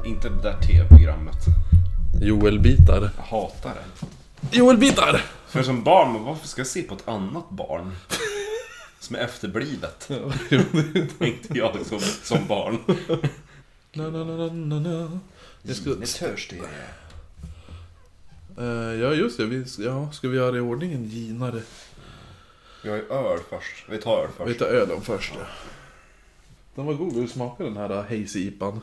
Inte det där tv-programmet. Joel-bitar. Jag hatar det. Joel-bitar! För som barn, varför ska jag se på ett annat barn? Som är efterblivet. Tänkte jag som barn. Jag ska... törstig. Ja just det, ska vi göra i ordning en ginare? Vi har ju öl först. Vi tar öl först. Vi tar ölen först. Ja. Den var god, vill du smaka den här hazy-ipan?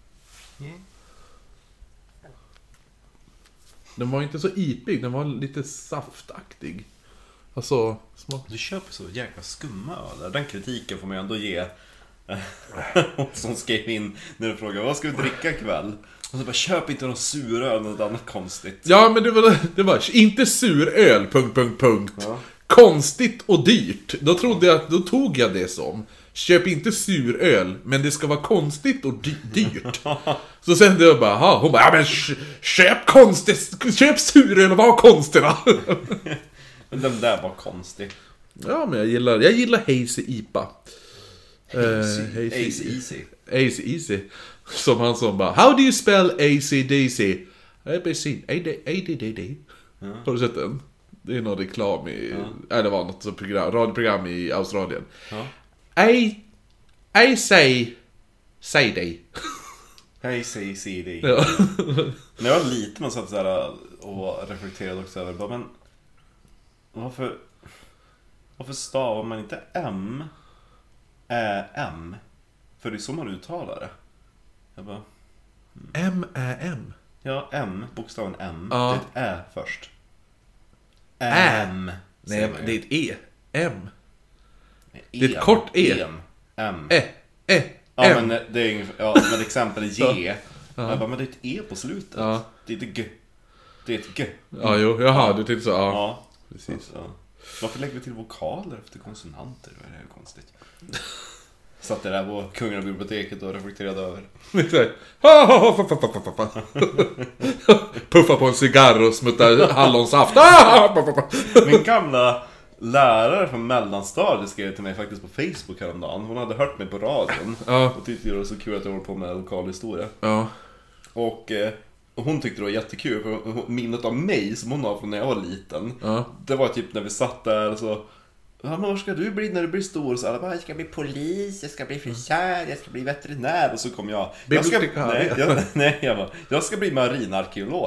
Den var inte så ipig, den var lite saftaktig. Alltså, smak. Du köper så jäkla skumma öl. Den kritiken får man ju ändå ge. Som skrev in när du frågade, vad ska vi dricka ikväll? Och så bara, köp inte någon suröl, något annat konstigt. Ja, men det var inte suröl, ... Ja. Konstigt och dyrt. Då tog jag det som. Köp inte suröl, men det ska vara konstigt och dyrt. Så sen det bara, hon bara, ja men köp suröl och var konstiga. Men den där var konstig. Ja, men jag gillar hazy IPA. Easy. Som han som bara, how do you spell ACDC? ABC, ADDD. Har du sett den? Det är någon reklam i... Nej, det var något radioprogram i Australien. I say det. ACD. Ja. När jag var liten man satt så här och reflekterade också över, bara, men varför stavar man inte M? För det är så man uttalar det. Jag bara, M. ja, M, bokstaven M. Ja. Det är ett Ä först. Nej, det är ett E. M. Det är ett kort E. M. Ja, men det är ungefär, men exempel är J. Jag bara, men det är ett E på slutet. Ja. Det är inte G. Det är ett G. Ja, jo, jaha, du tänkte så, ja. Ja, Precis. Ja. Varför lägger vi till vokaler efter konsonanter? Det är ju konstigt. Satt det där på Kungliga biblioteket och reflekterade över. Puffa på en cigarr och smutta hallonsaft. Min gamla lärare från mellanstadiet skrev till mig faktiskt på Facebook häromdagen. Hon hade hört mig på radion. Och tyckte det var så kul att jag var på med lokalhistoria. Ja. Och hon tyckte det var jättekul. För minnet av mig som hon har från när jag var liten. Det var typ när vi satt där och så... Ja, men vad ska du bli när du blir stor? Så alla bara, jag ska bli polis, jag ska bli frisör, jag ska bli veterinär. Och så kom jag jag ska bli marinarkeolog.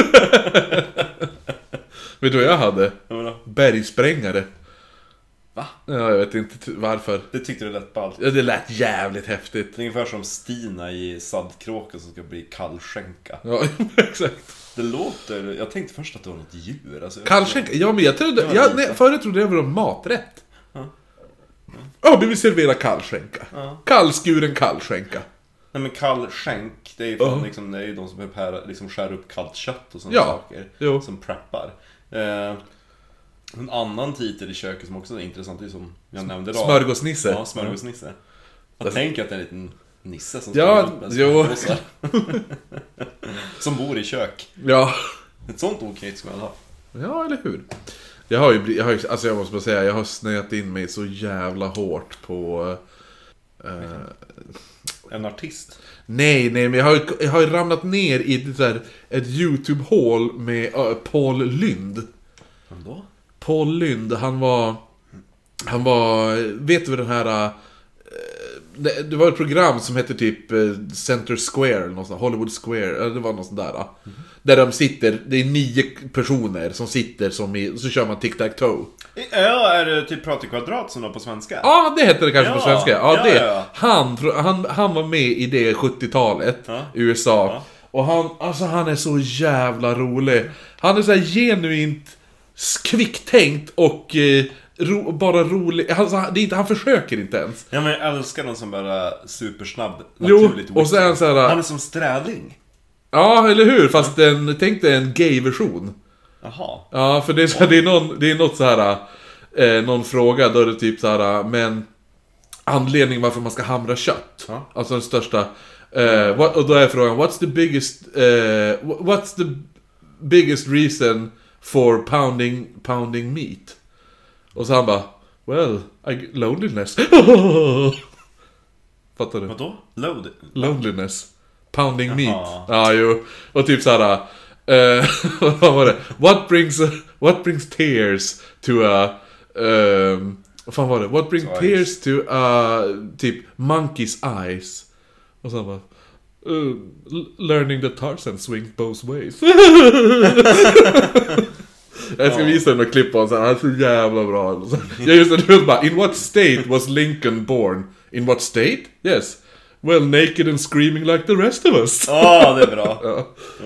Vet du vad jag hade? Bergsprängare. Va? Ja, jag vet inte varför. Det tyckte du lät ballt. Ja, det lät jävligt häftigt. Det är ungefär som Stina i Saddkråken som ska bli kallskänka. Ja, exakt. Det låter... Jag tänkte först att det var något djur. Alltså, kallskänka? Ja, men jag trodde... förut trodde jag det var en maträtt. Ja, vi vill servera kallskänka. Kallskuren kallskänka. Nej, men kallskänk, det är ju fan, liksom, det är ju de som liksom skär upp kallt kött och sådana saker. Jo. Som preppar. En annan titel i köket som också är intressant är som jag nämnde idag. Smörgåsnisse. Ja, smörgåsnisse. Jag tänker att det är en liten nisse som som bor i kök. Ja. Ett sånt oknytt ska man ha. Ja, eller hur? Jag måste bara säga, jag har snöat in mig så jävla hårt på... En artist? Nej, men jag har ju ramlat ner i ett YouTube-hål med Paul Lynd. Vem då? Paul Lynd, han var... Vet du vad den här... Det var ett program som hette typ Center Square eller något sånt, Hollywood Square, det var något sånt där. Där de sitter, det är 9 personer som sitter så kör man tic-tac-toe. Ja, är det typ Prat i kvadrat som var på svenska? Ja, det heter det kanske på svenska. Ja. Han var med i det 70-talet i USA. Ja. Och han är så jävla rolig. Han är så här genuint kvicktänkt och bara rolig. Han försöker inte ens. Ja, men jag älskar någon som bara supersnabb. Jo, och så är han så här... Han är som Strävling. Ja, eller hur? Fast tänk dig en gay-version. Jaha. Ja, för det är något så här... någon fråga då är det typ så här... Men anledningen varför man ska hamra kött. Alltså den största... och då är frågan, what's the biggest reason for pounding meat? Och så han bara, well, loneliness. Fattar du? Vadå? Loneliness. Pounding meat. Jaha. Ja, jo. Och typ såhär... vad var det? What brings tears to a... vad fan var det? What brings tears to a... Typ monkey's eyes. Och sen bara... learning the Tarzan swing both ways. Jag ska visa dig några klipp på honom. Han är så jävla bra. Jag just det, bara, in what state was Lincoln born? In what state? Yes. Well, naked and screaming like the rest of us. Ja, det är bra. Ja.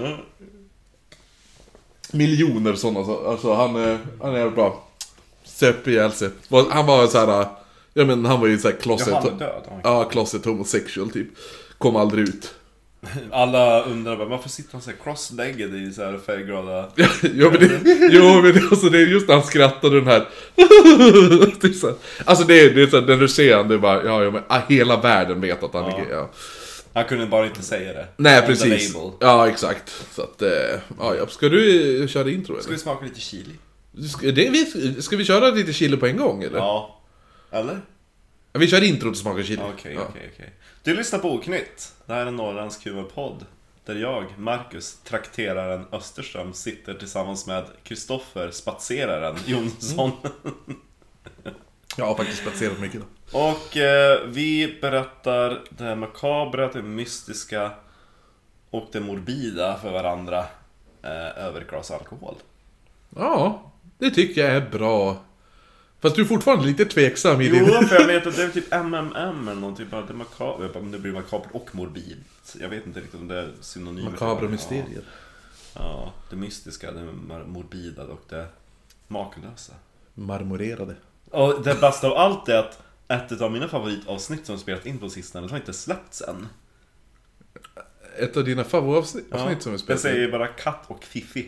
Miljoner sådana. Alltså han är jävla bra. Söp ihjäl sig. Han var så här. Ja, men han var ju så här closet. Ja, han är död. Ja, closet homosexual typ. Kom aldrig ut. Alla undrar bara, varför sitter han så här cross-legged i så här färgglada... Alltså det är just när han skrattade den här. Alltså det är så här, när du ser han, det är bara, ja, men hela världen vet att han är gay, ja. Han kunde bara inte säga det. Nej, precis. Ja, exakt. Så att, ja, ska du köra intro eller? Ska vi smaka lite chili? Ska vi köra lite chili på en gång eller? Ja. Eller? Vi kör intro till smaka chili. Okej. Du lyssnar på Oknytt. Det här är en norrländsk humorpodd där jag, Marcus, trakteraren Österström, sitter tillsammans med Kristoffer, spatseraren Jonsson. Jag har faktiskt spatserat mycket då. Och vi berättar det makabra, det mystiska och det morbida för varandra över ett glas alkohol. Ja, det tycker jag är bra. Fast du är fortfarande lite tveksam i din... Jo, för jag vet att det är typ MMM eller någon typ av det makabra. Det blir makabert och morbid. Jag vet inte riktigt om det är synonymer. Makabra mysterier. Ja, det mystiska, det morbida och det makalösa. Marmorerade. Och det bästa av allt är att ett av mina favoritavsnitt som spelat in på sistone har inte släppts än. Ett av dina favoritavsnitt som är spelat in? Jag säger bara katt och fiffi.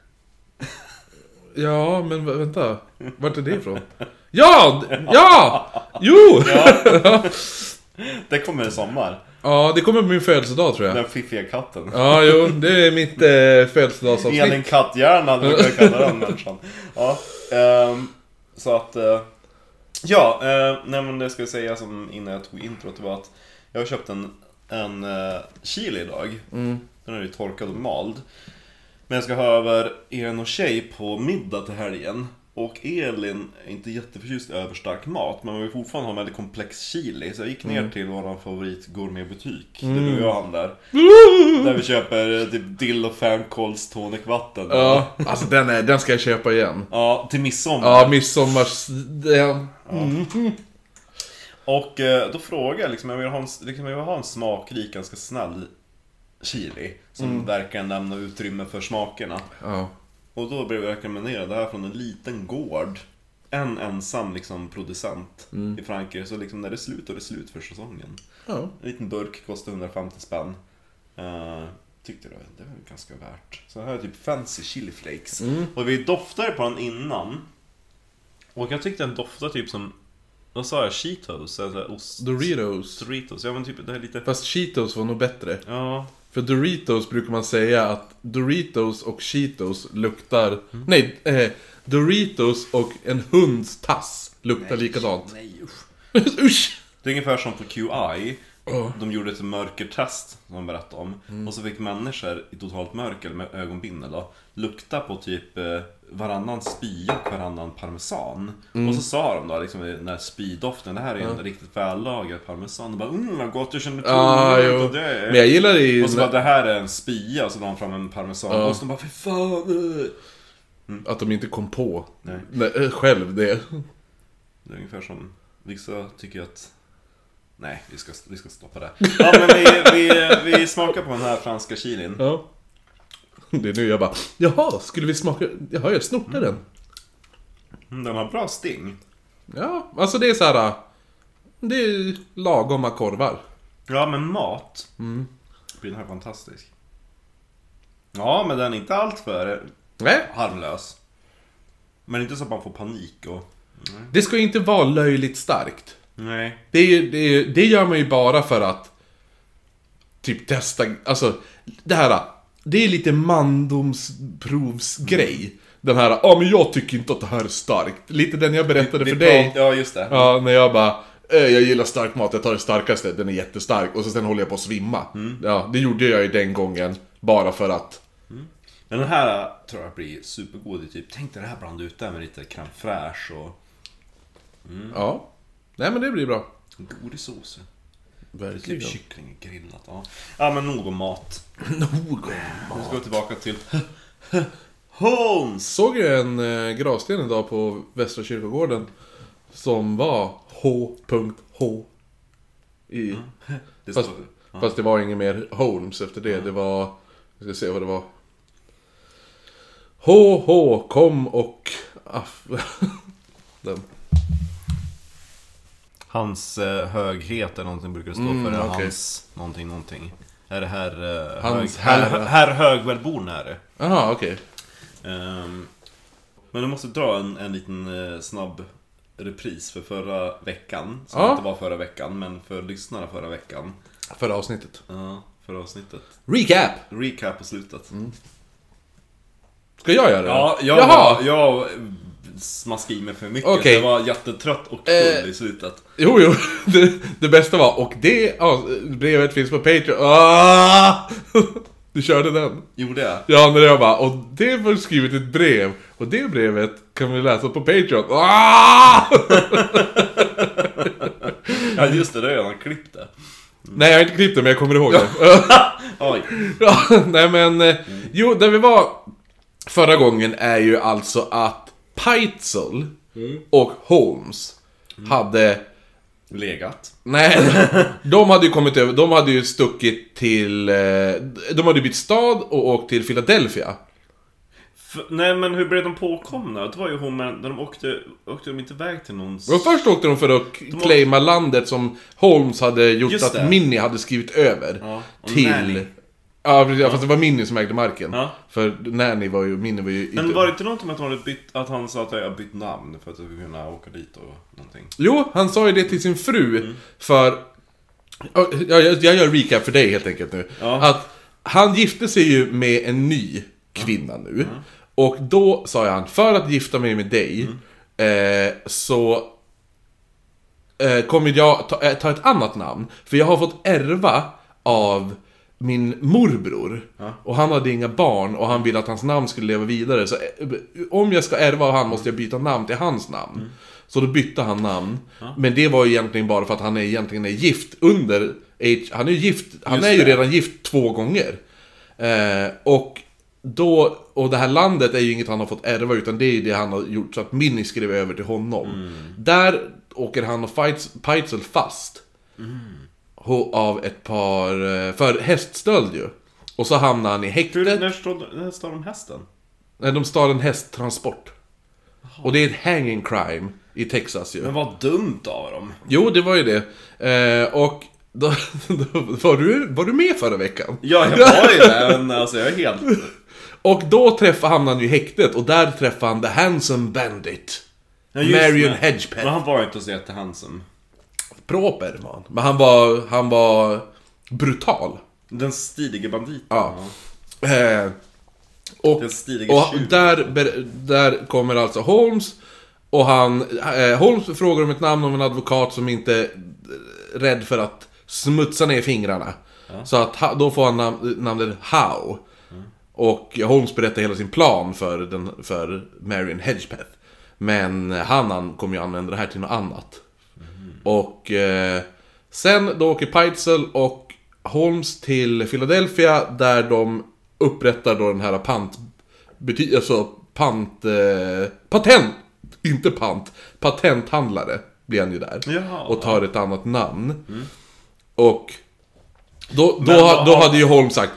Ja, men vänta. Vart är det ifrån? Ja! Jo! Ja. Det kommer i sommar. Ja, det kommer på min födelsedag tror jag. Den fiffiga katten. Ja, jo, det är mitt födelsedagsavsnitt. Elin katthjärna, du kan kalla den människan. Ja, så att... ja, nej men det ska jag säga som innan jag tog introt var att jag har köpt en chili idag. Den är ju torkad och mald. Men jag ska ha över Elin och tjej på middag till helgen. Och Elin är inte jätteförtjust i överstark mat, men man vill fortfarande ha en väldigt komplex chili. Så jag gick ner till vår favorit gourmetbutik. Det är du och han där. Där vi köper typ dill och fänkåls tonicvatten. Ja, alltså den ska jag köpa igen. Ja, till midsommar. Ja, midsommars... Och då frågar jag liksom, jag vill ha en smakrik, ganska snäll chili som verkar lämna utrymme för smakerna. Ja. Och då blev jag rekommenderad det här från en liten gård. En ensam liksom producent i Frankrike. Så liksom när det är slut, och det är slut för säsongen. Ja. En liten burk kostar 150 spänn. Tyckte det var ganska värt. Så här är typ fancy chili flakes. Och vi doftade på den innan. Och jag tyckte den doftade typ som... Vad sa jag? Cheetos? Eller ost? Doritos. Ja, men typ det här lite... Fast Cheetos var nog bättre. Ja. För Doritos brukar man säga att Doritos och Cheetos luktar... Nej, Doritos och en hunds tass luktar likadant. Nej, usch. Usch! Det är ungefär som på QI. De gjorde ett mörkertest som de berättade om. Och så fick människor i totalt mörker med ögonbindel då, lukta på typ varannan spy och varannan parmesan. Och så sa de då liksom den här spydoften, det här är en riktigt vällagad parmesan. Och bara, vad gott, jag känner till det. Men jag gillar det. Och så bara, det här är en spya, och så la de fram en parmesan. Och så de bara, fy fan. Att de inte kom på själv det. Det är ungefär som vissa tycker att... Nej, vi ska stoppa det. Ja, men vi smakar på den här franska chilin. Ja. Det är nu jag bara, jaha, skulle vi smaka... Jaha, jag snortade den. Den har bra sting. Ja, alltså det är så här. Det är lagomma korvar. Ja, men mat blir den här fantastisk. Ja, men den är inte allt för harmlös. Men inte så att man får panik och... Det ska ju inte vara löjligt starkt. Nej. Det gör man ju bara för att typ testa, alltså det här, det är lite mandomsprovsgrej. Den här, men jag tycker inte att det här är starkt. Lite den jag berättade för dig. Ja, just det. Ja, när jag bara, jag gillar stark mat, jag tar det starkaste, den är jättestark. Och så sen håller jag på att svimma. Ja, det gjorde jag ju den gången. Bara för att... Men den här tror jag blir supergod i typ. Tänk dig det här blanda ut där med lite crème fraîche och... Ja, nej men det blir bra. Godisåser. Verkligen. Typ kyckling grillat, ja. Ja, men nog om mat. Nog om Nu ska vi tillbaka till Holmes. Såg ju en gravsten idag på Västra kyrkogården. Som var H.H. i... Fast det var ingen mer Holmes efter det. Det var... Vi ska se vad det var. H.H. kom och... Den. Hans höghet är någonting brukar det stå för. Okay. Hans någonting. Är det här... Herr Högvälborn är det. Aha, okej. Men du måste dra en liten snabb repris för förra veckan. Som inte var förra veckan, men för lyssnarna förra veckan. Förra avsnittet. Ja, förra avsnittet. Recap på slutet. Ska jag göra det? Ja, jag smaskade i mig för mycket. Okay. Så jag var jättetrött och full i slutet. Jo, det bästa var, och det brevet finns på Patreon. Du körde den. Gjorde jag? Ja, när jag bara, och det var skrivit ett brev. Och det brevet kan vi läsa på Patreon. Ja, just det, jag har klippt det. Nej, jag har inte klippt det, men jag kommer ihåg det. Oj. Ja, nej men, jo, där vi var förra gången är ju alltså att Peitzel och Holmes hade legat. Nej, de hade ju kommit över. De hade ju stuckit till de hade bytt stad och åkt till Philadelphia. Nej, men hur blev de påkomna? Det var ju hon, när de åkte de inte iväg till någon... Först åkte de för att claima landet som Holmes hade gjort att Minnie hade skrivit över till Nanny. Ja, fast det var Minnie som ägde marken. Ja. För Nanny var ju, Minnie var ju... Men var det inte någonting med att, att han sa att jag har bytt namn för att jag skulle kunna åka dit och någonting? Jo, han sa ju det till sin fru. För... Jag gör recap för dig helt enkelt nu. Ja. Att han gifte sig ju med en ny kvinna nu. Och då sa han, för att gifta mig med dig så kommer jag ta ett annat namn. För jag har fått ärva av min morbror. Och han hade inga barn och han ville att hans namn skulle leva vidare. Så om jag ska ärva av han måste jag byta namn till hans namn. Så då bytte han namn. Men det var ju egentligen bara för att han egentligen är gift under han är ju gift. Han är ju redan gift 2 gånger. Och det här landet är ju inget han har fått ärva, utan det är det han har gjort så att Minnie skrev över till honom. Där åker han och Peitzel fast av ett par för häststöld ju. Och så hamnar han i häktet. När står de hästen? Nej, de står en hästtransport. Och det är ett hanging crime i Texas ju. Men vad dumt av dem. Jo, det var ju det. Och då var du med förra veckan? Ja, jag var ju det. Men alltså jag är helt... Och då hamnade han ju i häktet. Och där träffade han The Handsome Bandit, Marion Hedgepeth. Men han var inte så jättehandsome. Proper man. Men han var brutal. Den stilige banditen. Ja. Och där kommer alltså Holmes. Och Holmes frågar om ett namn om en advokat som inte är rädd för att smutsa ner fingrarna. Så att då får han namnet Howe. Och Holmes berättar hela sin plan för Marion Hedgepeth. Men han kommer ju använda det här till något annat. Och sen då åker Peitzel och Holmes till Philadelphia, där de upprättar då den här patenthandlare blir han ju där. Jaha, och tar ett annat namn. Och då hade ju Holmes sagt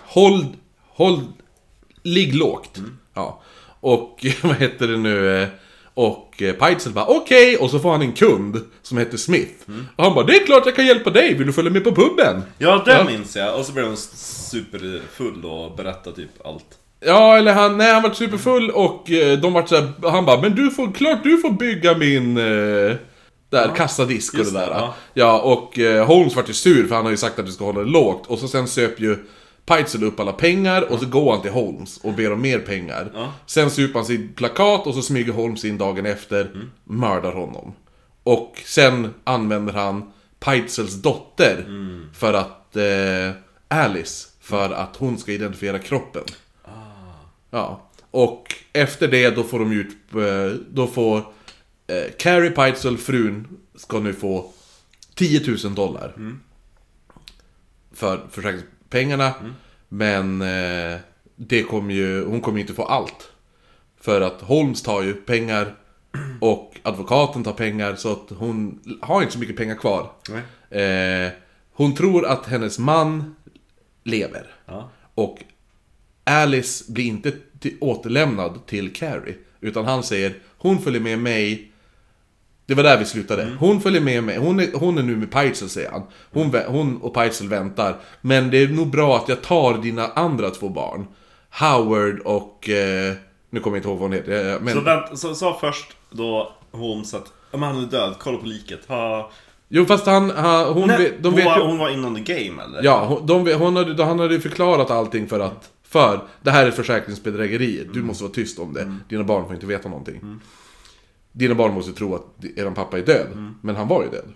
ligg lågt. Ja. Och vad heter det nu? Och Peitzel bara okej. Och så får han en kund som heter Smith. Och han bara, det är klart jag kan hjälpa dig. Vill du följa med på puben? Ja, det minns jag. Och så blev han superfull och berättade typ allt. Ja, eller han var superfull. Och de var så här, han bara, men du får bygga min kassadisk och det där. Ja, och Holmes var ju sur för han har ju sagt att du ska hålla det lågt. Och så sen söp ju Peitzel upp alla pengar och så går han till Holmes och ber om mer pengar. Sen super han sitt plakat och så smyger Holmes in dagen efter, mördar honom. Och sen använder han Paitzels dotter för att Alice, för att hon ska identifiera kroppen. Ja. Och efter det då får de ut, då får Carrie Peitzel, frun, ska nu få $10,000 för försäkringspengarna. Men det kommer ju, hon kommer inte få allt. För att Holmes tar ju pengar och advokaten tar pengar, så att hon har inte så mycket pengar kvar. Hon tror att hennes man lever. Och Alice blir inte återlämnad till Carrie, utan han säger, hon följer med mig. Det var där vi slutade. Hon följer med mig. Hon är nu med Peitzel, säger han. Hon och Peitzel väntar. Men det är nog bra att jag tar dina andra 2 barn, Howard och nu kommer jag inte ihåg vad hon heter, men... Så sa först då Holmes att han är död, kolla på liket. Jo, fast hon var inom the game, eller? Ja, han hade ju förklarat allting för det här är försäkringsbedrägeri. Du måste vara tyst om det. Dina barn får inte veta någonting. Dina barn måste tro att er pappa är död. Men han var ju död.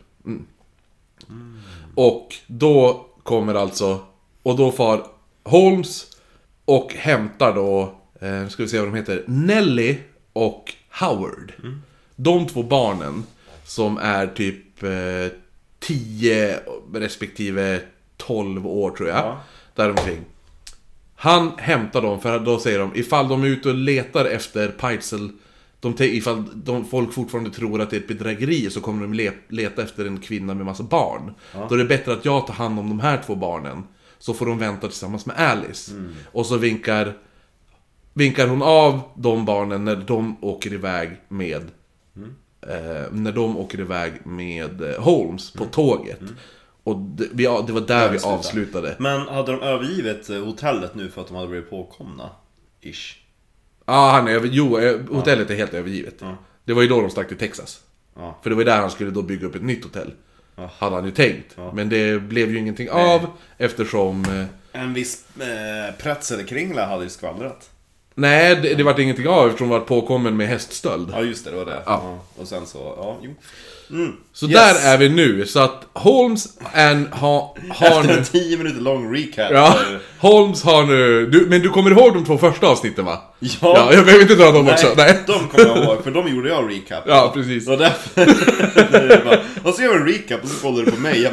Och då kommer alltså, och då far Holmes och hämtar då, ska vi se vad de heter, Nellie och Howard. De 2 barnen som är typ 10 respektive 12 år, tror jag. Däromkring. Han hämtar dem, för då säger de, ifall de är ute och letar efter Peitzel, ifall folk fortfarande tror att det är ett bedrägeri, så kommer de leta efter en kvinna med massa barn. Då är det bättre att jag tar hand om de här 2 barnen, så får de vänta tillsammans med Alice. Och så vinkar hon av de barnen när de åker iväg med Holmes på tåget. Och det var där vi avslutade. Men hade de övergivit hotellet nu för att de hade blivit påkomna? Ish. Ja, hotellet är helt övergivet. Det var ju då de stack till Texas. För det var där han skulle då bygga upp ett nytt hotell. Hade han ju tänkt. Men det blev ju ingenting av, eftersom en viss Pretzelkringla hade ju skvallrat. Nej, det var ingenting av, eftersom de var påkommen med häststöld. Ja, just det var det. Och sen så, Så där är vi nu. Så att Holmes har efter en 10 minuter lång recap. Ja, Holmes har nu... Men du kommer ihåg de 2 första avsnitten, va? Ja, jag behöver inte dra dem också. Nej, de kommer jag ihåg, för de gjorde jag recap. Ja, precis. Och därför... och så gör vi en recap och så kollar du på mig.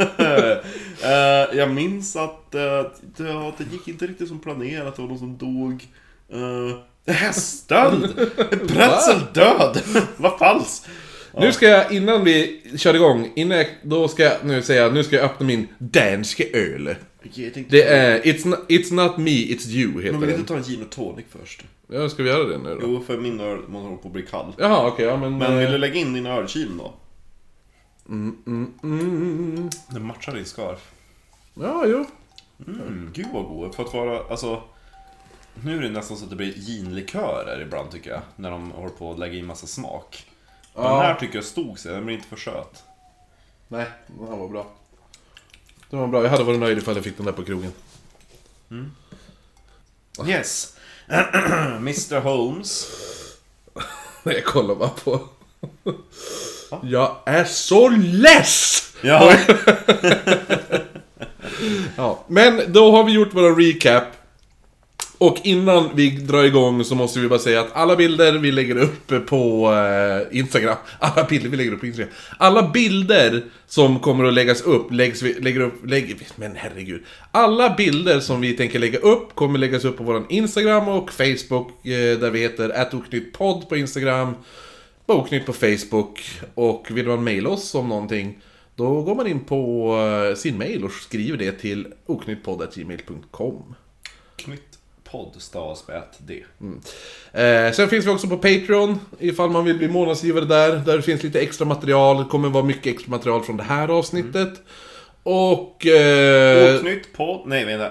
Jag minns att det gick inte riktigt som planerat. Det var någon som dog. Häststöld! Pretzel död! Vad falskt! Nu ska jag, innan vi kör igång, då ska jag nu säga, nu ska jag öppna min danska öl. Det är It's not me, it's you, heter den. Men vill inte ta en gin och tonic först? Ja, ska vi göra det nu då? Jo, för min öl måste hålla på att bli kall. Jaha, okej, ja, men vill du lägga in din ölkyl då? Det matchar din scarf. Ja, jo. Gud vad god. För att vara, alltså... Nu är det nästan så att det blir ginlikörer ibland, tycker jag. När de håller på att lägga in massa smak. Den här tycker jag stod sig, den blir inte för söt. Nej, den här var bra. Den var bra, jag hade varit nöjd ifall jag fick den där på krogen. Yes. Mr. Holmes. Jag kollar bara på. Jag är så less! Ja. Ja, men då har vi gjort vår recap. Och innan vi drar igång så måste vi bara säga att alla bilder vi lägger upp på Instagram. Alla bilder som kommer att läggas upp men herregud. Alla bilder som vi tänker lägga upp kommer läggas upp på vår Instagram och Facebook, där vi heter @oknyttpodd på Instagram, Oknytt på Facebook. Och vill man mejla oss om någonting, då går man in på sin mejl och skriver det till oknyttpodd@gmail.com. Podd stavas med ett D. Sen finns vi också på Patreon, ifall man vill bli månadsgivare där det finns lite extra material. Det kommer vara mycket extra material från det här avsnittet. Och Oknytt podd, nej vänta,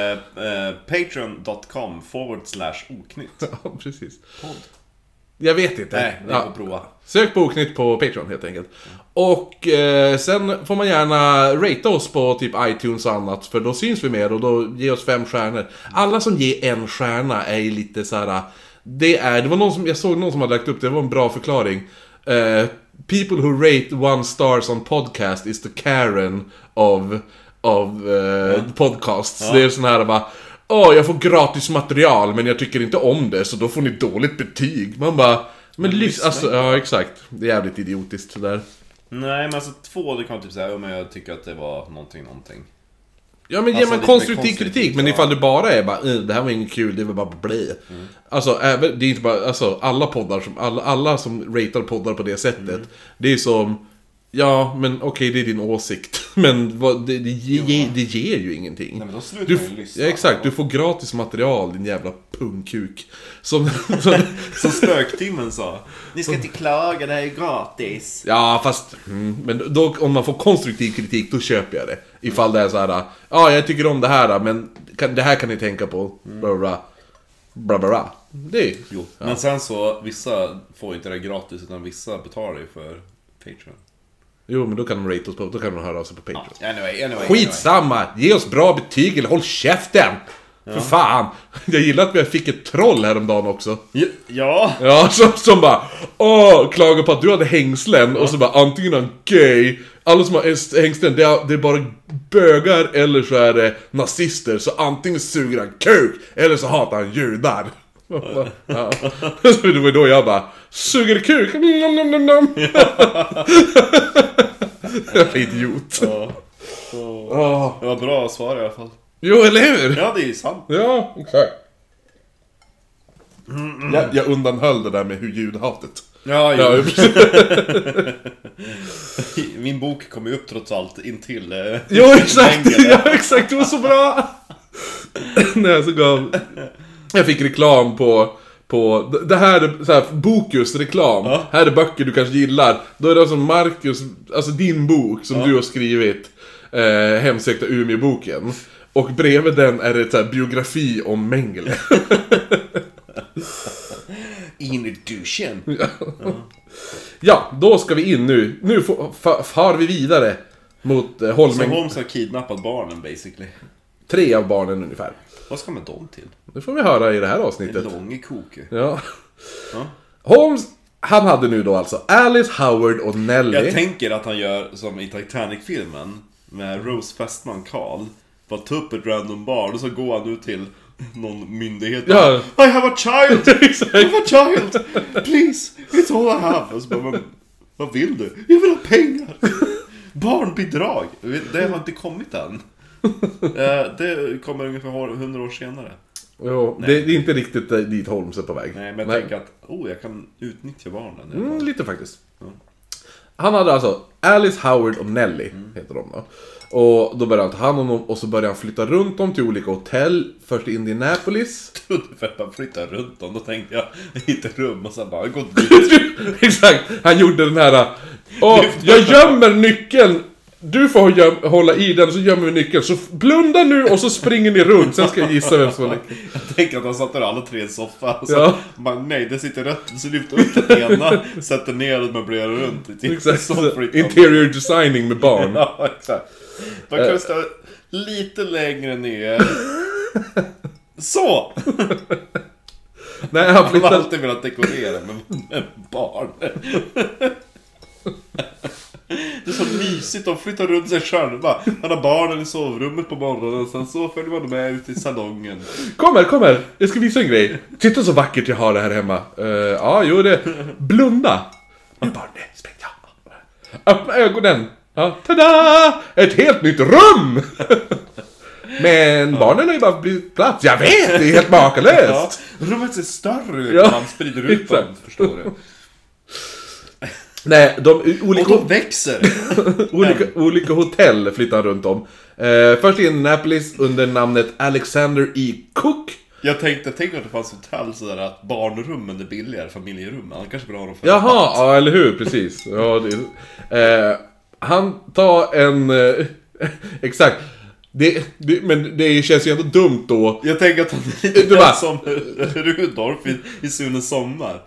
patreon.com/oknytt. Ja, precis. Podd. Jag vet inte. Nej, det får prova. Sök på Oknytt på Patreon helt enkelt. Och sen får man gärna rate oss på typ iTunes och annat, för då syns vi mer och då ger oss 5 stjärnor. Alla som ger 1 stjärna är lite så här. Det var någon som jag såg någon som hade lagt upp det, var en bra förklaring. people who rate 1 stars on podcast is the Karen of podcasts. Det är sån här bara, jag får gratis material men jag tycker inte om det, så då får ni dåligt betyg. Man bara, men alltså, ja exakt. Det är jävligt idiotiskt sådär. Nej, men alltså 2, det kan typ säga, men jag tycker att det var någonting. Ja, men ger man konstruktiv kritik, men ifall det bara är bara, det här var inget kul, det var bara blä. Alltså, det är inte bara, alltså, alla poddar som, alla som ratear poddar på det sättet, det är som, ja, men okej, det är din åsikt, men det ger ju ingenting. Nej, men då slutar man ju lyssna. Ja, exakt, du får gratis material, din jävla pungkuk. Som Spöktimmen sa, ni ska inte klaga, det här är gratis. Ja, fast men då, om man får konstruktiv kritik, då köper jag det. Ifall det är så här, jag tycker om det här, men det här kan ni tänka på. Bla. Det är jo. Ja. Men sen så, vissa får inte det gratis, utan vissa betalar ju för Patreon. Jo, men då kan de rate oss på, då kan de höra av sig på Patreon. Anyway. Skitsamma, ge oss bra betyg eller håll käften. För fan. Jag gillar att vi fick ett troll häromdagen också. Ja, som bara klagar på att du hade hängslen. Och så bara, antingen är han gay. Alla som har hängslen, det är bara bögar. Eller så är det nazister. Så antingen suger han kuk, eller så hatar han judar. Ja. Så det var då jag bara, suger kuk. Jag är idiot. Det var bra svar i alla fall. Jo, eller hur? Ja, det är ju sant. Ja, exakt. Jag undanhöll det där med hur ljudhatet. Ja. Min bok kom ju upp trots allt intill. Jo, exakt. Det var så bra. Nej, så gav jag fick reklam på det här är så här, Bokus reklam. Här är böcker du kanske gillar. Då är det som Marcus, alltså din bok som du har skrivit, hemsökta Umeå-boken. Och bredvid den är det så här biografi om Mengele. Introduction. Ja, då ska vi in nu. Nu far vi vidare mot Holmen. Så Holmes har kidnappat barnen basically. 3 av barnen ungefär. Vad ska man dem till? Det får vi höra i det här avsnittet. En lång koke. Ja. Holmes, han hade nu då alltså Alice, Howard och Nellie. Jag tänker att han gör som i Titanic-filmen med Rose Festman Carl. Bara ta upp ett random barn och så går han ut till någon myndighet. Ja. I have a child! I have a child! Please, it's all I have. Och så bara, vad vill du? Jag vill ha pengar! Barnbidrag! Det har inte kommit än. Det kommer ungefär 100 år senare. Jo, det är inte riktigt dit Holmes är på väg. Nej, men jag tänker att jag kan utnyttja barnen. Lite faktiskt. Han hade alltså Alice, Howard och Nellie heter de då. Och då började han ta hand om dem. Och så började han flytta runt dem till olika hotell. Först i Indianapolis. För att han flyttade runt dem. Då tänkte jag hitta rum och sen bara gå dit. Exakt, han gjorde den här jag gömmer nyckeln. Du får hålla i den, så gömmer vi nyckeln. Så blunda nu och så springer ni runt. Sen ska jag gissa vem som var Jag tänker att han satt där alla 3 i en soffa. Så bara, nej, det sitter rätt. Så lyfter upp den ena, sätter ner och möblerar runt. Exakt, interior designing med barn. Ja, exakt. Man kan stå lite längre ner. Så! Nej, han har alltid velat dekorera med barn. Det är så mysigt, de flyttar runt sig själva. Man har barnen i sovrummet på morgonen. Sen så följer man med ut i salongen. Kom här, jag ska visa en grej. Titta så vackert jag har det här hemma. Det. Blunda. Barn, spring, öppna ögonen. Tada! Ett helt nytt rum! Men barnen har ju bara blivit plats. Jag vet, det är helt makalöst. Rummet ser större ut. Man sprider ut dem, förstår du. Nej, och de växer. olika hotell flyttar runt om. Först i Indianapolis under namnet Alexander E. Cook. Jag tänkte att det fanns hotell sådär att barnrummen är billigare, familjerummen. Han kanske bra dem för. Jaha, ja, eller hur, precis. Ja, han tar en... exakt. Men det känns ju ändå dumt då. Jag tänker att han är lite som Rudolf i Sunes sommar.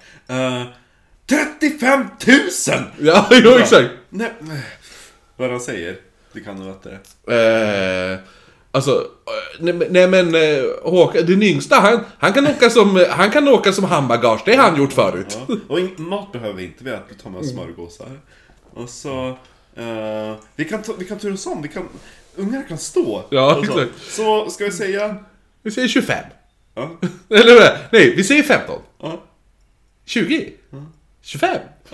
35 000! Ja, jo, exakt. Nej, vad han säger, det kan du veta det. Alltså, nej men Håkan, den yngsta, han kan åka som handbagage, det har han gjort förut. Ja. Och mat behöver vi inte, vi tar med smörgåsar. Och så, vi kan turas om, ungar kan stå. Ja, exakt. Så ska vi säga... Vi säger 25. Ja. Eller nej, vi säger 15. Ja. 20. 25.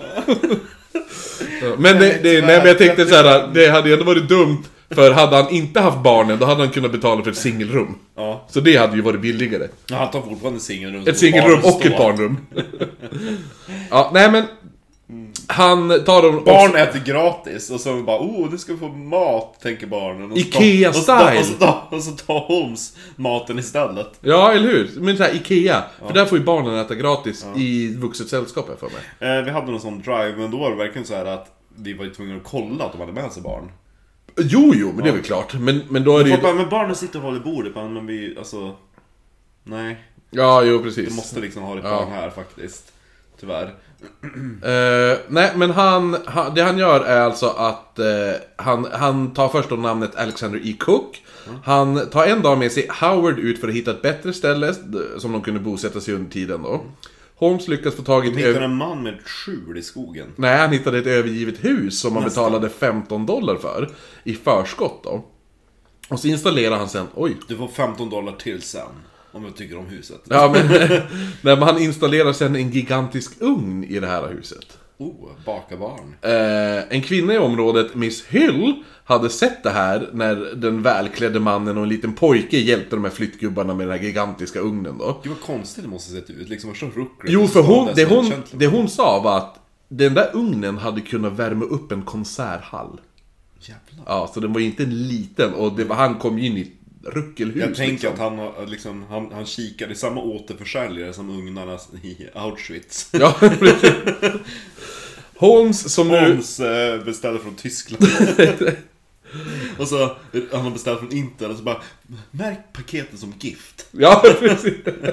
Men men jag tänkte så här, det hade ju ändå varit dumt. För hade han inte haft barnen, då hade han kunnat betala för ett singelrum. Ja. Så det hade ju varit billigare. Ja, han tar fortfarande singelrum. Ett singelrum och ett barnrum. Ja, nej men han tar dem. Barn äter gratis. Och så bara, du ska få mat, tänker barnen. Och Ikea-style. Och så tar Holmes maten istället. Ja, eller hur? Men så här, Ikea. För där får ju barnen äta gratis i vuxet sällskap för mig. Vi hade någon sån drive, men då var det verkligen så här att vi var ju tvungna att kolla att de hade med sig barn. Jo, men det är väl klart. Men då är det ju... Men barnen sitter och håller bordet, men vi, alltså... Nej. Ja, jo, precis. Du måste liksom ha ett barn här faktiskt. Tyvärr. Nej, men det han gör är alltså att han tar först då namnet Alexander E. Cook. Han tar en dag med sig Howard ut för att hitta ett bättre ställe som de kunde bosätta sig under tiden då. Holmes lyckas få tag i ett... hittade en man med ett skjul i skogen. Nej, han hittade ett övergivet hus som han betalade $15 för i förskott då. Och så installerar han sen, Du får $15 till sen, om jag tycker om huset. Ja, men han installerar sen en gigantisk ugn i det här huset. Baka barn. En kvinna i området, Miss Hill, hade sett det här när den välklädde mannen och en liten pojke hjälpte de här flyttgubbarna med den här gigantiska ugnen då. Det var konstigt det måste sett ut, liksom så ruckligt. Jo, för det hon sa var att den där ugnen hade kunnat värma upp en konserthall. Jävlar. Ja, så den var inte en liten, och han kom in i ruckelhus. Jag tänker liksom. att han kikade i samma återförsäljare som ugnarna i Auschwitz. Ja, precis. Holmes beställde från Tyskland. Och så han har beställt från Intel. Och så bara, märk paketet som gift. Ja, precis.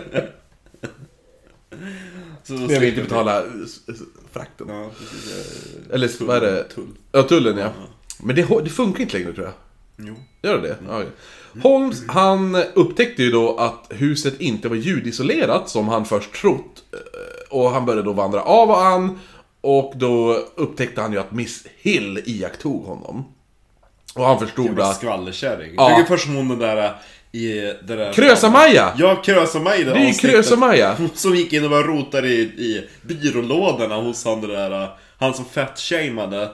Så jag vill inte betala frakten. Ja, precis. Eller vad är det? Ja, tullen, ja. Men det funkar inte längre, tror jag. Jo. Gör det? Ja. Holmes, han upptäckte ju då att huset inte var ljudisolerat som han först trott. Och han började då vandra av och an. Och då upptäckte han ju att Miss Hill iakttog honom. Och han förstod att... skvallerkärring. Ja. Jag tycker först hon den där... Krösa-Maja! Ja, Krösa-Maja. Det är ju Krösa-Maja. Som gick in och bara rotade i byrålådorna hos han där... Han som fett-shameade...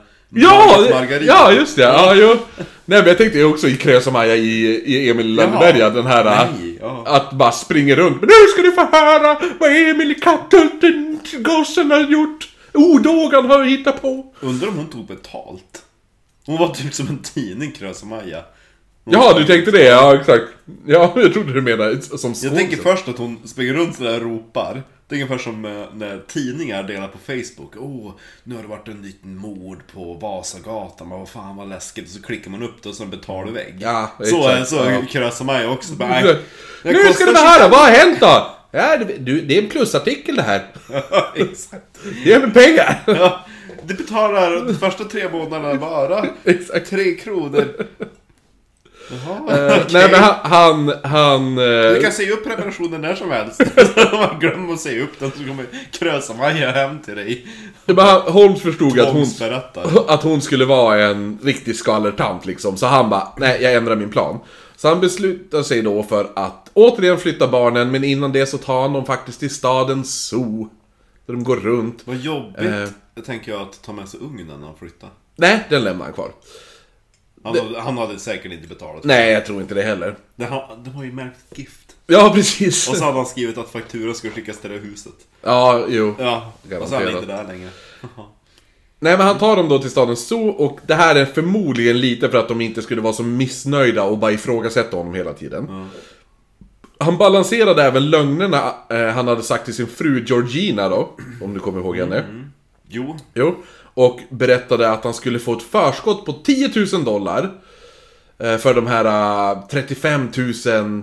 Ja, just det. Ja, jo. Nej, men jag tänkte ju också i Krösa-Maja i Emil Lönneberga, den här att bara springa runt. Men nu ska du få höra vad Emil i Kattulten gossen har gjort. Odågan har vi hittat på. Undrar om hon tog betalt. Hon var typ som en tidning, Krösa-Maja. Ja, du tänkte det, ja, exakt. Ja, jag trodde du menade som skål. Jag tänker först att hon springer runt där och ropar. Det är ungefär som när tidningar delar på Facebook. Nu har det varit en liten mord på Vasagatan. Men vad fan, vad läskigt. Och så klickar man upp det och så betalar vägg. Ja, så Krösa mig också. Bara, nu ska du höra, vad har hänt då? Ja, det är en plusartikel det här. Exakt. Det är med pengar. Ja, det betalar de första 3 månaderna bara. Exakt. 3 kronor. Jaha, okay. Nej, men han du kan säga upp preparationen när som helst. Man glömmer att säga upp den, så kommer Krösa-Maja hem till dig. Holmes förstod att hon skulle vara en riktig skvallertant liksom. Så han bara, nej, jag ändrar min plan. Så han beslutar sig då för att återigen flytta barnen. Men innan det så tar han dem faktiskt till stadens zoo, där de går runt. Vad jobbigt, tänker jag, att ta med sig ugnen när han flyttar. Nej, den lämnar han kvar. Han hade säkert inte betalat. Nej, jag tror inte det heller. De har ju märkt gift. Ja, precis. Och så hade han skrivit att faktura skulle skickas till det huset. Ja, jo. Ja, och så är han inte där längre. Nej, men han tar dem då till stadens zoo. Och det här är förmodligen lite för att de inte skulle vara så missnöjda och bara ifrågasätta honom hela tiden. Han balanserade även lögnerna han hade sagt till sin fru Georgina då, om du kommer ihåg henne. Jo. Och berättade att han skulle få ett förskott på $10,000 för de här 35 000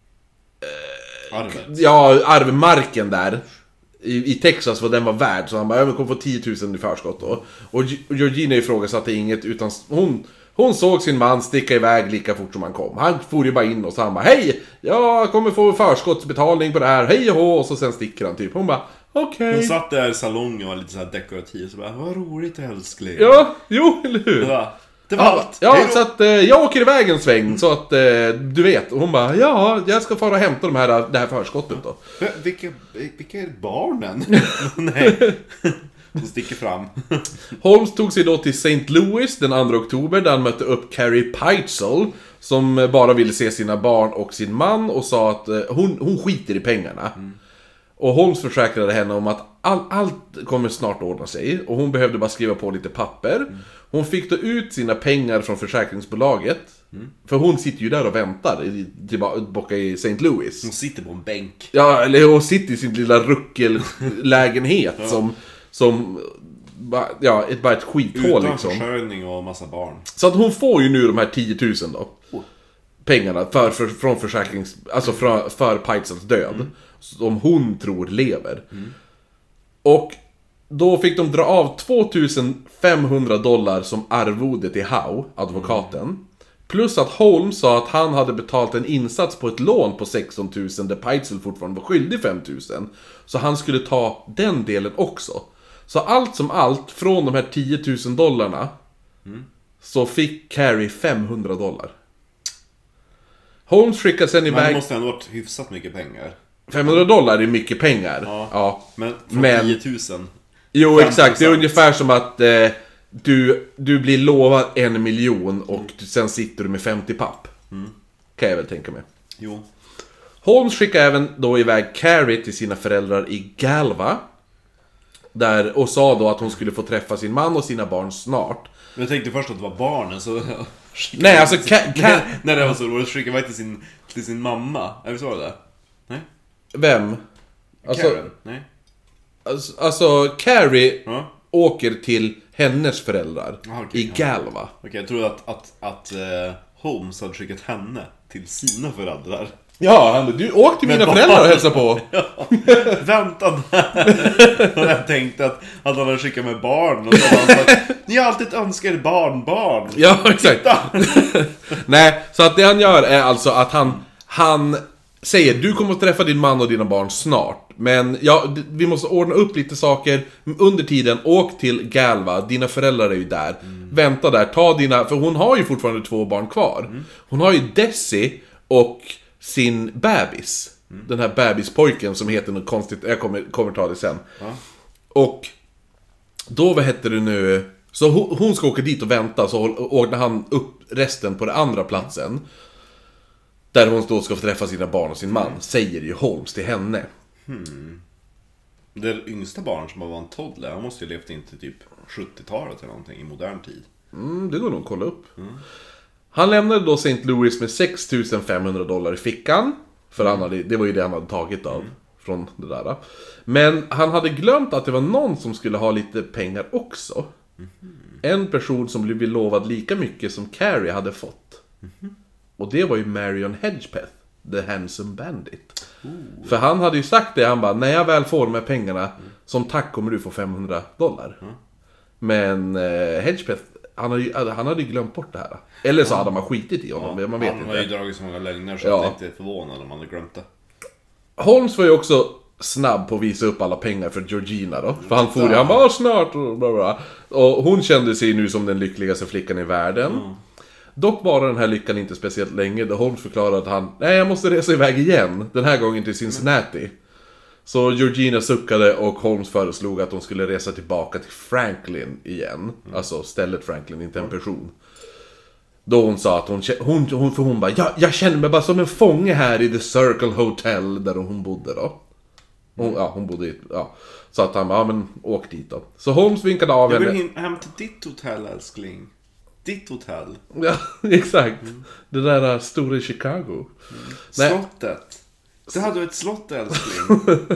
arvmarken där i Texas, vad den var värd. Så han bara, jag kommer få 10 000 i förskott då. Och Georgina ifrågasatte inget, utan Hon såg sin man sticka iväg lika fort som han kom. Han for ju bara in och så han bara, hej, jag kommer få förskottsbetalning på det här, hej och hå, och så sen sticker han typ. Hon bara, okej. Hon satt där i salongen och var lite så här dekorativ, så bara, vad roligt älskling. Ja, jo, eller hur? Det var allt. Ja, så att jag åker iväg en sväng, så att du vet. Och hon bara, ja, jag ska fara och hämta det här förskottet då. Vilka är barnen? Nej. Som sticker fram. Holmes tog sig då till St. Louis den 2 oktober där han mötte upp Carrie Peitzel, som bara ville se sina barn och sin man, och sa att hon skiter i pengarna. Och Holmes försäkrade henne om att allt kommer snart ordna sig, och hon behövde bara skriva på lite papper. Hon fick då ut sina pengar från försäkringsbolaget. För hon sitter ju där och väntar tillbaka i St. Louis. Hon sitter på en bänk. Ja, eller hon sitter i sin lilla ruckellägenhet som ja, bara ett skithål utan liksom. försörjning och massa barn. Så att hon får ju nu de här 10 000 då. Pengarna från alltså för Peitzels död. Som hon tror lever. Och då fick de dra av $2,500 som arvode till Howe, advokaten. Plus att Holmes sa att han hade betalt en insats på ett lån på 16 000 där Peitzel fortfarande var skyldig 5 000. Så han skulle ta den delen också. Så allt som allt, från de här $10,000 så fick Carrie $500. Holmes skickade sen iväg... Men det måste ändå varit hyfsat mycket pengar. $500 är mycket pengar. Ja. Men från 10 000. Jo, exakt. Det är ungefär som att du blir lovad 1 miljon och sen sitter du med 50 papp. Kan jag väl tänka mig. Jo. Holmes skickade även då iväg Carrie till sina föräldrar i Galva. Där, och sa då att hon skulle få träffa sin man och sina barn snart. Jag tänkte först att det var barnen, så... Nej, alltså... Nej, det var så roligt. Skickade iväg till sin mamma. Är det så det? Nej? Vem? Alltså, Karen? Nej? Alltså Carrie åker till hennes föräldrar i Galva. Okej, jag trodde att Holmes hade skickat henne till sina föräldrar. Ja, du åkte till mina föräldrar och hälsade på. Ja, vänta där. Och jag tänkte att han hade skickat med barn. Och så var han sagt, ni har alltid önskat barn. Ja, exakt. Nej, så att det han gör är alltså att han säger, du kommer att träffa din man och dina barn snart. Men ja, vi måste ordna upp lite saker. Under tiden, åk till Galva. Dina föräldrar är ju där. Vänta där, ta dina... För hon har ju fortfarande 2 barn kvar. Hon har ju Desi och sin bebis. Den här bebispojken som heter något konstigt. Jag kommer ta det sen. Och då, vad heter det nu? Så hon ska åka dit och vänta. Så ordnar han upp resten på den andra platsen. Där hon då ska få träffa sina barn och sin man. Säger ju Holmes till henne. Det yngsta barn som var en toddler, han måste ju levt in till typ 70-talet eller någonting i modern tid. Det går nog att kolla upp. Han lämnade då St. Louis med $6,500 i fickan. För det var ju det han hade tagit av från det där. Men han hade glömt att det var någon som skulle ha lite pengar också. En person som blev lovad lika mycket som Carrie hade fått. Och det var ju Marion Hedgepeth, The Handsome Bandit. För han hade ju sagt det, han bara, när jag väl får de här pengarna, som tack kommer du få $500. Men Hedgepeth, han hade ju glömt bort det här. Eller så hade man skitit i honom, man vet han inte. har ju dragit så många lögner så att jag inte är förvånad om han hade glömt det. Holmes var ju också snabb på att visa upp alla pengar för Georgina då. För han for ju, han bara snart och bla bla. Och hon kände sig nu som den lyckligaste flickan i världen. Dock var den här lyckan inte speciellt länge, då Holmes förklarade att jag måste resa iväg igen. Den här gången till Cincinnati. Så Georgina suckade och Holmes föreslog att de skulle resa tillbaka till Franklin igen. Alltså stället Franklin, inte en person. Då hon sa att hon bara, jag känner mig bara som en fånge här i The Circle Hotel där hon bodde då. Hon bodde i, så att han bara, men åk dit då. Så Holmes vinkade av henne. Jag vill hem till ditt hotell, älskling. Ditt hotell. Ja, exakt. Det där stora i Chicago. Slottet. Du hade ett slott, älskling.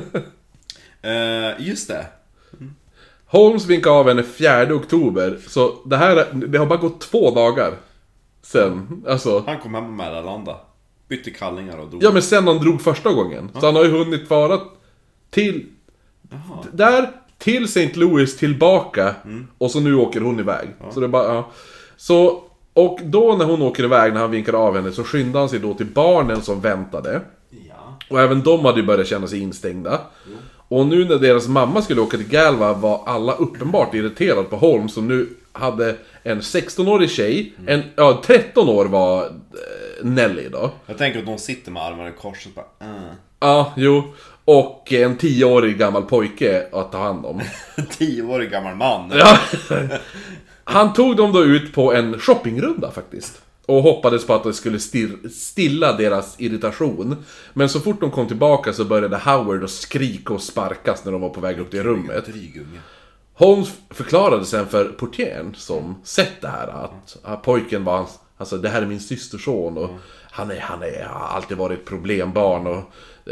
Just det. Holmes vinkade av henne 4 oktober. Så det har bara gått 2 dagar sen. Alltså, han kom hem med Arlanda. Bytte kallingar och drog. Ja, men sen han drog första gången. Så han har ju hunnit vara till där, till St. Louis, tillbaka. Och så nu åker hon iväg. Så det bara, Så Och då när hon åker iväg, när han vinkar av henne, så skyndar han sig då till barnen som väntade. Ja. Och även de hade ju börjat känna sig instängda. Och nu när deras mamma skulle åka till Galva var alla uppenbart irriterade på Holmes, som nu hade en 16-årig tjej, 13 år var Nelly då. Jag tänker att de sitter med armarna i kors och bara... Ja, jo. Och en 10-årig gammal pojke att ta hand om. 10-årig gammal man. Ja. Han tog dem då ut på en shoppingrunda faktiskt. Och hoppades på att det skulle stilla deras irritation. Men så fort de kom tillbaka så började Howard att skrika och sparkas när de var på väg upp till rummet. Holmes förklarade sen för portieren som sett det här att pojken var hans, alltså det här är min systerson och han har alltid varit ett problembarn och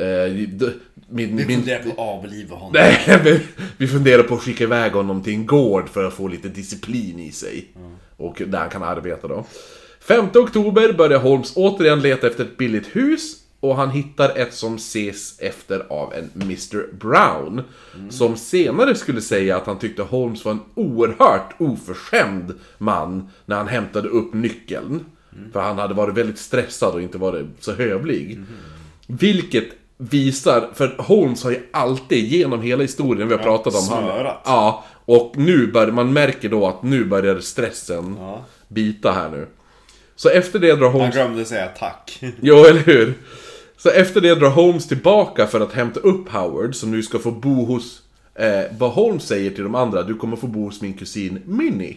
vi funderar på att avliva honom. Nej, vi funderar på att skicka iväg honom till en gård för att få lite disciplin i sig. Och där han kan arbeta då. 5 oktober börjar Holmes återigen leta efter ett billigt hus. Och han hittar ett som ses efter av en Mr. Brown. Som senare skulle säga att han tyckte Holmes var en oerhört oförskämd man när han hämtade upp nyckeln. För han hade varit väldigt stressad och inte varit så hövlig. Vilket visar, för Holmes har ju alltid genom hela historien vi har pratat om smörat. Ja, och nu man märker då att nu börjar stressen bita här nu. Så efter det drar Holmes... Han glömde säga tack. Jo, eller hur? Så efter det drar Holmes tillbaka för att hämta upp Howard, som nu ska få bo hos... vad Holmes säger till de andra, du kommer få bo hos min kusin Minnie.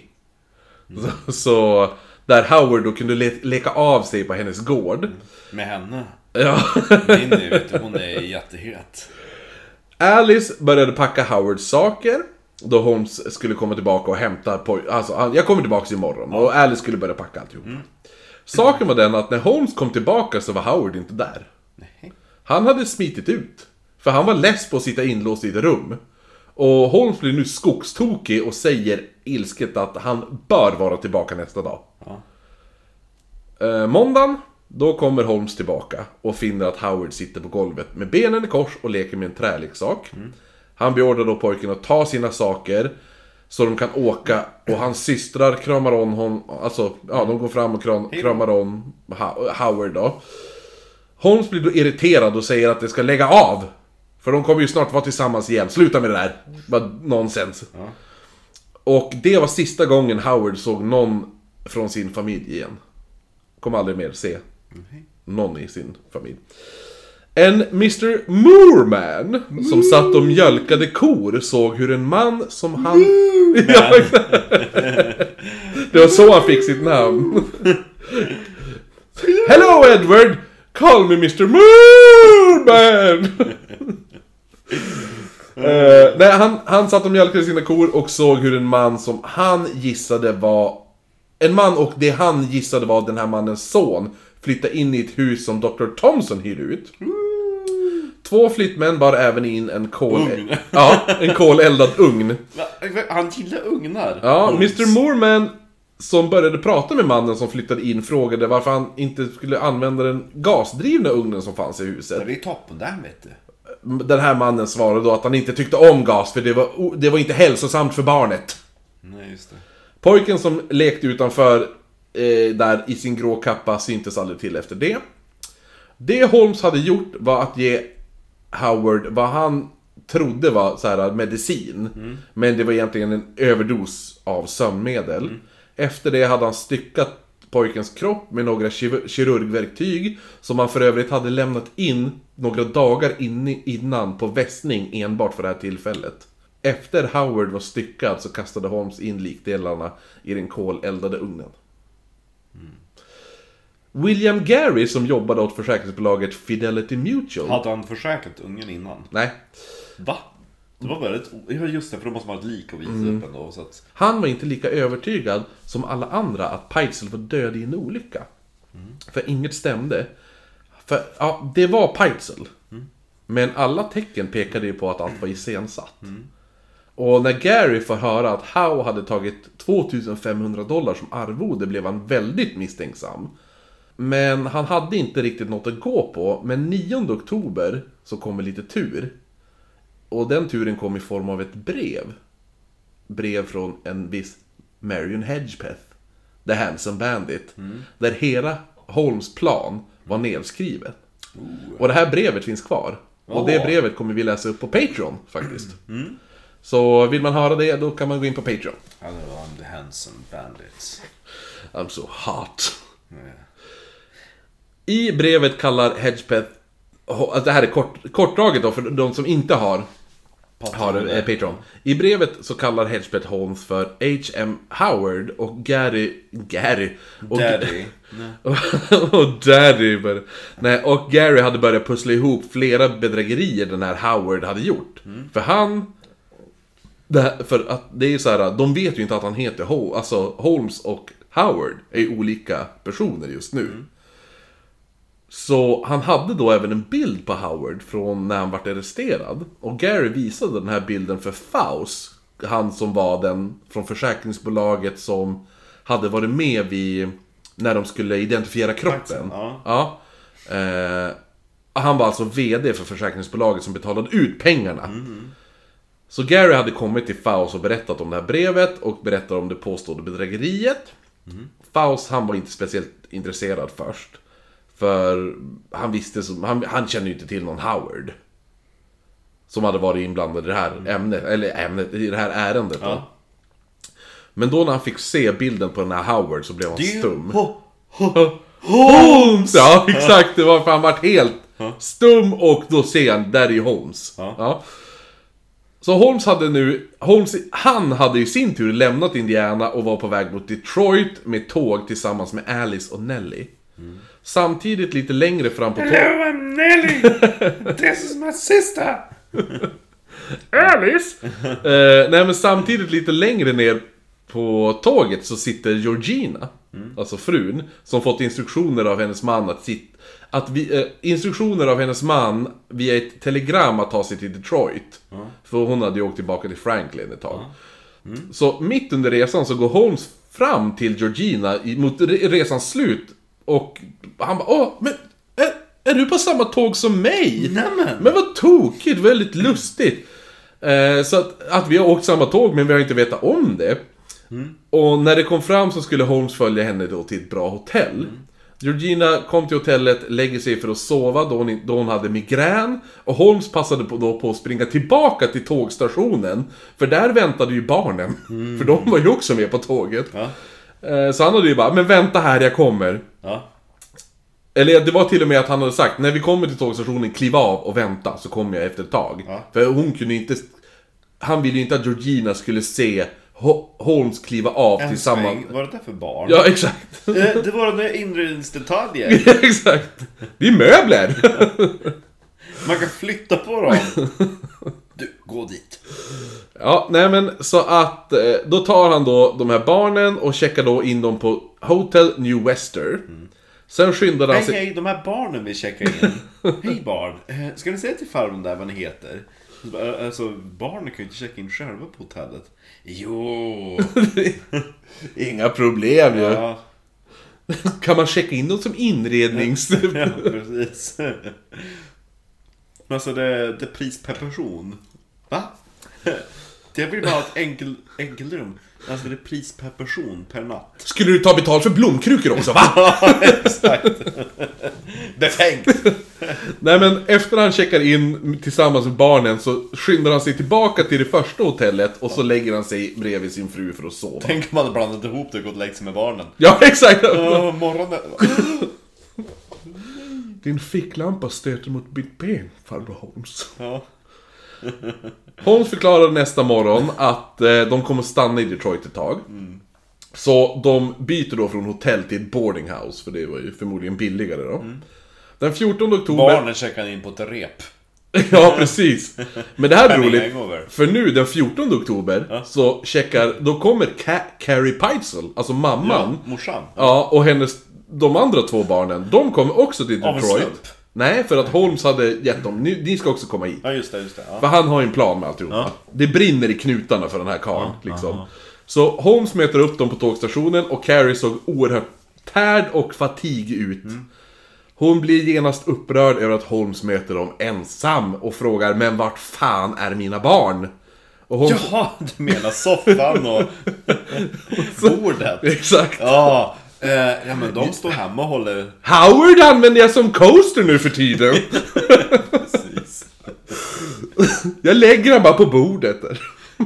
Så där Howard då kunde leka av sig på hennes gård. Med henne. Ja. Minnie, vet du, hon är jättehet. Alice började packa Howards saker då Holmes skulle komma tillbaka och hämta alltså jag kommer tillbaka imorgon. Och Alice skulle börja packa alltihop. Saken var den att när Holmes kom tillbaka så var Howard inte där. Han hade smitit ut. För han var less på att sitta inlåst i ett rum. Och Holmes blir nu skogstokig och säger ilsket att han bör vara tillbaka nästa dag. Måndagen, då kommer Holmes tillbaka och finner att Howard sitter på golvet med benen i kors och leker med en träleksak. Han beordrar då pojken att ta sina saker så de kan åka, och hans systrar kramar om honom. Alltså, ja, de går fram och kramar om Howard då. Holmes blir då irriterad och säger att det ska lägga av. För de kommer ju snart vara tillsammans igen. Sluta med det där. Bara nonsens. Och det var sista gången Howard såg någon från sin familj igen. Kommer aldrig mer se någon i sin familj. En Mr. Moorman som satt och mjölkade kor såg hur en man som han... Ja, det var så han fick sitt namn. Hello Edward! Call me Mr. Moorman! Nej, han satt och mjölkade sina kor och såg hur en man som han gissade var... En man, och det han gissade var den här mannens son, flyttade in i ett hus som Dr. Thompson hyrde ut. 2 flyttmän bar även in en en koleldad ugn. Han gillar ugnar. Ja, Mr. Moorman som började prata med mannen som flyttade in frågade varför han inte skulle använda den gasdrivna ugnen som fanns i huset. Det är toppen där, vet du. Den här mannen svarade då att han inte tyckte om gas för det var inte hälsosamt för barnet. Nej, just det. Pojken som lekte utanför där i sin grå kappa syntes aldrig till efter det. Det Holmes hade gjort var att ge Howard vad han trodde var så här medicin. Men det var egentligen en överdos av sömnmedel. Efter det hade han styckat pojkens kropp med några kirurgverktyg som han för övrigt hade lämnat in några dagar innan på vässning enbart för det här tillfället. Efter Howard var styckad så kastade Holmes in likdelarna i den koleldade ugnen. William Gary som jobbade åt försäkringsbolaget Fidelity Mutual. Hade han försäkrat ungen innan? Nej. Va? Det var väldigt... Ja, just det, för då måste man ha ett lik och visa upp ändå, så att... Han var inte lika övertygad som alla andra att Peitzel var död i en olycka. För inget stämde. För, ja, det var Peitzel. Men alla tecken pekade ju på att allt var iscensatt. Och när Gary får höra att Howe hade tagit $2,500 som arvode blev han väldigt misstänksam. Men han hade inte riktigt något att gå på. Men 9 oktober så kommer lite tur. Och den turen kom i form av ett brev. Brev från en viss Marion Hedgepeth. The Handsome Bandit. Där hela Holmes plan var nedskrivet. Och det här brevet finns kvar. Och det brevet kommer vi läsa upp på Patreon faktiskt. Så vill man höra det, då kan man gå in på Patreon. I'm the Handsome Bandit. I'm so hot. I brevet kallar Hedgepeth, det här är kortdraget då för de som inte har Patreon. I brevet så kallar Hedgepeth Holmes för H.M. Howard och Gary och Daddy. och Daddy. Nej, och Gary hade börjat pussla ihop flera bedrägerier den här Howard hade gjort. För för att det är så här, de vet ju inte att han heter Holmes och Howard är olika personer just nu. Så han hade då även en bild på Howard från när han var arresterad. Och Gary visade den här bilden för Faust, han som var den från försäkringsbolaget som hade varit med när de skulle identifiera kroppen. Han var alltså vd för försäkringsbolaget som betalade ut pengarna. Så Gary hade kommit till Faust och berättat om det här brevet och berättat om det påstådda bedrägeriet. Faust, han var inte speciellt intresserad först. För han visste han kände ju inte till någon Howard som hade varit inblandad i det här ämnet i det här ärendet då. Men då när han fick se bilden på den här Howard så blev han stum. Holmes! Ja, exakt, det var för han var helt stum och då ser han där är Holmes. Så han hade i sin tur lämnat Indiana och var på väg mot Detroit med tåg tillsammans med Alice och Nellie. Samtidigt lite längre fram på tåget. Hello, I'm Nellie! This is my sister! Alice! Nej, men samtidigt lite längre ner på tåget så sitter Georgina, alltså frun, som fått instruktioner av hennes man instruktioner av hennes man via ett telegram att ta sig till Detroit. För hon hade ju åkt tillbaka till Franklin ett tag. Så mitt under resan så går Holmes fram till Georgina mot resans slut. Och han bara, men är du på samma tåg som mig? Nämen. Men vad tokigt, väldigt lustigt. Så att vi har åkt samma tåg men vi har inte vetat om det. Och när det kom fram så skulle Holmes följa henne då till ett bra hotell. Georgina kom till hotellet, lägger sig för att sova då hon hade migrän. Och Holmes passade på att springa tillbaka till tågstationen. För där väntade ju barnen. För de var ju också med på tåget. Så han hade ju bara, men vänta här, jag kommer. Eller det var till och med att han hade sagt, när vi kommer till tågstationen, kliv av och vänta, så kommer jag efter ett tag. För hon kunde inte, han ville ju inte att Georgina skulle se Holmes kliva av tillsammans. Vad är det där för barn? Ja, exakt. Det var några inredningsdetaljer. Exakt. Det är möbler. Man kan flytta på dem. Du, gå dit. Ja, nej men så att då tar han då de här barnen och checkar då in dem på Hotel New Wester. Sen skyndar han sig... Hej, de här barnen vill checka in. Hej barn, ska ni säga till farmen där vad ni heter? Alltså, barnen kan ju inte checka in själva på hotellet. Jo. Inga problem ju. Ja. Kan man checka in dem som inrednings... Ja, precis. Men alltså, det är pris per person. Va? Det vill bara ha ett enkelrum. Alltså det är pris per person per natt. Skulle du ta betalt för blomkrukor också, va? Ja, exakt. Befängt. Nej, men efter han checkar in tillsammans med barnen så skyndar han sig tillbaka till det första hotellet. Och så lägger han sig bredvid sin fru för att sova. Tänk om man hade blandat ihop det och gått och läggt sig med barnen. Ja, exakt. Morgonen. Din ficklampa stöter mot mitt ben, farbror Holmes. Ja. Holmes förklarade nästa morgon att de kommer stanna i Detroit ett tag. Så de byter då från hotell till ett boarding house. För det var ju förmodligen billigare då. Den 14 oktober... Barnen checkar in på ett rep. Ja, precis. Men det här är roligt. Hangover. För nu, den 14 oktober så då kommer Carrie Peitzel, alltså mamman. Ja, morsan. Ja, och de andra två barnen, de kommer också till Av en Detroit. slump. Nej, för att Holmes hade gett dem, ni ska också komma hit. Ja, just det. Ja. För han har ju en plan med alltihop. Det brinner i knutarna för den här karln, liksom. Så Holmes möter upp dem på tågstationen och Carrie såg oerhört tärd och fatig ut. Hon blir genast upprörd över att Holmes möter dem ensam och frågar, men vart fan är mina barn? Och hon... Jaha, du menar soffan och bordet. Exakt. Ja, ja, men de står hemma och håller... Howard använder jag som coaster nu för tiden. Precis. Jag lägger den bara på bordet där.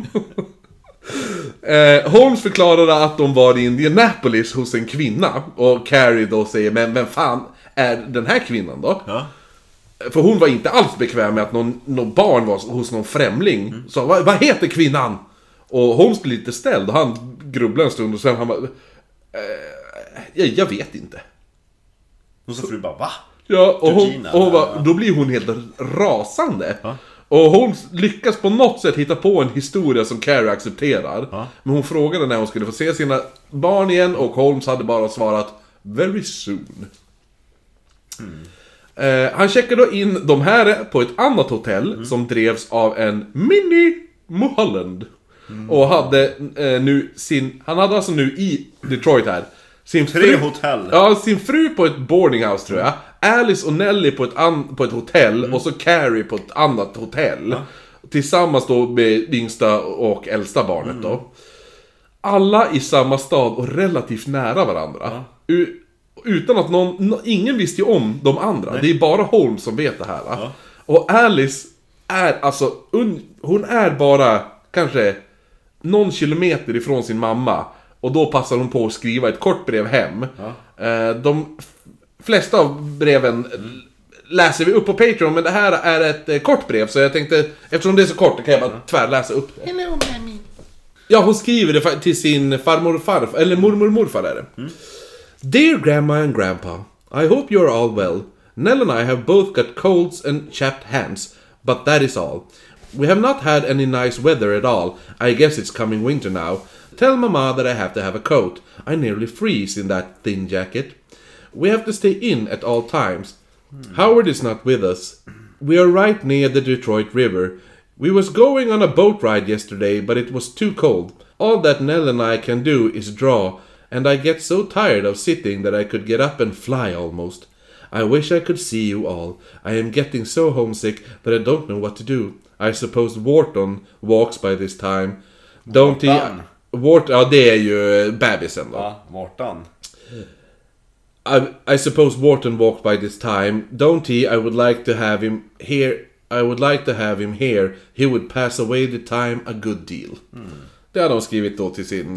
Holmes förklarade att de var i Indianapolis hos en kvinna. Och Carrie då säger, men vem fan är den här kvinnan då? Ja. För hon var inte alls bekväm med att någon barn var hos någon främling. Så vad heter kvinnan? Och Holmes blev lite ställd och han grubblade en stund och sen han bara... jag vet inte. Och så fru bara, va? Ja, och hon ja. bara, då blir hon helt rasande. Ja. Och Holmes lyckas på något sätt hitta på en historia som Carrie accepterar. Ja. Men hon frågade när hon skulle få se sina barn igen och Holmes hade bara svarat very soon. Han checkade då in de här på ett annat hotell som drevs av en Minnie Mulholland. Och hade han hade alltså nu i Detroit här sin fru, hotell. Ja, sin fru på ett boardinghouse tror jag. Alice och Nelly på ett hotell och så Carrie på ett annat hotell. Tillsammans då med yngsta och äldsta barnet då. Alla i samma stad och relativt nära varandra. Utan att ingen visste ju om de andra. Nej. Det är bara Holmes som vet det här. Ja. Och Alice är alltså hon är bara kanske någon kilometer ifrån sin mamma. Och då passar hon på att skriva ett kort brev hem. Ja. De flesta av breven läser vi upp på Patreon, men det här är ett kort brev. Så jag tänkte, eftersom det är så kort, kan jag bara tvärläsa upp det. Hello, mommy. Ja, hon skriver det till sin farmor och farfar, eller mormor och morfar är det. Dear Grandma and Grandpa, I hope you're all well. Nell and I have both got colds and chapped hands, but that is all. We have not had any nice weather at all. I guess it's coming winter now. Tell Mama that I have to have a coat. I nearly freeze in that thin jacket. We have to stay in at all times. Howard is not with us. We are right near the Detroit River. We was going on a boat ride yesterday, but it was too cold. All that Nell and I can do is draw, and I get so tired of sitting that I could get up and fly almost. I wish I could see you all. I am getting so homesick that I don't know what to do. I suppose Wharton walks by this time. Don't he... ja, det är ju bebisen då. Ja, Wharton. I suppose Wharton walked by this time. Don't he? I would like to have him here. I would like to have him here. He would pass away the time a good deal. Det har de skrivit då till sin...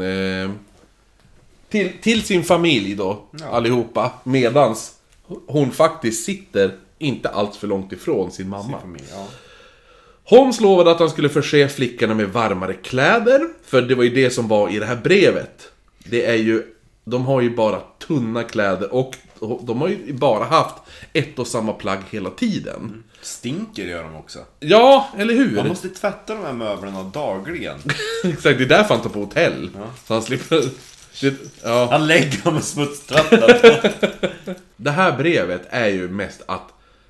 till sin familj då, allihopa. Medans hon faktiskt sitter inte allt för långt ifrån sin mamma. Sin familj, ja. Holmes lovade att han skulle förse flickorna med varmare kläder. För det var ju det som var i det här brevet. Det är ju... De har ju bara tunna kläder och de har ju bara haft ett och samma plagg hela tiden. Stinker gör de också. Ja, eller hur? Man måste tvätta de här möblerna dagligen. Exakt, det är därför han tar på hotell. Ja. Så han slipper... Ja. Han lägger dem med smutstvättat. Det här brevet är ju mest att...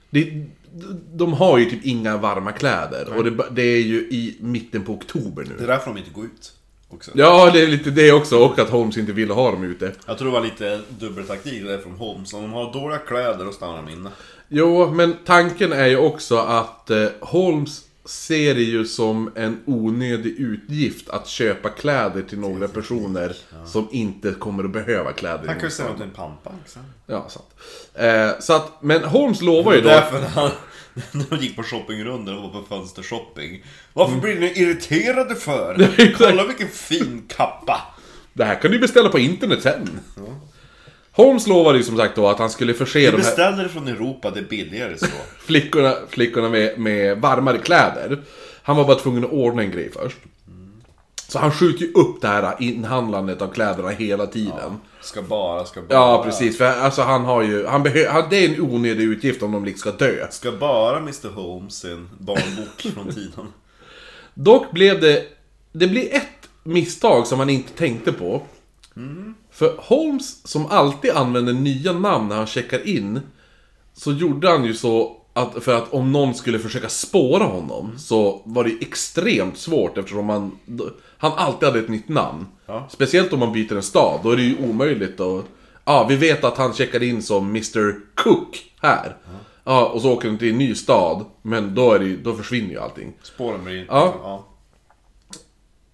De har ju typ inga varma kläder. Nej. Och det är ju i mitten på oktober nu. Det är därför de inte går ut också. Ja, det är lite det också. Och att Holmes inte ville ha dem ute. Jag tror det var lite dubbeltaktik där från Holmes. Om de har dåliga kläder och stannar de inne. Jo, men tanken är ju också att Holmes ser det ju som en onödig utgift att köpa kläder till några personer som inte kommer att behöva kläder. Han kan ju säga åt en pampa också. Ja, sant. Så att, men Holmes lovar ju då... Därför när de gick på shoppingrunden och var på fönstershopping. Varför blir ni irriterade för? Kolla vilken fin kappa. Det här kan du beställa på internet sen. Ja. Holmes lovade ju som sagt då att han skulle förse de här... beställer det från Europa, det är billigare så. flickorna med varmare kläder. Han var bara tvungen att ordna en grej först. Så han skjuter ju upp det här inhandlandet av kläderna hela tiden. Ja, ska bara. Ja, precis. För alltså han har ju... det är en onödig utgift om de ska dö. Ska bara Mr. Holmes sin barnbok från tiden. Dock blev det blir ett misstag som han inte tänkte på. För Holmes, som alltid använder nya namn när han checkar in, så gjorde han ju så att för att om någon skulle försöka spåra honom så var det extremt svårt eftersom han alltid hade ett nytt namn. Ja. Speciellt om man byter en stad, då är det ju omöjligt att... Ja, vi vet att han checkade in som Mr. Cook här. Ja, och så åker han till en ny stad, men då försvinner ju allting. Spåren blir... Ja.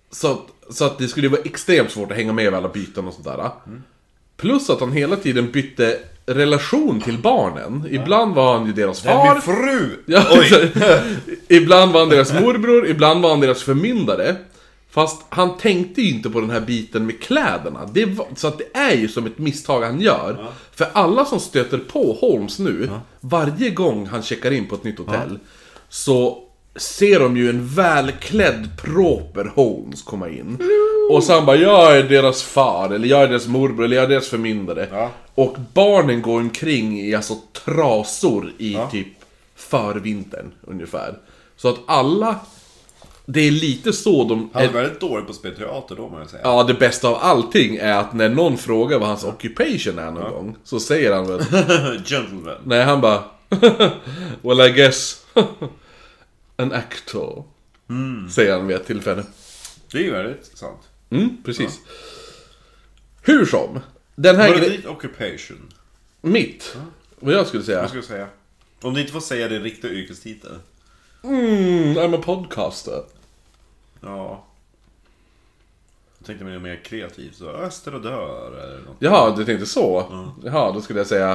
Så att det skulle vara extremt svårt att hänga med i alla byten och sådär. Plus att han hela tiden bytte relation till barnen. Ibland var han ju deras far. Det är min fru! Ja, ibland var han deras morbror, ibland var han deras förmyndare. Fast han tänkte ju inte på den här biten med kläderna. Så att det är ju som ett misstag han gör. För alla som stöter på Holmes nu, varje gång han checkar in på ett nytt hotell, så ser de ju en välklädd proper Holmes komma in. Och så han bara, jag är deras far, eller jag är deras morbror, eller jag är deras förmyndare. Och barnen går omkring i alltså trasor i typ förvintern ungefär. Så att alla... Det är lite så de... Han är väldigt dålig på spelteater då, man säga. Ja, det bästa av allting är att när någon frågar vad hans occupation är någon gång, så säger han väl... Gentleman. Nej, han bara... well, I guess... an actor. Säger han vid ett tillfälle. Det är ju väldigt sant. Precis. Hur som... Den här Vad är ditt occupation? Mitt? Vad jag skulle säga? Vad ska jag säga? Om du inte får säga din riktiga yrkestitel. I'm a podcaster. Ja. Jag tänkte mer kreativt. Så Österodör eller något. Jaha, du tänkte så? Jaha, då skulle jag säga...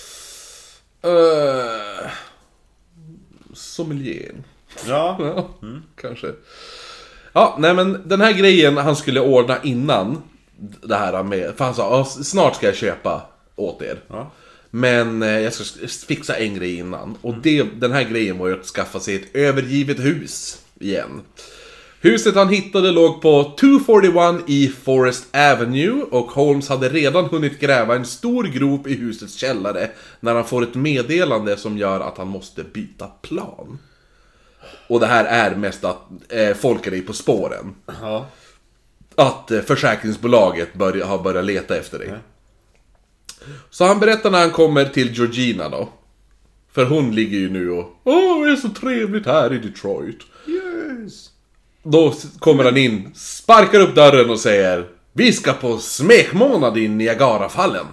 sommelier. Ja. Kanske. Ja, nej men den här grejen han skulle ordna innan det här med... För han sa, snart ska jag köpa åt er. Ja. Men jag ska fixa en grej innan. Och den här grejen var ju att skaffa sig ett övergivet hus igen. Huset han hittade låg på 241 i Forest Avenue. Och Holmes hade redan hunnit gräva en stor grop i husets källare när han får ett meddelande som gör att han måste byta plan. Och det här är mest att folk är på spåren. Ja. Att försäkringsbolaget har börjat leta efter dig. Så han berättar när han kommer till Georgina då. För hon ligger ju nu och... det är så trevligt här i Detroit. Yes. Då kommer han in, sparkar upp dörren och säger... Vi ska på smekmånad i Niagarafallen.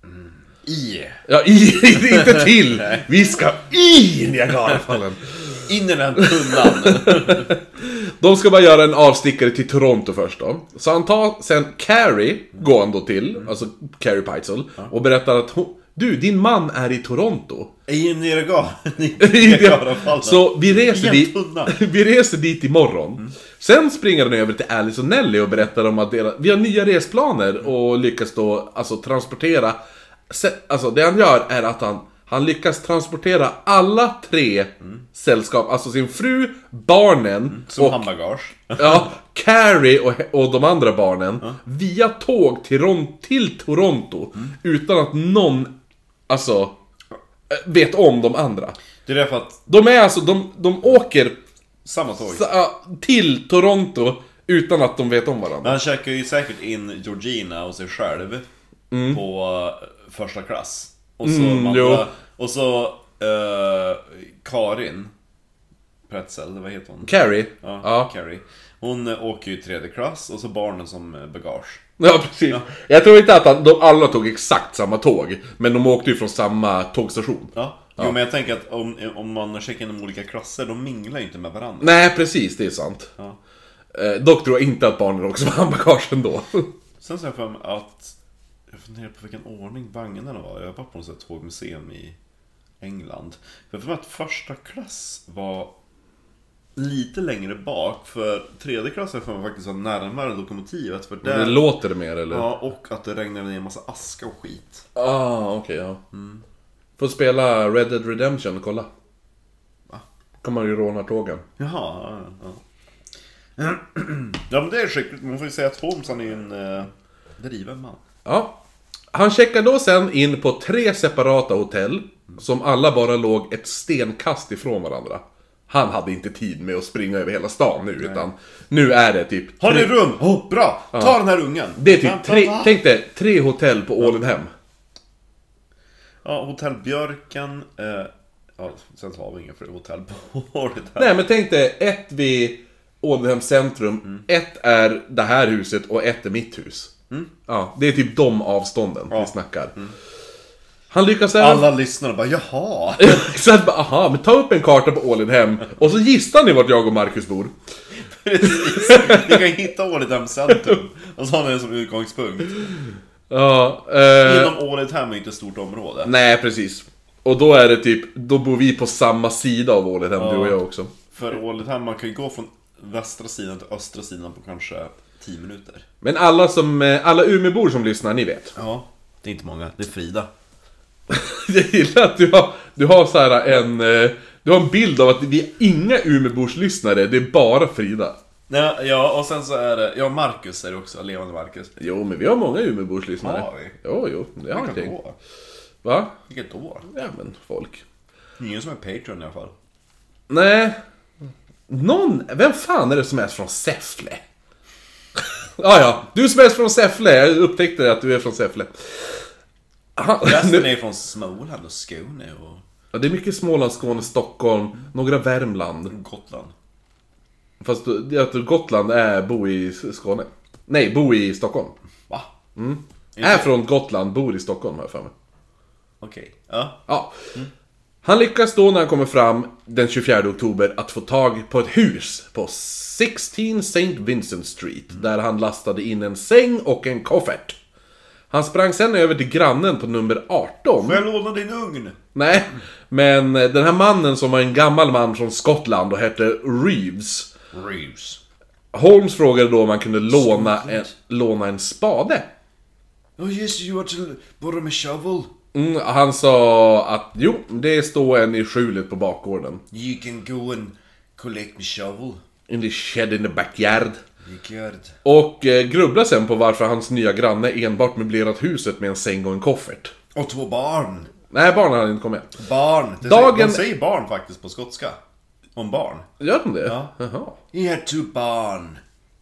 Ja, inte till. Vi ska i Niagarafallen. In i den tunnan. De ska bara göra en avstickare till Toronto först då. Så han tar sen Carrie, går han då till, alltså Carrie Peitzel, och berättar att du, din man är i Toronto. I Niagarafallen. Så vi reser dit imorgon. Sen springer han över till Alice och Nelly och berättar om att vi har nya resplaner och lyckas då alltså transportera. Alltså det han gör är att han lyckas transportera alla tre sällskap, alltså sin fru, barnen som och handbagage. Ja, Carrie och de andra barnen via tåg till Toronto utan att någon alltså vet om de andra. Det är därför att de är alltså de åker samma tåg till Toronto utan att de vet om varandra. Men han checkar ju säkert in Georgina och sig själv på första klass. Och så och så Karin Pretzel, vad heter hon? Carrie. Ja. Carrie. Hon åker ju i tredje klass och så barnen som bagage. Ja, precis. Ja. Jag tror inte att alla tog exakt samma tåg, men de åkte ju från samma tågstation. Ja. Jo, men jag tänker att om man checkar in de olika klasser, de minglar ju inte med varandra. Nej, precis, det är sant. Ja. Dock tror jag inte att barnen också var handbagage ändå. Sen så har jag för mig att jag funderar på vilken ordning vagnarna var. Jag var på något sätt tågmuseum i England. För mig att första klass var lite längre bak. För tredje klass för mig faktiskt var närmare lokomotivet. För där, det låter det mer eller? Ja, och att det regnade ner en massa aska och skit. Okej, ja. Får spela Red Dead Redemption, kolla. Va? Kan man ju råna tågen. Jaha, ja. Ja, men det är skickligt. Man får ju säga att Holmes han är en driven man. Ja. Han checkar då sen in på 3 separata hotell som alla bara låg ett stenkast ifrån varandra. Han hade inte tid med att springa över hela stan nu. Utan nu är det typ... Har ni rum? Bra! Ta den här ungen. Det är typ tänk dig 3 hotell på Ålenhem. Ja, Hotell Björken. Ja, sen så har vi inga fler hotell på Ålenhem. Nej, men tänk dig 1 vid Ålenhem centrum. 1 är det här huset och 1 är mitt hus. Ja, det är typ de avstånden vi snackar. Han lyckas även... Alla lyssnar och bara, jaha. Exakt, aha, men ta upp en karta på Ålenhem och så gissar ni vart jag och Marcus bor. Precis. Vi kan hitta Ålidhem centrum. Och så har den som utgångspunkt. Ja, Inom Ålidhem är inte ett stort område. Nej, precis. Och då är det typ, då bor vi på samma sida av Ålidhem, du och jag också. För Ålidhem, man kan ju gå från västra sidan till östra sidan på kanske 10 minuter. Men alla Umeåbor som lyssnar, ni vet. Ja, det är inte många, det är Frida. Jag gillar att du har så här du har en bild av att vi är inga Umeåbors lyssnare, det är bara Frida. Ja, och sen så är det, ja, Marcus är det också, levande Marcus. Jo, men vi har många Umeåbors lyssnare. Har vi? Jo, det har Vilket ingenting. då? Va? Vilket då? Ja, men folk. Ingen som är Patreon i alla fall. Nej. Vem fan är det som är från Säffle? Ja, du som är från Säffle, jag upptäckte att du är från Säffle. Resten är från Småland och Skåne och... Ja, det är mycket Småland, Skåne, Stockholm, några Värmland. Gotland. Fast jag tror Gotland är bo i Skåne. Nej, bo i Stockholm. Va? Är från Gotland, bor i Stockholm här för mig. Okej, ja. Ja. Han lyckas då när han kommer fram den 24 oktober att få tag på ett hus på 16 St. Vincent Street. Där han lastade in en säng och en koffert. Han sprang sen över till grannen på nummer 18. Får jag låna din ugn? Nej, men den här mannen som var en gammal man från Skottland och hette Reeves. Holmes frågade då om han kunde låna en spade. Oh yes, you want to borrow a shovel? Han sa att det står en i skjulet på bakgården. You can go and collect my shovel. In the shed in the backyard. Good. Och grubbla sen på varför hans nya granne enbart möblerat huset med en säng och en koffert. Och 2 barn. Nej, barnen hade inte kommit. Barn. Dagen... De säger barn faktiskt på skotska. Om barn. Gör de det? Ja. Jaha. He had 2 barn.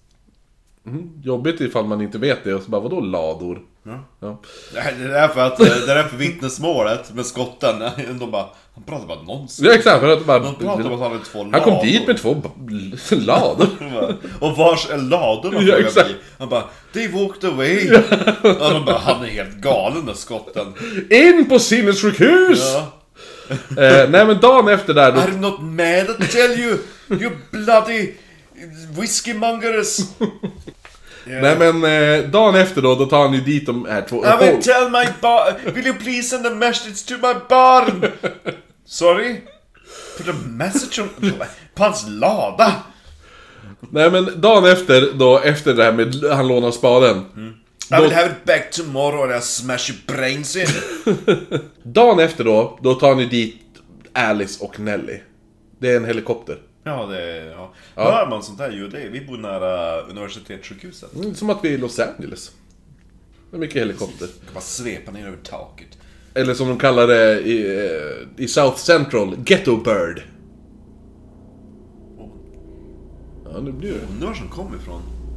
Jobbigt ifall man inte vet det och så bara, vadå lador? Ja. Det är därför att det är därför vittnesmålet med skotten. De bara, han pratar bara nonsens. Ja, exakt. För att bara, De pratar bara att han hade 2 lador. han kom dit med 2 lador. Och vars är ladorna? Ja, exakt. Han bara, they walked away. Och de bara, han är helt galen den skotten. In på sinnessjukhus! Ja. Nej, men dagen efter där då... I'm not mad to tell you, you bloody whiskymongers. Nej, men dagen efter då tar han ju dit de här 2... I will tell my barn, will you please send a message to my barn? Sorry? Put a message on... På hans lada. Nej, men dagen efter då, efter det här med han lånar spaden. I will have it back tomorrow and I'll smash your brains in. Dagen efter då tar ni dit Alice och Nelly. Det är en helikopter. Ja, det är... Ja. Hör man sånt här ljud? Vi bor nära universitetssjukhuset. Som att vi är i Los Angeles. Det är mycket helikopter. Du kan bara svepa ner över taket. Eller som de kallar det i South Central, Ghetto Bird. Ja, nu blir det. Undrar var som kommer ifrån.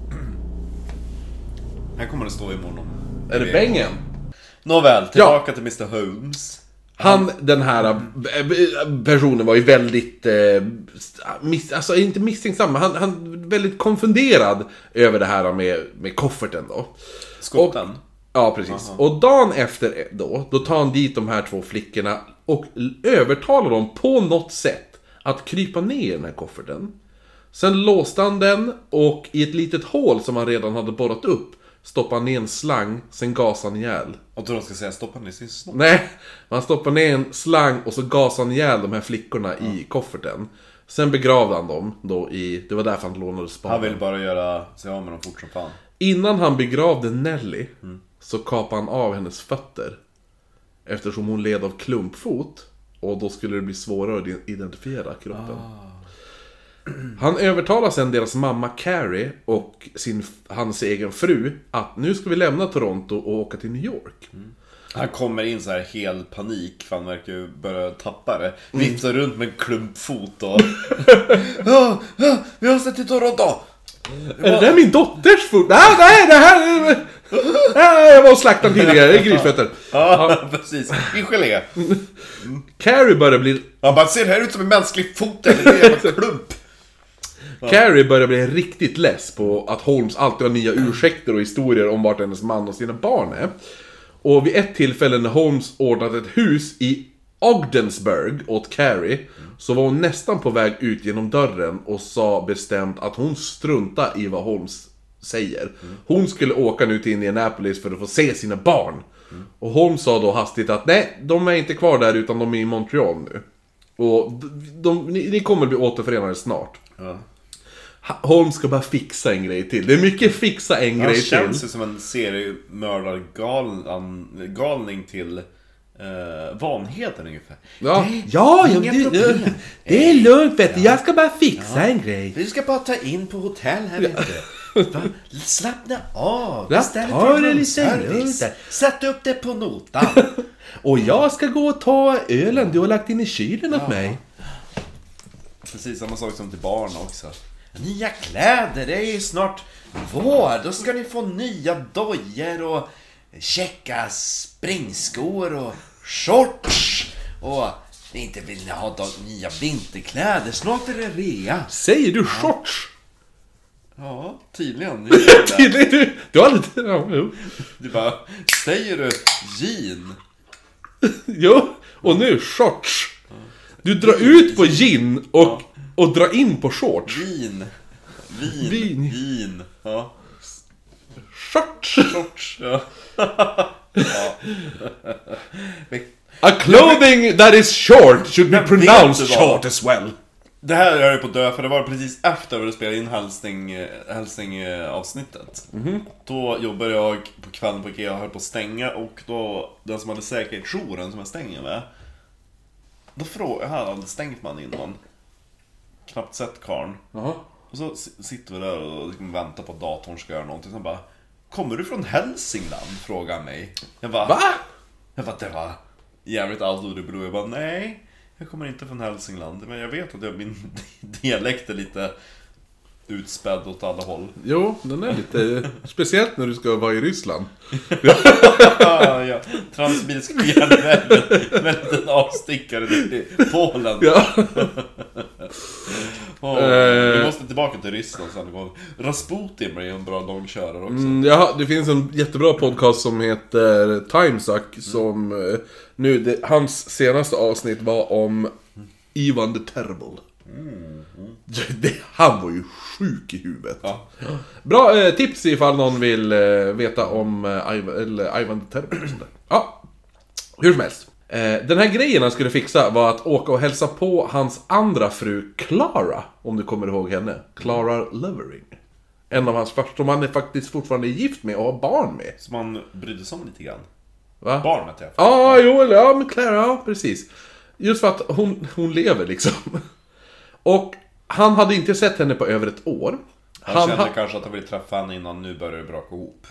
Här kommer det stå imorgon om... Är det Bengen? Nåväl, tillbaka till Mr. Holmes. Den här personen var ju väldigt alltså inte misstänksam, men han väldigt konfunderad över det här med kofferten då. Skotten? Ja, precis. Och dagen efter då tar han dit de här 2 flickorna och övertalar dem på något sätt att krypa ner i den här kofferten. Sen låste han den och i ett litet hål som han redan hade borrat upp stoppade han ner en slang, sen gasade han ihjäl. Jag tror de ska säga stoppa ner sin snopp. Nej, man stoppar ner en slang och så gasade han ihjäl de här flickorna i kofferten. Sen begravde han dem då det var därför han lånade spaden. Han vill bara göra sig av med dem fort som fan. Innan han begravde Nelly så kapade han av hennes fötter. Eftersom hon led av klumpfot. Och då skulle det bli svårare att identifiera kroppen. Han övertalar sen deras mamma Carrie och hans egen fru att nu ska vi lämna Toronto och åka till New York. Han kommer in så här helt panik, för han verkar ju börja tappa det. Viftar runt med en klumpfot och... vi har sett till Toronto! Är det där min dotters fot? Nej, det här... Jag var slaktad tidigare, det är grisfötter. Ja, precis. I gelé. Carrie börjar bli... Han bara, ser det här ut som en mänsklig fot eller det är en klump? Carrie börjar bli riktigt less på att Holmes alltid har nya ursäkter och historier om vart hennes man och sina barn är. Och vid ett tillfälle när Holmes ordnat ett hus i Ogdensburg åt Carrie, så var hon nästan på väg ut genom dörren och sa bestämt att hon struntar i vad Holmes säger. Hon skulle åka nu till Indianapolis för att få se sina barn. Och Holmes sa då hastigt att nej, de är inte kvar där utan de är i Montreal nu. Och ni kommer bli återförenade snart. Ja. Holmes ska bara fixa en grej till. Det är mycket fixa en grej till. Han känns ju som en seriemördargalning till vanheten ungefär. Det är lugnt, vet du. Jag ska bara fixa en grej. Du ska bara ta in på hotell här, vet du. Slappna av. Ta det lite lugnt. Sätt upp det på notan. Och jag ska gå och ta ölen du har lagt in i kylen åt mig. Precis samma sak som till barn också. Nya kläder, det är ju snart vår. Då ska ni få nya dojor och checka springskor och shorts. Och inte vill ni ha nya vinterkläder. Snart är det rea. Säger du shorts? Ja, tydligen. Tydligen, du har lite... Ja, jo. Du bara, säger du jean? Jo, och nu shorts. Du drar ut på gin och drar in på shorts. Vin. Ja. Shorts. Ja. A clothing that is short should be pronounced short as well. Det här är jag på dö, för det var precis efter vi spelade in Hälsing-avsnittet. Då jobbade jag på kvällen på Ikea och höll på att stänga. Och då, den som hade säkerhetsjouren som jag stänger med, då frågade jag, hade stängt man innan. Knappt sett karn. Och så sitter vi där och väntar på att datorn ska göra någonting. Sen bara, kommer du från Hälsingland? Frågar mig. Jag bara, va? Jag bara, det var jävligt out of the blue. Jag bara, nej, jag kommer inte från Hälsingland. Men jag vet att min dialekt är lite utspädd åt alla håll. Jo, den är lite speciellt när du ska vara i Ryssland. Ja, Transsibiriska järnvägen med en avstickare till Polen. Ja. Vi måste tillbaka till Ryssland sen. Rasputin blir en bra långkörare också. Ja, det finns en jättebra podcast som heter Timesuck som hans senaste avsnitt var om Ivan the Terrible. Han var ju sjuk i huvudet. Ja. Bra tips ifall någon vill veta om Ivan the Terrible och sånt där. Ja, hur som helst. Den här grejen han skulle fixa var att åka och hälsa på hans andra fru Clara, om du kommer ihåg henne. Clara Levering. En av hans första, som han är faktiskt fortfarande gift med och har barn med. Som man brydde sig om lite grann. Va? Barnet jag. Ja, men Clara, ja, precis. Just för att hon lever liksom. Och han hade inte sett henne på över ett år. Han kände kanske att han ville träffa henne innan nu börjar det braka ihop.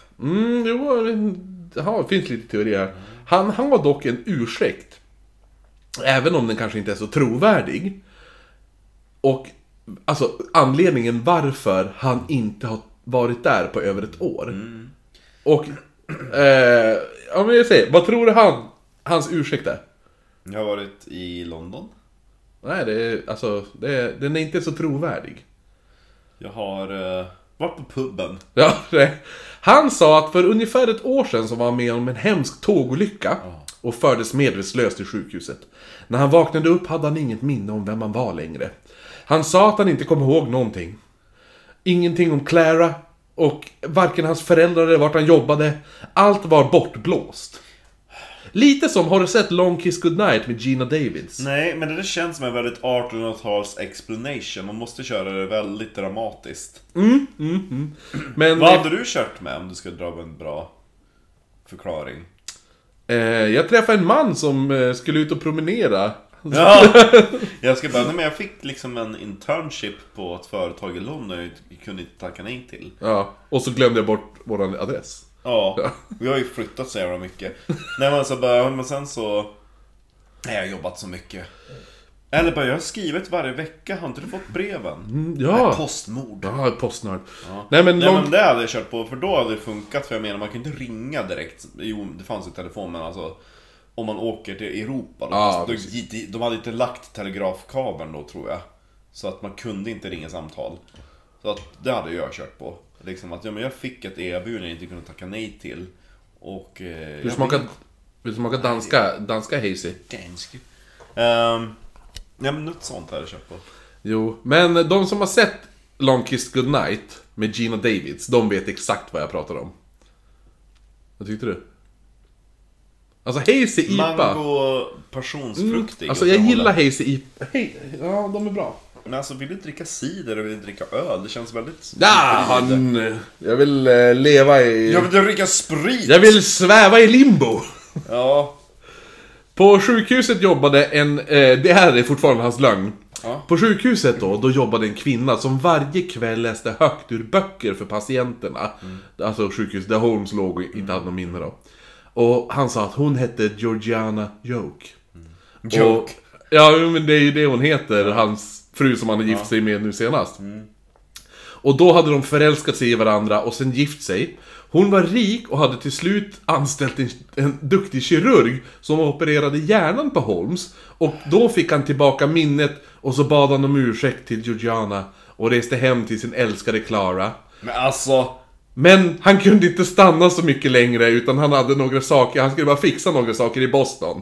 Det finns lite teorier här. Han har dock en ursäkt. Även om den kanske inte är så trovärdig. Och alltså anledningen varför han inte har varit där på över ett år. Och ja, men jag säger, vad tror du hans ursäkt är? Jag har varit i London. Nej, den är inte så trovärdig. Jag har varit på puben. Ja, nej. Han sa att för ungefär ett år sedan så var han med om en hemsk tågolycka och fördes medvetslös till sjukhuset. När han vaknade upp hade han inget minne om vem han var längre. Han sa att han inte kom ihåg någonting. Ingenting om Clara och varken hans föräldrar eller vart han jobbade. Allt var bortblåst. Lite som, har du sett Long Kiss Goodnight med Gina Davids? Nej, men det känns som en väldigt 1800-tals explanation. Man måste köra det väldigt dramatiskt. Men vad hade du kört med om du skulle dra en bra förklaring? Jag träffade en man som skulle ut och promenera. Ja, jag fick liksom en internship på ett företag i London jag kunde inte tacka nej till. Ja, och så glömde jag bort vår adress. Ja, vi har ju flyttat så jävla mycket. Men sen så jag har jobbat så mycket. Eller bara, jag har skrivit varje vecka. Har inte du fått breven? Ja. Postmord. Ja, postnörd. Ja. Nej, men det hade jag kört på. För då hade det funkat. För jag menar, man kan inte ringa direkt. Jo, det fanns ju telefon, men alltså om man åker till Europa de hade inte lagt telegrafkabeln då, tror jag. Så att man kunde inte ringa samtal. Så att det hade jag kört på. Liksom att jag fick ett erbjudande jag inte kunde tacka nej till. Och vill du smaka danska hazy? Dansk. Ja, men något sånt här jag köpt på. Jo, men de som har sett Long Kiss Goodnight med Gina Davids, de vet exakt vad jag pratar om. Vad tyckte du? Alltså Hazy IPA. Mango passionsfruktig. Alltså jag gillar Hazy IPA. Ja, de är bra. Men alltså vill du dricka cider och vill du dricka öl? Det känns väldigt... Jag vill leva i... Jag vill dricka sprit! Jag vill sväva i limbo. Ja. På sjukhuset jobbade det här är fortfarande hans lögn. Ja. På sjukhuset då jobbade en kvinna som varje kväll läste högt ur böcker för patienterna. Alltså sjukhus där Holmes låg och inte hade någon minne då. Och han sa att hon hette Georgiana Joke. Joke? Ja, men det är ju det hon heter, hans fru som han har gift sig med nu senast. Och då hade de förälskat sig i varandra och sen gift sig. Hon var rik och hade till slut anställt en duktig kirurg som opererade hjärnan på Holmes. Och då fick han tillbaka minnet och så bad han om ursäkt till Georgiana och reste hem till sin älskade Clara. Men alltså... Men han kunde inte stanna så mycket längre utan han hade några saker, han skulle bara fixa några saker i Boston.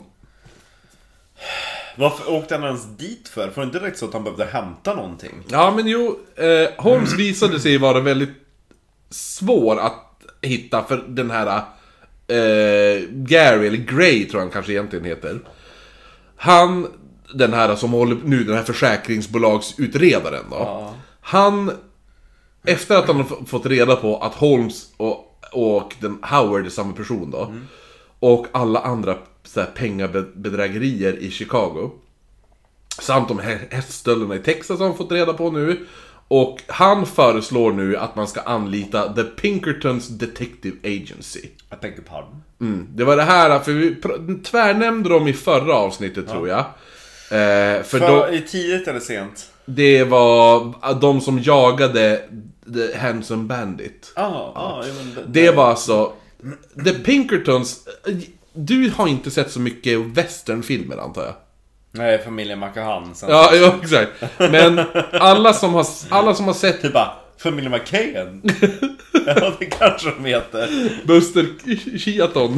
Varför åkte han ens dit för? För det inte direkt så att han behövde hämta någonting? Ja men jo, Holmes visade sig vara väldigt svår att hitta för den här Gary, eller Gray tror han kanske egentligen heter. Han, den här som håller nu, den här försäkringsbolagsutredaren då. Ja. Han, efter att han har fått reda på att Holmes och den Howard är samma person då. Och alla andra så här, pengabedrägerier i Chicago. Samt de här häststölderna i Texas har han fått reda på nu. Och han föreslår nu att man ska anlita The Pinkertons Detective Agency. Jag tänker pardon. Det var det här, för vi tvärnämnde dem i förra avsnittet tror jag. För tidigt eller sent? Det var de som jagade The Handsome Bandit. Det var alltså The Pinkertons. Du har inte sett så mycket westernfilmer antar jag. Nej, familjen McCann. Ja, exakt. Men alla som har sett typ bara, familjen McCann. Ja, det kanske de heter. Buster Keaton.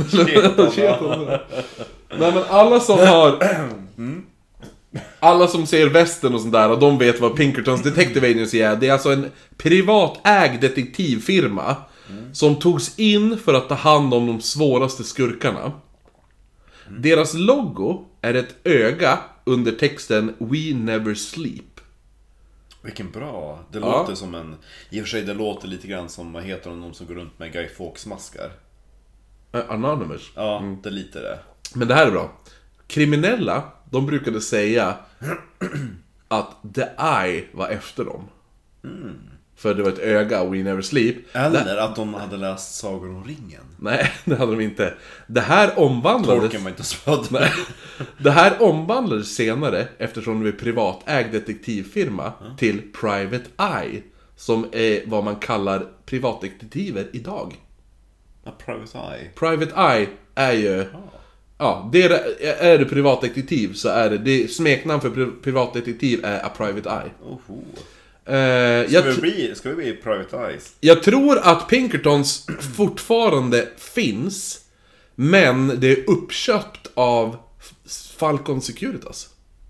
Nej, men alla som har alla som ser västern och sånt där, och de vet vad Pinkertons Detective Agency är. Det är alltså en privatägd detektivfirma som togs in för att ta hand om de svåraste skurkarna. Deras logo är ett öga under texten We Never Sleep. Vilken bra. Det låter som en... I och för sig det låter lite grann som, vad heter de som går runt med Guy Fawkes-maskar? Anonymous. Ja, det är lite det. Men det här är bra. Kriminella, de brukade säga att The Eye var efter dem. För det var ett öga, We Never Sleep. Eller att de hade läst Sagor om ringen. Nej, det hade de inte. Det här omvandlades... Tolken var inte spöd. Nej. Det här omvandlades senare, eftersom det är privatägd detektivfirma, till Private Eye. Som är vad man kallar privatdetektiver idag. Private Eye. Private Eye är ju... Ja, är du privatdetektiv så är det smeknamn för privatdetektiv är A Private Eye. Ska vi bli Private Eyes? Jag tror att Pinkertons fortfarande finns, men det är uppköpt av Falcon Securitas.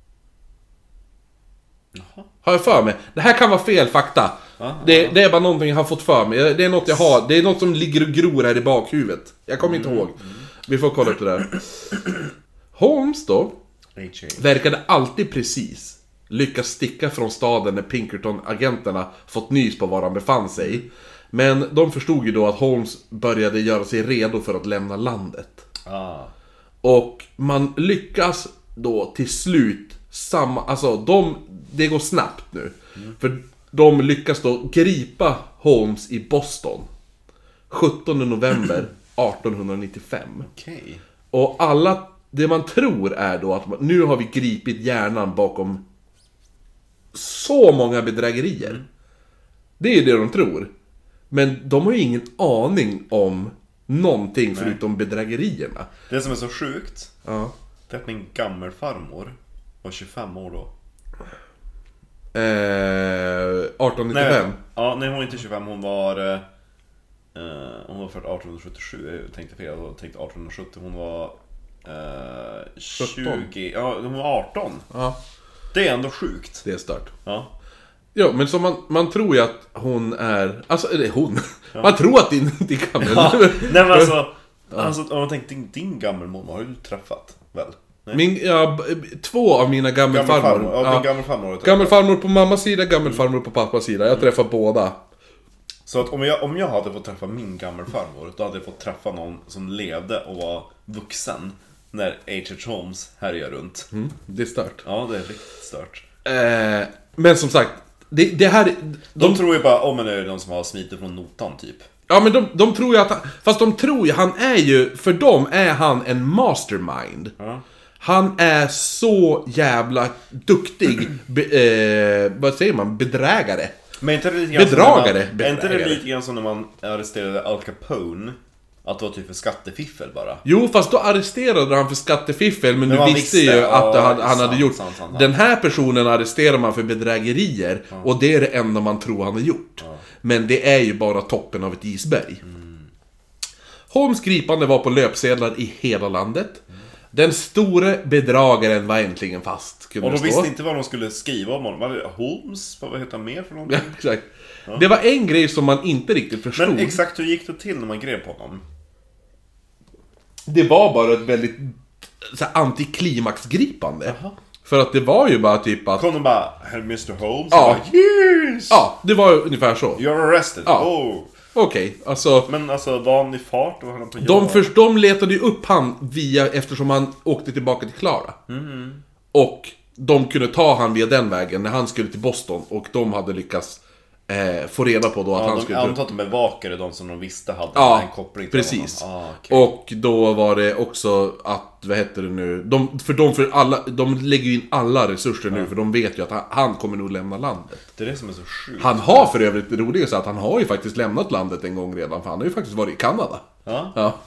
Har jag för mig. Det här kan vara fel fakta. Det är bara någonting jag har fått för mig. Det är något jag har. Det är något som ligger och gror här i bakhuvudet. Jag kommer inte ihåg. Vi får kolla upp det där. Holmes då verkade alltid precis lyckas sticka från staden när Pinkerton-agenterna fått nys på var han befann sig. Men de förstod ju då att Holmes började göra sig redo för att lämna landet. Och man lyckas då till slut det går snabbt nu. För de lyckas då gripa Holmes i Boston 17 november 1895. Okej. Och det man tror är då att nu har vi gripit hjärnan bakom så många bedrägerier. Det är det de tror. Men de har ju ingen aning om någonting förutom bedrägerierna. Det som är så sjukt, det är att min gammelfarmor var 25 år då. 1895? Nej, hon var inte 25, hon var född 1877. Jag tänkte fel, jag tänkte 1870. Hon var 20... Ja, hon var 18. Ja. Det är ändå sjukt. Det är stört. Ja. Ja, men så man tror ju att hon är... Alltså, eller hon. Ja. Man tror att din gammal... Ja. Nej, men alltså om man tänker din gammelmor har du träffat, väl? Två av mina gammelfarmor. Gammelfarmor på mammas sida, gammelfarmor på pappas sida. Jag träffar båda. Så att om jag hade fått träffa min gammelfarmor, då hade jag fått träffa någon som levde och var vuxen när H.H. Holmes härjar runt. Det är stört. Ja, det är riktigt stört. Men som sagt, det här... De tror ju bara, men det är de som har smitit från notan typ. Ja, men de tror ju att fast de tror ju, han är ju... För dem är han en mastermind. Han är så jävla duktig vad säger man? Bedrägare. Men inte det lite Bedragare. Inte det lite grann som när man arresterade Al Capone? Att det var typ för skattefiffel bara. Jo, fast då arresterade han för skattefiffel. Men du visste ju att han hade gjort sant. Den här personen arresterar man för bedrägerier. Och det är det enda man tror han har gjort. Men det är ju bara toppen av ett isberg. Holmes gripande var på löpsedlar i hela landet. Den store bedragaren var äntligen fast. Och de visste inte vad de skulle skriva om honom. Var det Holmes? Vad heter han mer för någonting? Ja, exakt. Ja. Det var en grej som man inte riktigt förstod. Men exakt hur gick det till när man grep honom? Det var bara ett väldigt så här, antiklimaxgripande. För att det var ju bara typ att... Kom de bara, Mr. Holmes? Ja. Bara, yes! Ja, det var ungefär så. You're arrested. Ja. Okej, alltså... Men alltså, var han i fart? Var han på de letade ju upp han via... Eftersom han åkte tillbaka till Clara. Och de kunde ta han via den vägen när han skulle till Boston. Och de hade lyckats få reda på då att han skulle... Jag antar att de bevakade de som de visste hade en koppling till precis. Honom. Okay. Och då var det också att, vad heter det nu? De lägger ju in alla resurser nu, för de vet ju att han kommer nog lämna landet. Det är det som är så sjukt. Han har för övrigt, det roliga så att han har ju faktiskt lämnat landet en gång redan, för han har ju faktiskt varit i Kanada. Ja.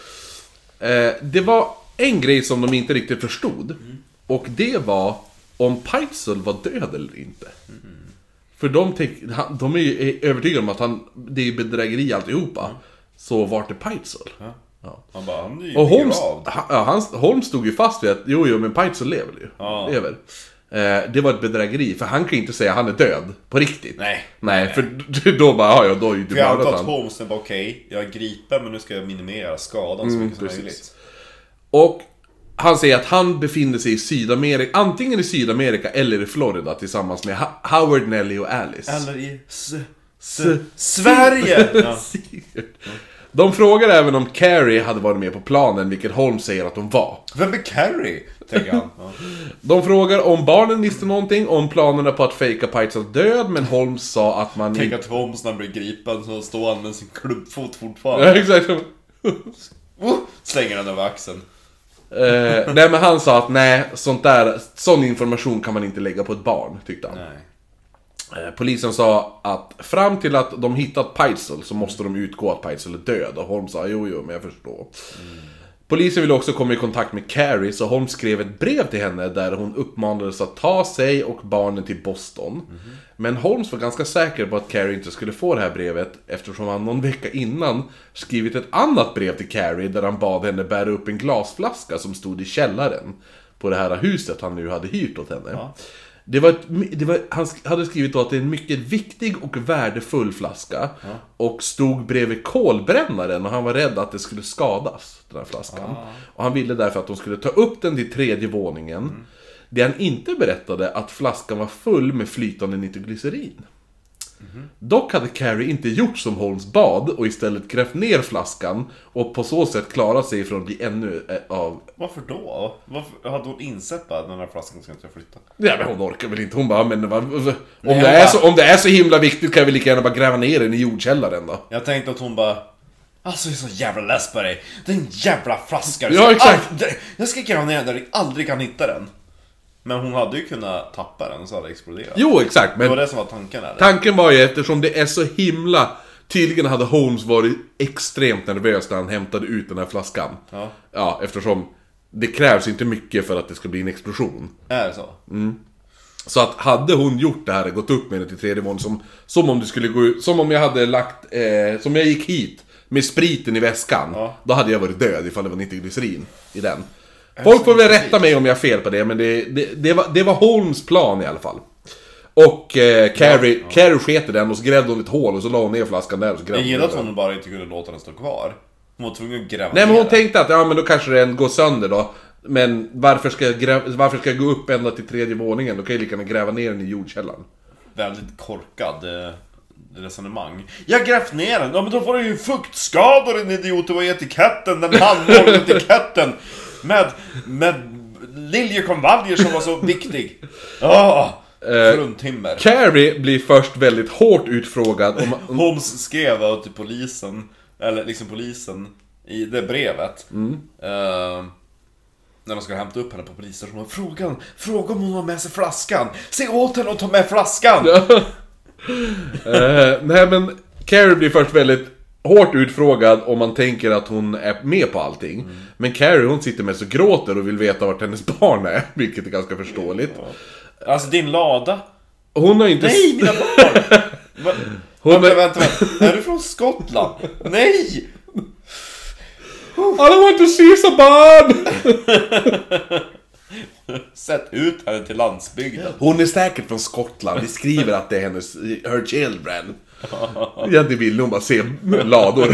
Det var en grej som de inte riktigt förstod. Och det var om Pitezel var död eller inte. För de är ju övertygade om att det är bedrägeri alltihopa. Så vart det Pitezel? Han bara, han är ju och Holmes stod ju fast vid att jo men Pitezel lever ju. Lever. Det var ett bedrägeri, för han kan inte säga att han är död på riktigt. Nej, för då bara, då är ju det bara. Jag antar att Holmes är bara okej, jag griper, men nu ska jag minimera skadan så mycket som möjligt. Och han säger att han befinner sig i Sydamerika, antingen i Sydamerika eller i Florida tillsammans med Howard, Nelly och Alice. Eller i Sverige! De frågar även om Carrie hade varit med på planen, vilket Holmes säger att de var. Vem är Carrie? Tänker han. De frågar om barnen visste någonting om planerna på att fejka Pitesels död, men Holmes sa att man... Tänk att Holmes när han blir gripen så står han med sin klubbfot fortfarande. Ja, exakt. Slänger den över axeln. Nej, men han sa att sån information kan man inte lägga på ett barn, tyckte han. Polisen sa att fram till att de hittat Pitesel så måste de utgå att Pitesel är död. Och Holmes sa, jo, men jag förstår. Polisen ville också komma i kontakt med Carrie, så Holmes skrev ett brev till henne där hon uppmanades att ta sig och barnen till Boston. Men Holmes var ganska säker på att Carrie inte skulle få det här brevet, eftersom han någon vecka innan skrivit ett annat brev till Carrie där han bad henne bära upp en glasflaska som stod i källaren på det här huset han nu hade hyrt åt henne. Han hade skrivit då att det är en mycket viktig och värdefull flaska. Och stod bredvid kolbrännaren, och han var rädd att det skulle skadas, den här flaskan. Och han ville därför att de skulle ta upp den till 3:e våningen. Det han inte berättade att flaskan var full med flytande nitroglycerin. Dock hade Carrie inte gjort som Holmes bad och istället grävt ner flaskan och på så sätt klarat sig från att bli ännu av... Varför då? Varför hade hon insett att den här flaskan ska inte flytta? Ja, men hon orkar väl inte. Hon bara, men om det är så himla viktigt kan vi lika gärna bara gräva ner den i jordkällaren då. Jag tänkte att hon bara... Alltså jag är så jävla less på dig. Den jävla flaskan. Ja, exakt. Jag ska gräva ner den där jag aldrig kan hitta den. Men hon hade ju kunnat tappa den så hade det exploderat. Jo, exakt. Men det var det som var tanken här. Tanken var ju, eftersom det är så himla... Tydligen hade Holmes varit extremt nervös när han hämtade ut den här flaskan. Ja, eftersom det krävs inte mycket för att det ska bli en explosion. Är det så? Så att hade hon gjort det här, gått upp med det till 3:e våningen, som om det skulle gå ut, som om jag hade lagt, som jag gick hit med spriten i väskan, då hade jag varit död ifall det var nitroglycerin i den. Folk får väl rätta mig om jag har fel på det, men det var Holmes plan i alla fall. Och Carrie sket i den och så grävde hon ett hål och så la hon ner flaskan där och så jag gillar att hon bara inte kunde låta den stå kvar. Hon var tvungen att gräva. Nej, men hon tänkte att men då kanske den går sönder då. Men varför ska jag gå upp ända till 3:e våningen? Då kan jag lika gärna gräva ner den i jordkällan. Väldigt korkad resonemang. Jag grävt ner den. Ja, men då får du ju fuktskador, en idiot. Det var etiketten, den handbollsetiketten med liljekonvaljer som var så viktig. Fruntimmer. Carrie blir först väldigt hårt utfrågad om... Holmes skrev till polisen, eller liksom polisen i det brevet. När de ska hämta upp henne på polisstationen. Fråga om hon har med sig flaskan. Se åt henne och ta med flaskan. Nej, men Carrie blir först väldigt hårt utfrågad om man tänker att hon är med på allting. Men Carrie, hon sitter med så gråter och vill veta vart hennes barn är. Vilket är ganska förståeligt. Alltså din lada. Hon har inte... Nej, mina barn. Vänta. Är du från Skottland? Nej. I don't want to see some barn. Sätt ut henne till landsbygden. Hon är säkert från Skottland. Vi skriver att det är her children. Egentligen vill hon bara se lador.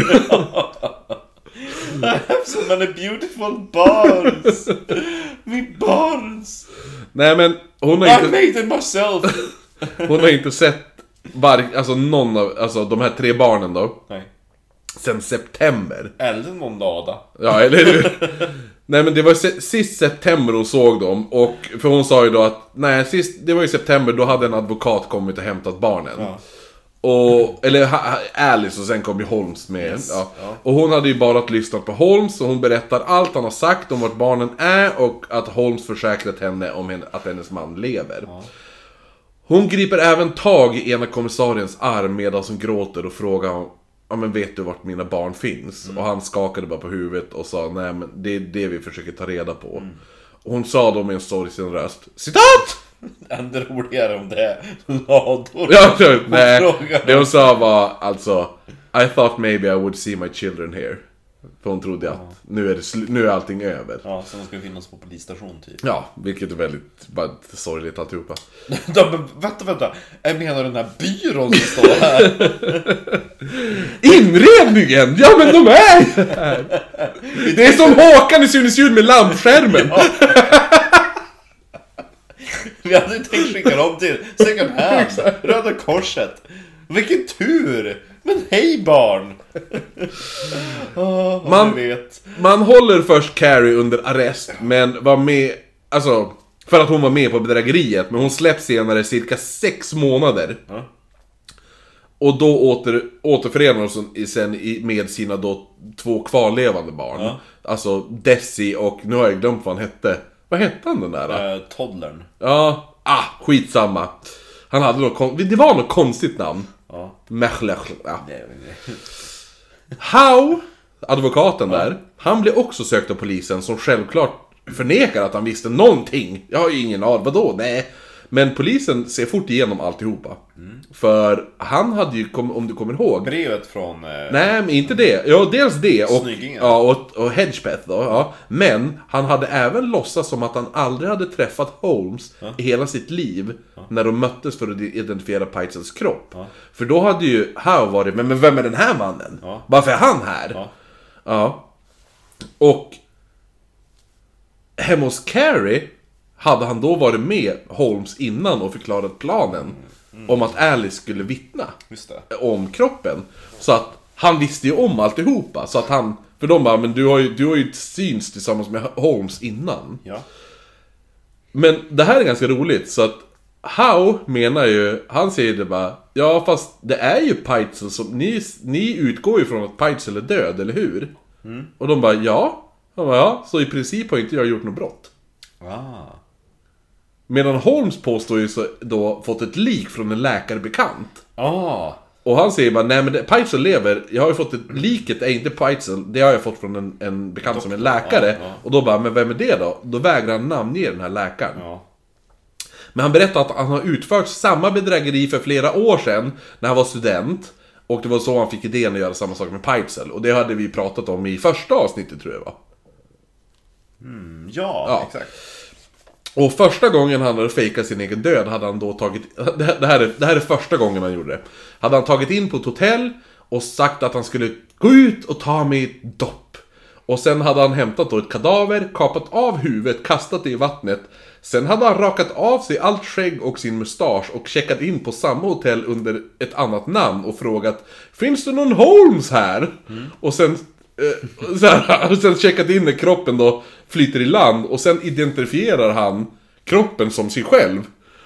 I have so many beautiful barns. Min barns. Nej, men hon har I inte... made them myself. Hon har inte sett någon av de här 3 barnen då. Nej. Sen september. Eller någon lada. Ja, eller hur? Nej, men det var sist september hon såg dem. Och för hon sa ju då att det var i september, då hade en advokat kommit och hämtat barnen. Ja. Eller Alice, och sen kom ju Holmes med. Yes. Ja. Och hon hade ju bara lyssnat på Holmes. Och hon berättar allt han har sagt om vart barnen är. Och att Holmes försäkrat henne om att hennes man lever. Ja. Hon griper även tag i ena kommissariens arm medan hon gråter och frågar men vet du vart mina barn finns? Och han skakade bara på huvudet och sa nej, men det är det vi försöker ta reda på. Och hon sa då med en sorgsen röst: citat! Ändå roligare om det är lador. Ja, nej, det hon sa var alltså: I thought maybe I would see my children here. För hon trodde att nu är allting över. Ja, så de ska finnas på polisstation typ. Ja, vilket är väldigt bara sorgligt alltihopa. Vänta. Jag menar den här byrån som står här. Inredningen! Ja, men de är här. Det är som Håkan i Sunes jul med lampskärmen. Ja. Vi hade ju tänkt skicka dem till second hand, Röda Korset. Vilken tur! Men hej barn! Man håller först Carrie under arrest, men var med, alltså, för att hon var med på bedrägeriet. Men hon släpps senare cirka 6 månader. Och då återförenar hon sen med sina då 2 kvarlevande barn. Alltså Desi och, nu har jag glömt vad han hette. Vad hette han den där? Toddlern. Ja, skitsamma. Han hade det var något konstigt namn. Ja. Ja. How, advokaten där, han blev också sökt av polisen, som självklart förnekar att han visste någonting. Jag har ju ingen aning, vadå? Nej. Men polisen ser fort igenom alltihopa. För han hade ju, om du kommer ihåg, brevet från... Nej, men inte det. Ja, dels det. Och Hedgepeth då. Ja. Men han hade även låtsats som att han aldrig hade träffat Holmes i hela sitt liv. När de möttes för att identifiera Pitezells kropp. För då hade ju Howe varit: men vem är den här mannen? Varför är han här? Ja. Och hemma hos Carrie hade han då varit med Holmes innan och förklarat planen om att Alice skulle vittna om kroppen. Så att han visste ju om alltihopa. Så att han, för de bara, men du har ju syns tillsammans med Holmes innan. Ja. Men det här är ganska roligt. Så att Howe menar ju, han säger det bara: ja, fast det är ju Pitezel som, ni utgår ju från att Pitezel är död, eller hur? Och de bara, ja. Han bara, ja, så i princip har inte jag gjort något brott. Medan Holmes påstår ju så då fått ett lik från en läkarbekant. Och han säger bara, nej men Pitezel lever. Jag har ju fått liket är inte Pitezel. Det har jag fått från en bekant som är läkare. Och då bara, men vem är det då? Då vägrar han namnge den här läkaren. Men han berättar att han har utfört samma bedrägeri för flera år sedan när han var student. Och det var så han fick idén att göra samma sak med Pitezel. Och det hade vi pratat om i första avsnittet, tror jag va? Ja, exakt. Och första gången han hade fejkat sin egen död hade han då tagit... Det här är första gången han gjorde det. Hade han tagit in på ett hotell och sagt att han skulle gå ut och ta mig ett dopp. Och sen hade han hämtat då ett kadaver, kapat av huvudet, kastat det i vattnet. Sen hade han rakat av sig allt skägg och sin mustasch och checkat in på samma hotell under ett annat namn och frågat: finns det någon Holmes här? Och sen... och sen checkat in när kroppen då flyter i land. Och sen identifierar han kroppen som sig själv.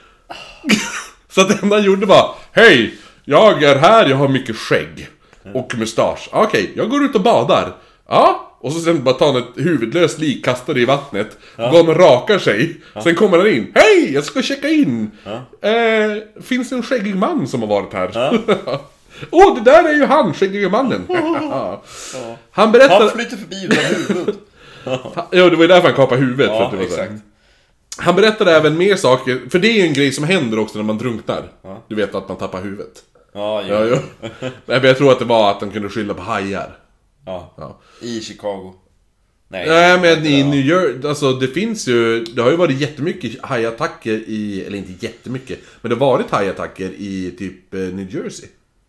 Så att det enda han gjorde var: hej, jag är här, jag har mycket skägg och mustasch. Okej, jag går ut och badar. Ja. Och så sen bara tar han ett huvudlöst lik, kastar det i vattnet, går och rakar sig. Sen kommer han in: hej, jag ska checka in. Finns det en skäggig man som har varit här? Åh, det där är ju han, skäggige mannen. Han berättar... Han flyter förbi utan huvud. Ja, det var ju därför han kapade huvudet. Ja, för att exakt. Han berättade även mer saker. För det är ju en grej som händer också när man drunknar. Du vet att man tappar huvudet. Ja. Men jag tror att det var att de kunde skylla på hajar. Ja. I Chicago. Nej, men i New York, alltså det finns ju... Det har ju varit jättemycket hajattacker i... Eller inte jättemycket, men det har varit hajattacker i typ New Jersey.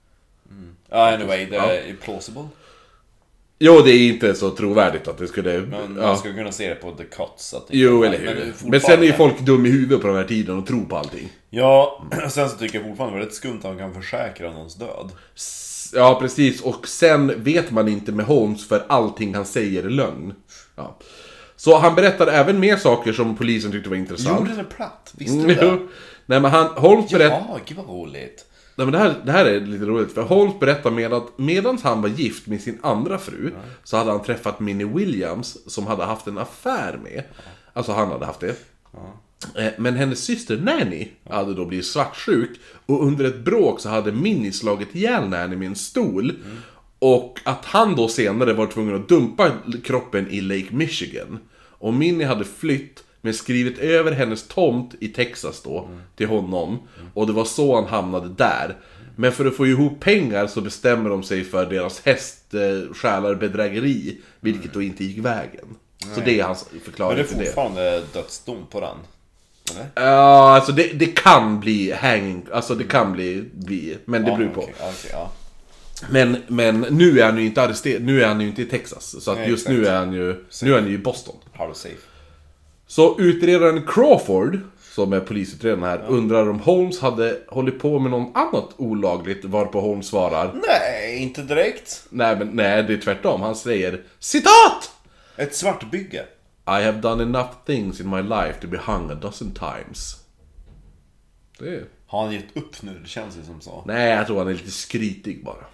Anyway, det är plausible. Jo, det är inte så trovärdigt att det skulle... Men man ska kunna se det på The Cuts att det jo, eller hur. Men sen är ju folk dum i huvudet på den här tiden och tror på allting. Ja, sen så tycker jag fortfarande väldigt skumt att man kan försäkra någons död. Ja, precis. Och sen vet man inte med Holmes för allting han säger är lögn. Ja. Så han berättar även mer saker som polisen tyckte var intressant. Gjorde det platt? Visste du det? Nej, men Holmes berättar... Ja, gud vad roligt. Nej, men det här är lite roligt. För Holmes berättar med att medan han var gift med sin andra fru så hade han träffat Minnie Williams som hade haft en affär med. Alltså han hade haft det. Men hennes syster Nanny hade då blivit svartsjuk. Och under ett bråk så hade Minnie slagit ihjäl Nanny med en stol. Och att han då senare var tvungen att dumpa kroppen i Lake Michigan. Och Minnie hade flytt, men skrivit över hennes tomt i Texas då till honom. Och det var så han hamnade där. Men för att få ihop pengar så bestämmer de sig för deras häststjälarbedrägeri. Vilket då inte gick vägen. Så det är hans förklaring till det. Men det är fortfarande dödsdom på den? Eller? Ja, alltså det kan bli hanging. Alltså det kan bli men det beror på. Okay, ja. Men nu är han ju inte arresterad. Nu är han ju inte i Texas. Så att just nu är han ju i Boston. How to safe. Så utredaren Crawford, som är polisutredaren här, undrar om Holmes hade hållit på med något annat olagligt, varpå Holmes svarar: nej, inte direkt. Nej, det är tvärtom. Han säger citat! Ett svartbygge. I have done enough things in my life to be hung a dozen times. Det. Har han gett upp nu? Det känns det som så. Nej, jag tror han är lite skrytig bara.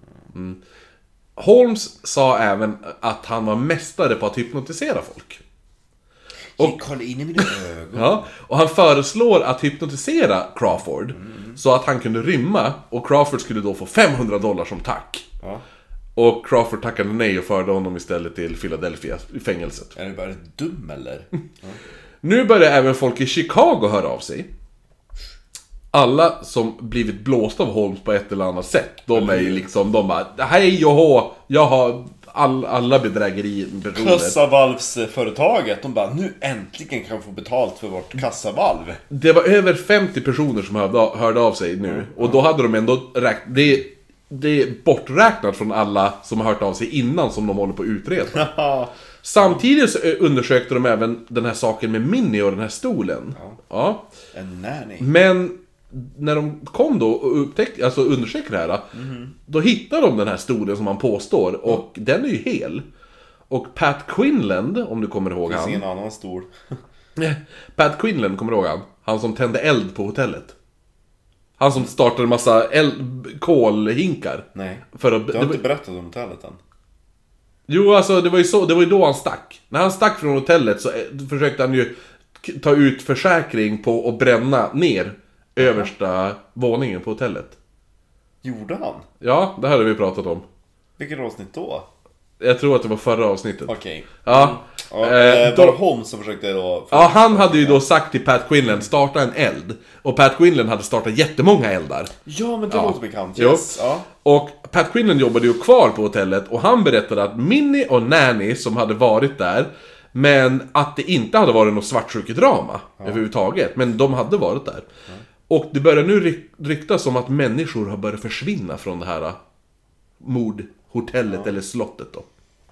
Holmes sa även att han var mästare på att hypnotisera folk. Och kolla in i mina ögon. Ja, och han föreslår att hypnotisera Crawford så att han kunde rymma. Och Crawford skulle då få $500 som tack. Ja. Och Crawford tackade nej och förde honom istället till Philadelphia, i fängelset. Är du bara dum eller? Nu börjar även folk i Chicago höra av sig. Alla som blivit blåsta av Holmes på ett eller annat sätt. De är ju liksom, de bara: hej och hå, jag har alla bedrägeripersoner. Kassavalvsföretaget, de bara: nu äntligen kan vi få betalt för vårt kassavalv. Det var över 50 personer som hörde av sig nu. Och då hade de ändå det är borträknat från alla som har hört av sig innan, som de håller på att utreda. Samtidigt så undersökte de även den här saken med Minnie och den här stolen. Ja. En nanny. Men när de kom då och undersökte det här, då hittade de den här stolen som man påstår, och den är ju hel. Och Pat Quinlan, om du kommer ihåg han. Det finns ingen annan stol. Pat Quinlan, kommer du ihåg han? Han som tände eld på hotellet. Han som startade en massa kolhinkar. Nej, för att, du har inte berättat om hotellet än. Jo, alltså det var ju då han stack. När han stack från hotellet så försökte han ju ta ut försäkring på att bränna ner översta våningen på hotellet. Gjorde han? Ja, det här har vi pratat om. Vilket avsnitt då? Jag tror att det var förra avsnittet. Okej. Ja. Var det Holmes som försökte då? Ja, han hade ju då sagt till Pat Quinlan: starta en eld. Och Pat Quinlan hade startat jättemånga eldar. Ja, men det låter bekant. Yes. Ja. Och Pat Quinlan jobbade ju kvar på hotellet. Och han berättade att Minnie och Nanny, som hade varit där, Men att det inte hade varit något svartsjukedrama överhuvudtaget. Men de hade varit där. Och det börjar nu ryktas om att människor har börjat försvinna från det här mordhotellet eller slottet då.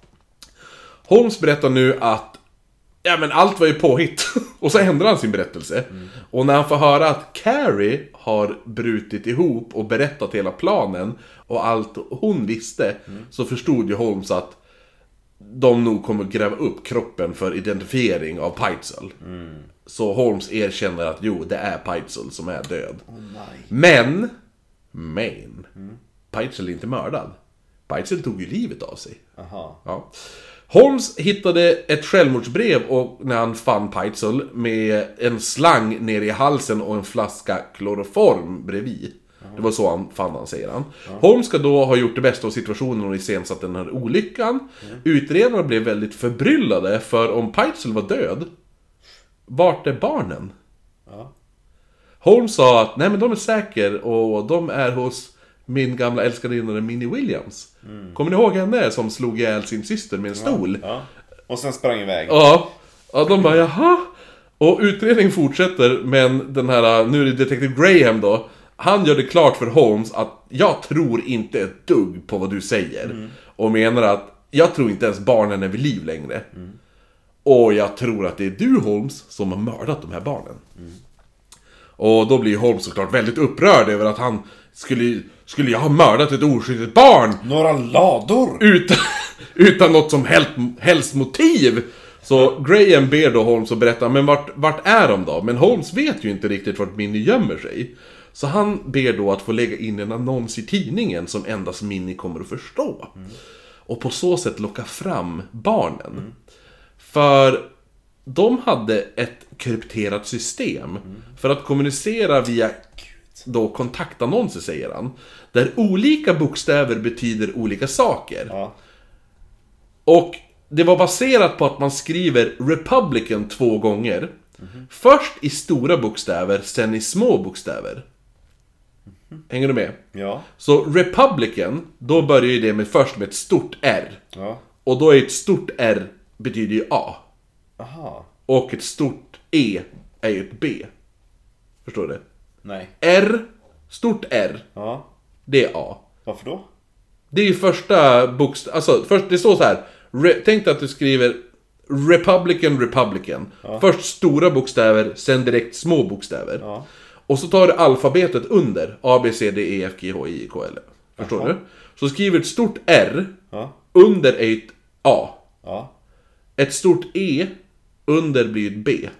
Holmes berättar nu att men allt var ju påhitt. Och så ändrar han sin berättelse. Och när han får höra att Carrie har brutit ihop och berättat hela planen och allt hon visste, så förstod ju Holmes att de nog kommer gräva upp kroppen för identifiering av Pitezel. Så Holmes erkänner att det är Pitezel som är död. Men Pitezel är inte mördad. Pitezel tog ju livet av sig. Ja. Holmes hittade ett självmordsbrev och när han fann Pitezel med en slang ner i halsen och en flaska kloroform bredvid. Det var så han fann han, säger han. Holmes ska då ha gjort det bästa av situationen och iscensatt den här olyckan. Utredarna blev väldigt förbryllade, för om Pitezel var död, vart är barnen? Holmes sa att nej, men de är säker och de är hos min gamla älskarinnare Minnie Williams. Kommer ni ihåg henne som slog ihjäl sin syster med en stol? Ja. Och sen sprang iväg. Ja, de bara jaha. Och utredningen fortsätter, men den här, nu är det detektiv Graham då. Han gör det klart för Holmes att jag tror inte ett dugg på vad du säger. Och menar att jag tror inte ens barnen är vid liv längre. Och jag tror att det är du, Holmes, som har mördat de här barnen. Och då blir Holmes såklart väldigt upprörd över att han skulle jag ha mördat ett oskyldigt barn. Några lador. Utan något som helst motiv. Så Graham ber då Holmes att berätta, men vart är de då? Men Holmes vet ju inte riktigt vart Minnie gömmer sig. Så han ber då att få lägga in en annons i tidningen som endast Minnie kommer att förstå. Och på så sätt locka fram barnen. För de hade ett krypterat system för att kommunicera via då kontaktannonser, säger han. Där olika bokstäver betyder olika saker. Och det var baserat på att man skriver Republican 2 gånger. Först i stora bokstäver, sen i små bokstäver. Hänger du med? Ja. Så Republican, då börjar ju det först med ett stort R. Och då är ett stort R betyder ju A. Och ett stort E är ju ett B. Förstår du? Nej. R, stort R. Det är A. Varför då? Det är ju första bokstav. Alltså, först, det står så här. Tänk dig att du skriver Republican. Först stora bokstäver, sen direkt små bokstäver. Och så tar du alfabetet under. A, B, C, D, E, F, G, H, I, K, L. Förstår du? Så skriver ett stort R. Under är ett A. Ett stort E. Under blir ett B.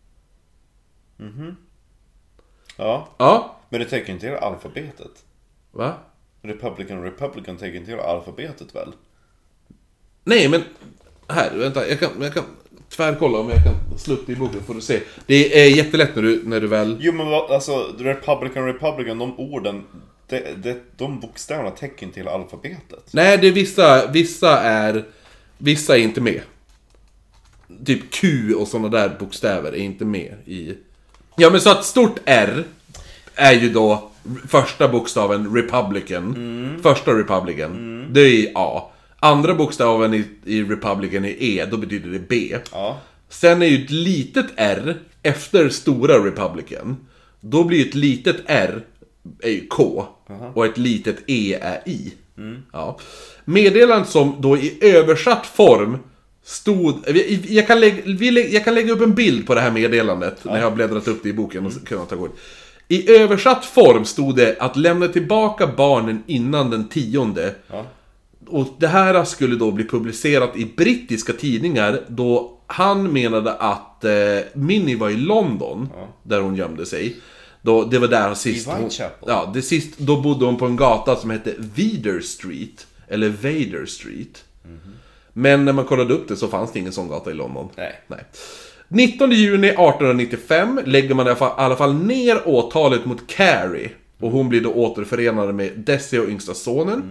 Ja. Men det tänker inte göra alfabetet. Va? Republican tänker inte göra alfabetet väl? Nej, men här, vänta, jag kan tvärkolla om jag kan slå upp det i boken, får du se. Det är jättelätt när du väl... Jo, men alltså, Republican, de orden, de bokstäverna täcker inte hela alfabetet. Nej, det är vissa är inte med. Typ Q och såna där bokstäver är inte med i... Ja, men så att stort R är ju då första bokstaven Republican. Första Republican, det är A. Andra bokstaven i Republican är E, då betyder det B. Sen är ju ett litet R efter stora Republican. Då blir ett litet R är ju K. Och ett litet E är I. Meddelandet som då i översatt form stod... Jag kan lägga upp en bild på det här meddelandet när jag har bläddrat upp det i boken och kunnat ta kort. I översatt form stod det att lämna tillbaka barnen innan den 10:e. Och det här skulle då bli publicerat i brittiska tidningar, då han menade att Minnie var i London, där hon gömde sig. Då, det var där sist då bodde hon på en gata som hette Vader Street. Eller Vader Street. Men när man kollade upp det så fanns det ingen sån gata i London. Nej. 19 juni 1895 lägger man i alla fall ner åtalet mot Carrie. Och hon blir då återförenad med Dessie och yngsta sonen.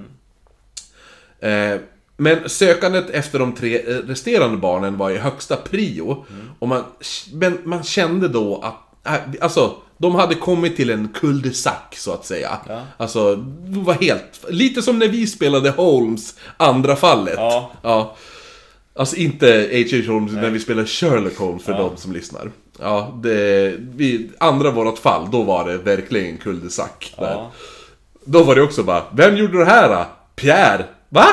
Men sökandet efter de 3 resterande barnen var i högsta prio. Och man kände då att alltså, de hade kommit till en cul-de-sac, så att säga. Alltså, det var helt... Lite som när vi spelade Holmes andra fallet. Alltså inte H.H. Holmes när vi spelar Sherlock Holmes för de som lyssnar. Ja, andra vårat fall, då var det verkligen kuldesack där. Ja. Då var det också bara, vem gjorde det här då? Pierre, va?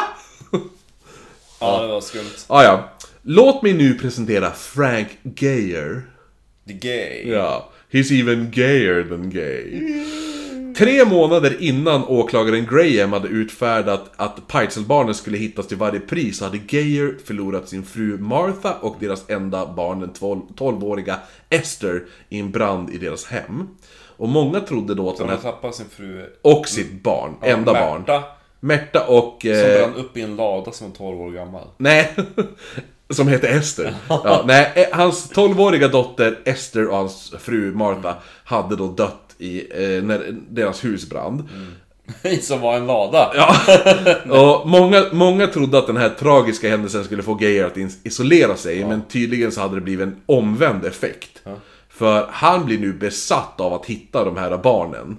Ja, det var skumt. Ja. Låt mig nu presentera Frank Geyer. The gay. Ja, he's even gayer than gay. 3 månader innan åklagaren Graham hade utfärdat att Peitzelbarnen skulle hittas till varje pris, så hade Geyer förlorat sin fru Martha och deras enda barn, den 12-åriga Esther, i en brand i deras hem. Och många trodde då att han tappade sin fru och sitt barn, enda barn. Märta och... som brann upp i en lada som var 12 år gammal. Nej, som heter Esther. Ja, nej, hans 12-åriga dotter Esther och hans fru Martha hade då dött när deras hus brann. Som var en lada. Ja. Och många trodde att den här tragiska händelsen skulle få Geyer att isolera sig, men tydligen så hade det blivit en omvänd effekt. För han blir nu besatt av att hitta de här barnen.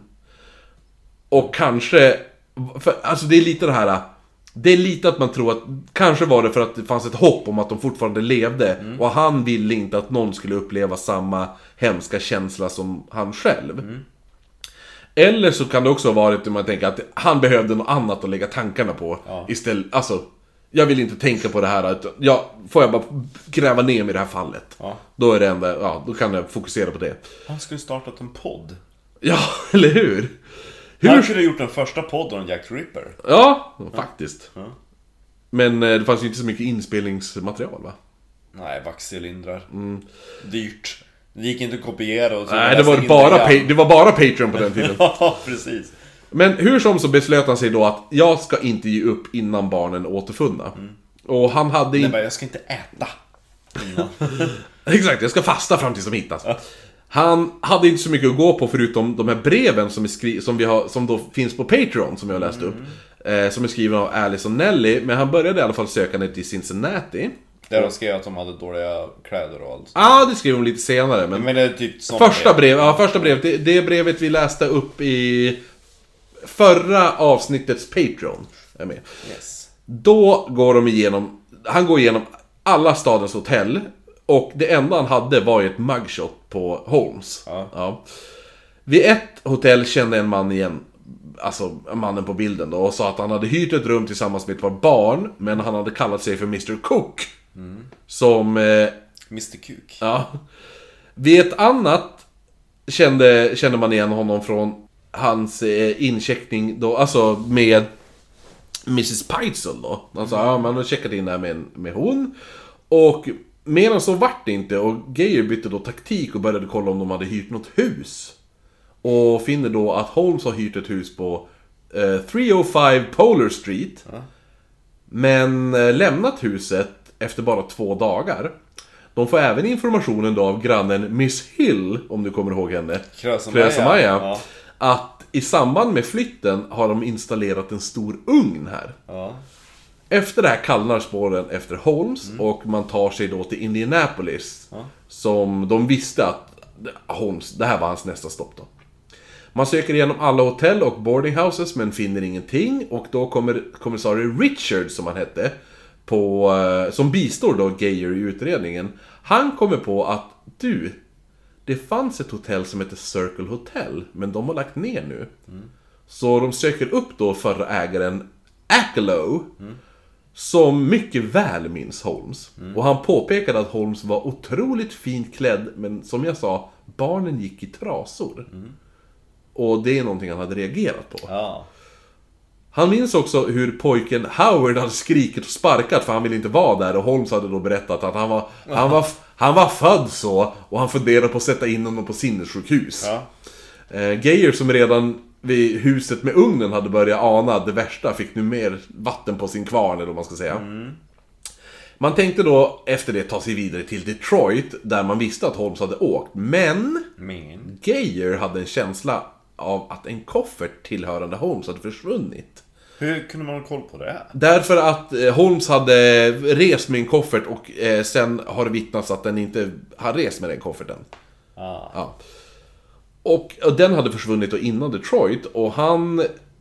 Och kanske... alltså det är lite det här... Det är lite att man tror att... Kanske var det för att det fanns ett hopp om att de fortfarande levde. Och han ville inte att någon skulle uppleva samma hemska känsla som han själv. Eller så kan det också ha varit att man tänker att han behövde något annat att lägga tankarna på. Istället, alltså... Jag vill inte tänka på det här. Får jag bara gräva ner mig i det här fallet. Då är det enda... då kan jag fokusera på det. Han skulle startat en podd. Ja, eller hur? Han skulle ha gjort den första podden om Jack the Ripper. Ja, faktiskt. Men det fanns ju inte så mycket inspelningsmaterial, va? Nej, vaxcylindrar. Dyrt. Det gick inte att kopiera och så. Nej, det var bara Patreon på den tiden. Ja, precis. Men hur som så beslöt han sig då att jag ska inte ge upp innan barnen återfunna. Och han hade inte... jag ska inte äta innan. Exakt, jag ska fasta fram tills de hittas. Han hade inte så mycket att gå på förutom de här breven som då finns på Patreon, som jag har läst upp. Som är skrivna av Alice och Nelly. Men han började i alla fall söka ner till Cincinnati. Där de skrev att de hade dåliga kläder och allt. Ja, det skrev de lite senare. Men det är typ första brevet, det brevet vi läste upp i förra avsnittets Patreon är med. Yes. Då går han går igenom alla stadens hotell. Och det enda han hade var ju ett mugshot på Holmes. Ja. Vid ett hotell kände en man igen, alltså mannen på bilden då, och sa att han hade hyrt ett rum tillsammans med ett par barn, men han hade kallat sig för Mr. Cook. Som... Mr. Cook. Ja. Vid ett annat kände man igen honom från hans incheckning då, alltså med Mrs. Peitzel då. Han sa, man har checkat in där med hon. Och medan så vart det inte, och Geyer bytte då taktik och började kolla om de hade hyrt något hus. Och finner då att Holmes har hyrt ett hus på 305 Polar Street. Men lämnat huset efter bara 2 dagar. De får även informationen då av grannen Miss Hill, om du kommer ihåg henne, Krösa-Maja, att i samband med flytten har de installerat en stor ugn här. Efter det här kallnar spåren efter Holmes och man tar sig då till Indianapolis, som de visste att Holmes, det här var hans nästa stopp då. Man söker igenom alla hotell och boarding houses men finner ingenting, och då kommer kommissarie Richard, som han hette, som bistår då Geyer i utredningen. Han kommer på att det fanns ett hotell som heter Circle Hotel, men de har lagt ner nu. Så de söker upp då förra ägaren Akelow, som mycket väl minns Holmes. Och han påpekade att Holmes var otroligt fint klädd, men som jag sa, barnen gick i trasor. Och det är någonting han hade reagerat på. Han minns också hur pojken Howard hade skrikit och sparkat för han ville inte vara där, och Holmes hade då berättat att han var född så, och han funderade på att sätta in honom på sinnessjukhus. Geyer, som redan vid huset med ugnen hade börjat ana det värsta, fick nu mer vatten på sin kvarn, eller vad man ska säga. Man tänkte då efter det ta sig vidare till Detroit, där man visste att Holmes hade åkt. Men Geyer hade en känsla av att en koffert tillhörande Holmes hade försvunnit. Hur kunde man ha koll på det? Därför att Holmes hade rest med en koffert, och sen har det vittnats att den inte har rest med den kofferten. Ja. Och den hade försvunnit då innan Detroit, och han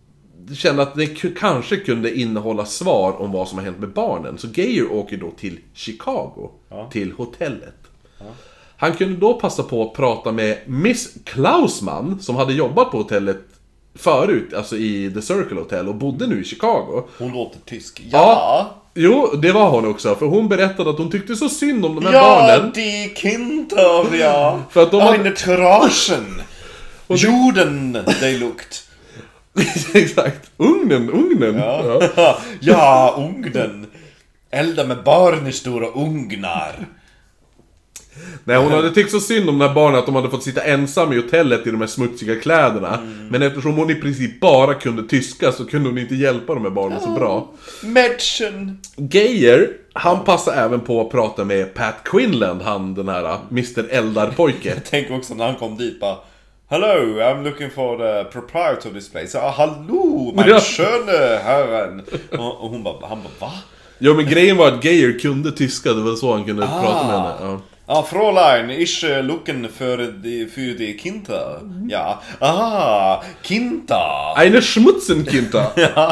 kände att det kanske kunde innehålla svar om vad som har hänt med barnen. Så Geyer åker då till Chicago, till hotellet. Han kunde då passa på att prata med Miss Klausman, som hade jobbat på hotellet förut, alltså i The Circle Hotel, och bodde nu i Chicago. Hon låter tysk. Jo, det var hon också, för hon berättade att hon tyckte så synd om de här barnen. Ja, die Kinder, ja. För att de eine Traschen. Jorden, det lukt. Exakt, ugnen. Ja, ugnen. Elda med barn i stora ugnar. Nej, hon hade tyckt så synd om de här barnen att de hade fått sitta ensam i hotellet i de här smutsiga kläderna. Men eftersom hon i princip bara kunde tyska så kunde hon inte hjälpa de här barnen så bra. Mädchen. Geyer, han passade även på att prata med Pat Quinlan, han den här Mr. Eldar-pojke. Tänk också när han kom dit bara: Hello, I'm looking for the proprietor of this place. Hallå, min sköne herren. Och han bara, va? Ja, men grejen var att Geyer kunde tyska, det var så han kunde prata med henne. Ja. Fräulein, ich looking för die Kinder. Ja. Kinder. Eine Schmutzenkinder.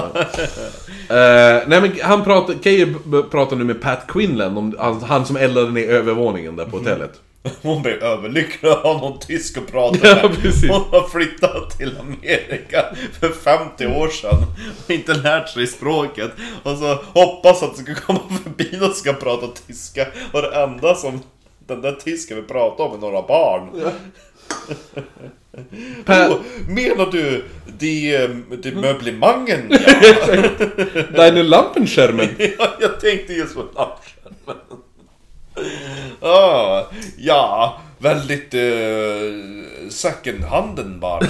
Nej, men Geyer pratar nu med Pat Quinlan om han som eldade ner övervåningen där på hotellet. Hon blev överlycklig att ha någon tysk att prata med. Precis. Hon har flyttat till Amerika för 50 år sedan och inte lärt sig språket. Och så hoppas att det ska komma förbi och ska prata tyska. Och det enda som den där tysken vill prata om är några barn. Menar du de möblemangen? Ja. Deine Lampenskärmen. Ja, jag tänkte just på lampenskärmen. Ja, väldigt second handen barnen.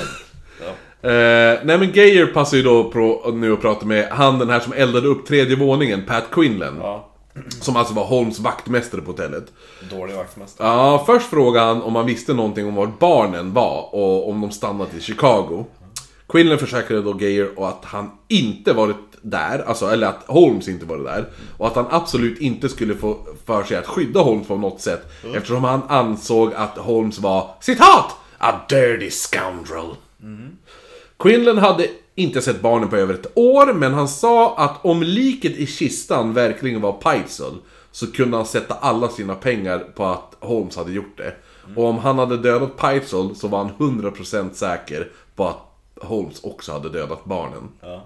Nej, men Geyer passar ju då på nu att prata med han den här som eldade upp tredje våningen, Pat Quinlan. Som alltså var Holmes vaktmästare på hotellet. Dålig vaktmästare. Ja, först frågade han om han visste någonting om var barnen var och om de stannat i Chicago. Quinlan försäkrade då Geyer och att han inte varit där, alltså, eller att Holmes inte varit där. Och att han absolut inte skulle få för sig att skydda Holmes på något sätt. Eftersom han ansåg att Holmes var, citat, a dirty scoundrel. Quinlan hade inte sett barnen på över ett år, men han sa att om liket i kistan verkligen var Peitzel så kunde han sätta alla sina pengar på att Holmes hade gjort det. Och om han hade dödat Peitzel så var han 100% säker på att Holmes också hade dödat barnen.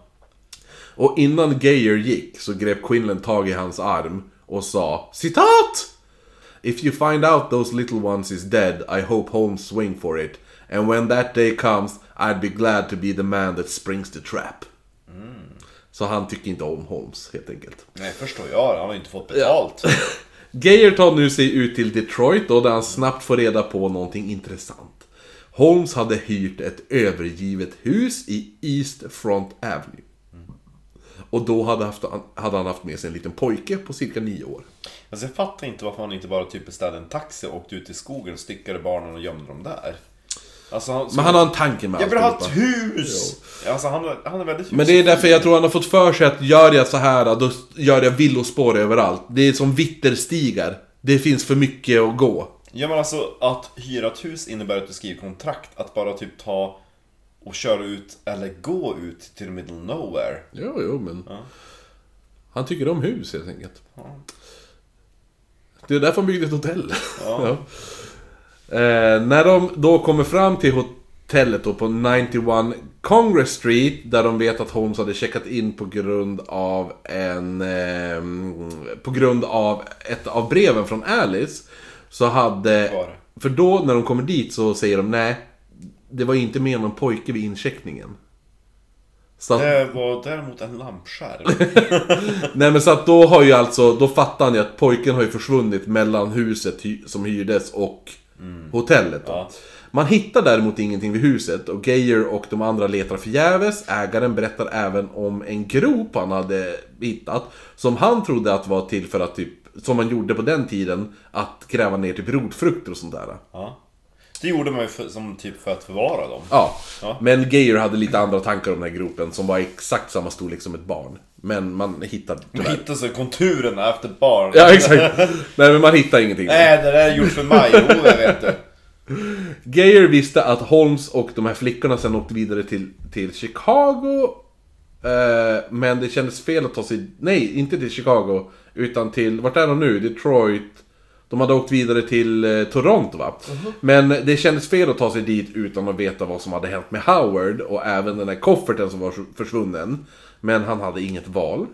Och innan Geyer gick så grep Quinlan tag i hans arm och sa, citat! If you find out those little ones is dead, I hope Holmes swing for it. And when that day comes, I'd be glad to be the man that springs the trap. Så han tycker inte om Holmes, helt enkelt. Nej, förstår jag. Han har inte fått betalt. Geyer tar nu sig ut till Detroit och där han snabbt får reda på någonting intressant. Holmes hade hyrt ett övergivet hus i East Front Avenue. Och då hade han haft med sig en liten pojke på cirka 9 år. Alltså jag fattar inte varför han inte bara typ beställde en taxi och åkte ut i skogen, styckade barnen och gömde dem där. Alltså, men han har en tanke med allt. Jag vill ha ett hus! Alltså han är väldigt hus. Men det är därför jag tror han har fått för sig att gör jag så här, då gör jag villospår överallt. Det är som vitterstigar. Det finns för mycket att gå. Ja, men alltså att hyra ett hus innebär att du skriver kontrakt. Att bara typ ta och köra ut eller gå ut till the middle of nowhere. Jo, men han tycker om hus helt enkelt. Det är därför han byggde ett hotell. När de då kommer fram till hotellet då på 91 Congress Street, där de vet att Holmes hade checkat in på grund av ett av breven från Alice, så hade, för då när de kommer dit så säger de nej, det var inte med någon pojke vid incheckningen. Så det var däremot en lampskärm. Nej, men så att då har ju alltså, då fattar ni att pojken har ju försvunnit mellan huset som hyrdes och hotellet då. Man hittar däremot ingenting vid huset och Geyer och de andra letar förgäves. Ägaren berättar även om en grop han hade hittat som han trodde att var till för att typ, som man gjorde på den tiden, att gräva ner typ rotfrukter och sånt där. Det gjorde man ju som typ för att förvara dem. Ja, men Geyer hade lite andra tankar om den här gropen som var exakt samma storlek som ett barn. Men man hittade tyvärr. Man hittade så konturerna efter ett barn. Ja, exakt. Nej, men man hittar ingenting. Nej, det där är gjort för mig. Jo, jag vet det. Geyer visste att Holmes och de här flickorna sen åkte vidare till Chicago. Men det kändes fel att ta sig... Nej, inte till Chicago. Utan till... Vart är de nu? Detroit. De hade åkt vidare till Toronto, va? Men det kändes fel att ta sig dit utan att veta vad som hade hänt med Howard. Och även den här kofferten som var försvunnen. Men han hade inget val.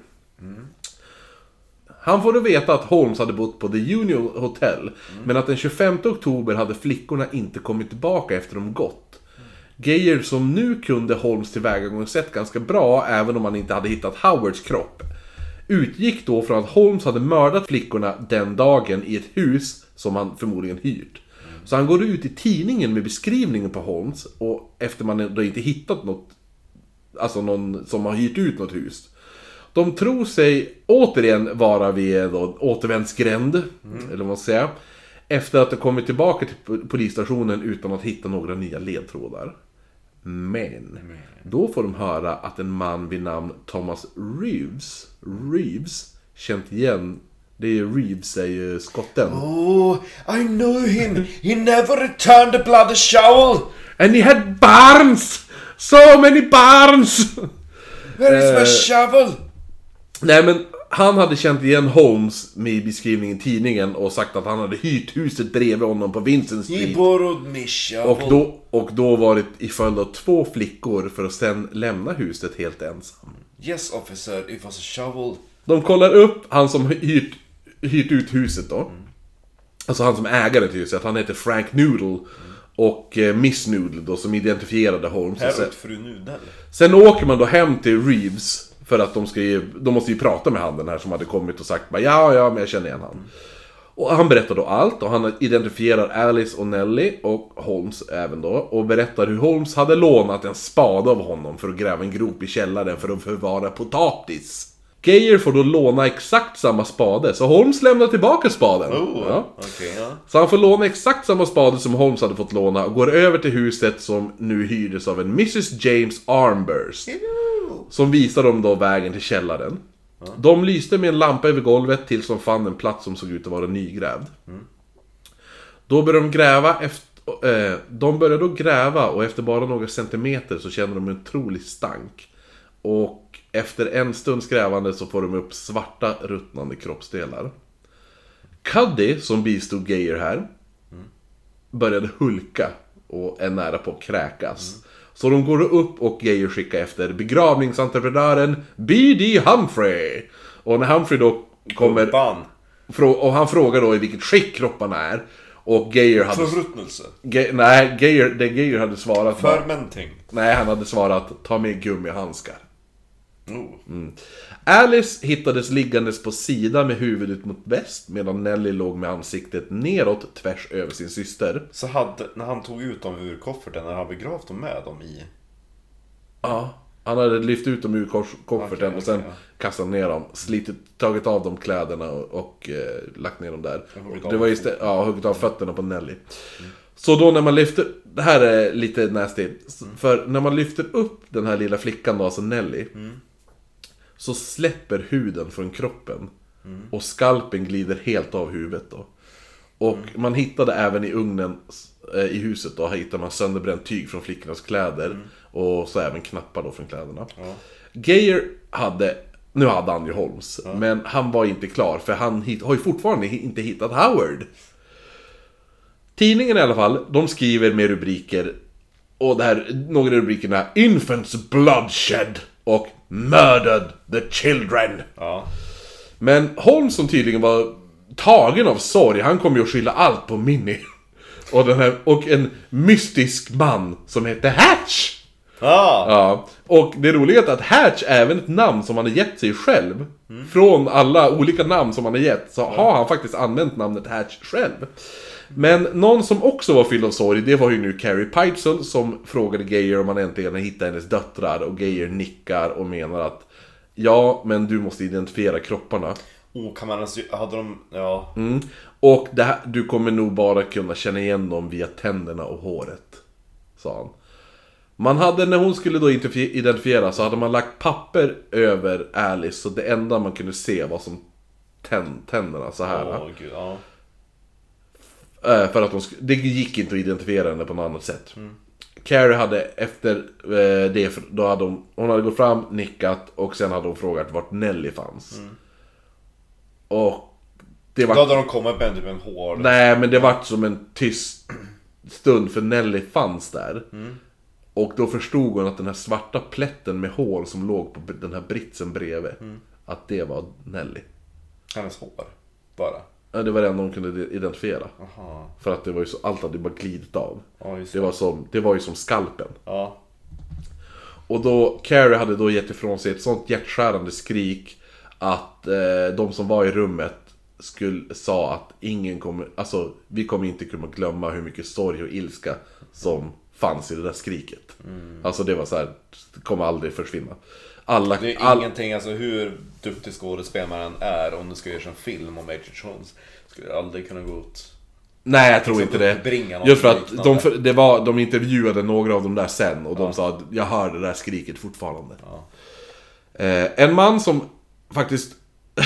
Han får då veta att Holmes hade bott på The Union Hotel. Men att den 25 oktober hade flickorna inte kommit tillbaka efter de gått. Geyer, som nu kunde Holmes tillvägagångssätt ganska bra, även om han inte hade hittat Howards kropp, utgick då från att Holmes hade mördat flickorna den dagen i ett hus som han förmodligen hyrt. Så han går ut i tidningen med beskrivningen på Holmes, och efter man då inte hittat något, alltså någon som har hyrt ut något hus. De tror sig återigen vara vid en återvändsgränd, eller vad man säger, efter att de kommit tillbaka till polisstationen utan att hitta några nya ledtrådar. Men då får de höra att en man vid namn Thomas Reeves, känt igen, det är ju Reeves, är ju skotten. Oh, I know him. He never returned a bloody shovel. And he had barns! So many barns! Where is my shovel? Nej, men han hade känt igen Holmes med beskrivningen i tidningen och sagt att han hade hyrt huset bredvid honom på Vincent Street. He borrowed my shovel. Och då varit i följd av 2 flickor för att sen lämna huset helt ensam. Yes, officer, it was a shovel. De kollar upp han som hyrt ut huset då. Alltså han som ägare till huset. Han heter Frank Noodle. Och Miss Noodle då, som identifierade Holmes. Här åt fru Nudel. Sen åker man då hem till Reeves. För att de måste ju prata med han, den här som hade kommit och sagt ja, men jag känner igen han. Och han berättar då allt, och han identifierar Alice och Nellie och Holmes även då. Och berättar hur Holmes hade lånat en spade av honom för att gräva en grop i källaren för att förvara potatis. Geyer får då låna exakt samma spade, så Holmes lämnar tillbaka spaden. Okay. Så han får låna exakt samma spade som Holmes hade fått låna och går över till huset som nu hyrdes av en Mrs. James Armburst. Som visar dem då vägen till källaren. De lyste med en lampa över golvet tills de fann en plats som såg ut att vara nygrävd. Då började de började då gräva, och efter bara några centimeter så känner de en otrolig stank. Och efter en stunds grävande så får de upp svarta ruttnande kroppsdelar. Cuddy, som bistod Geyer här, började hulka och är nära på att kräkas. Så de går upp och Geyer skickar efter begravningsentreprenören B.D. Humphrey. Och när Humphrey då kommer... Och han frågar då i vilket skick kropparna är. Och Geyer hade... Förruttnelse? Nej, Geyer hade svarat... Fermenting? Nej, han hade svarat, ta med gummihandskar. Alice hittades liggandes på sida med huvudet mot väst, medan Nellie låg med ansiktet neråt tvärs över sin syster. Så när han tog ut dem ur kofferten, när han begravt dem med dem i... Ja, han hade lyft ut dem ur kofferten och sen kastat ner dem, tagit av dem kläderna och lagt ner dem där. Det var just huggit av fötterna på Nellie. Så då när man lyfter... Det här är lite nasty. För när man lyfter upp den här lilla flickan då, alltså Nellie, så släpper huden från kroppen. Och skalpen glider helt av huvudet då. Och man hittade även i ugnen i huset då, hittar man sönderbränt tyg från flickornas kläder. Och så även knappar då från kläderna. Geyer nu hade han ju Holmes, men han var inte klar, för han har ju fortfarande inte hittat Howard. Tidningen i alla fall, de skriver med rubriker, och det här, några rubrikerna: Infants bloodshed och Murdered the children. Men Holmes, som tydligen var tagen av sorg, han kom ju att skylla allt på Minnie. Och en mystisk man som heter Hatch. Ja. Och det roliga är att Hatch är även ett namn som han har gett sig själv. Från alla olika namn som han har gett, så har han faktiskt använt namnet Hatch själv. Men någon som också var fylld av sorg, det var ju nu Carrie Pitezel, som frågade Geyer om han äntligen hittade hennes döttrar. Och Geyer nickar och menar att ja, men du måste identifiera kropparna. Kan man alltså, hade de, ja. Och det här, du kommer nog bara kunna känna igen dem via tänderna och håret, sa han. Man hade, när hon skulle då identifiera, så hade man lagt papper över Alice, så det enda man kunde se var som tänderna så här. För att det gick inte att identifiera henne på något annat sätt. Carrie hade efter det, då hade hon hade gått fram, nickat och sen hade hon frågat vart Nelly fanns. Och det var... Då hade de kommit med typ en hård... Nej, men det var som en tyst stund för Nelly fanns där. Och då förstod hon att den här svarta plätten med hår som låg på den här britsen bredvid, att det var Nelly. Hennes hår, bara. Ja, det var det enda hon kunde identifiera. Aha. För att det var ju så, allt hade bara glidit av. Ja, det var ju som skalpen. Ja. Och då, Carrie hade då gett ifrån sig ett sånt hjärtskärande skrik att de som var i rummet sa att ingen kommer, alltså vi kommer inte kunna glömma hur mycket sorg och ilska som fanns i det där skriket. Alltså det var så här, det kommer aldrig försvinna. Det är ingenting, alltså hur duktig skådespelaren är, om du ska göra en film om Major Jones, skulle aldrig kunna gå ut. Nej, jag tror inte det. Just för att de intervjuade några av dem där sen och de sa att jag hör det där skriket fortfarande. En man som faktiskt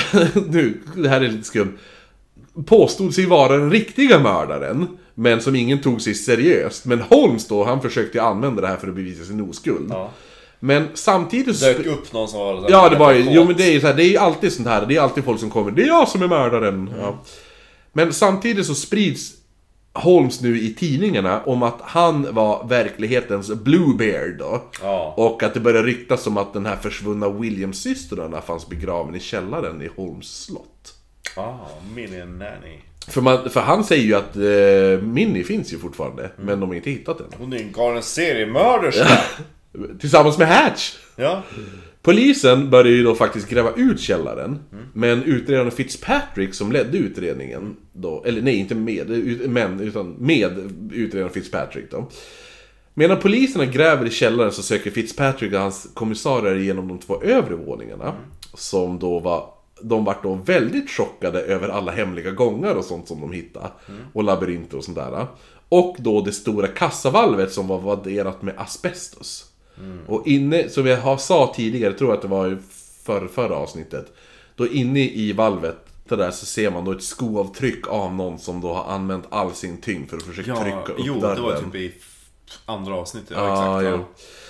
nu, det här är lite skumt, påstod sig vara den riktiga mördaren, men som ingen tog sig seriöst. Men Holmes då, han försökte använda det här för att bevisa sin oskuld. Men samtidigt dök upp någon som var... Ja, det var ju... Jo, men det är ju så här, det är ju alltid sånt här. Det är alltid folk som kommer. Det är jag som är mördaren. Ja. Men samtidigt så sprids Holmes nu i tidningarna om att han var verklighetens Bluebeard då. Och att det började ryktas om att den här försvunna Williams-systrarna fanns begraven i källaren i Holmes slott. Minnie and Nanny. För han säger ju att Minnie finns ju fortfarande, men de har inte hittat den. Hon är en galen seriemörderska. Tillsammans med Hatch. Ja. Polisen började ju då faktiskt gräva ut källaren. Men utredaren Fitzpatrick som ledde utredningen då, eller nej, inte med, utan med utredaren Fitzpatrick då. Medan poliserna gräver i källaren så söker Fitzpatrick och hans kommissarer genom de 2 övre våningarna. Som då de var då väldigt chockade över alla hemliga gångar och sånt som de hittade. Och labyrinter och sånt där. Och då det stora kassavalvet som var vadderat med asbestos. Och inne, som jag sa tidigare, tror jag att det var i förra avsnittet, då inne i valvet där så ser man då ett skoavtryck av någon som då har använt all sin tyngd för att försöka trycka upp dörren. Det var typ i andra avsnittet. Exakt.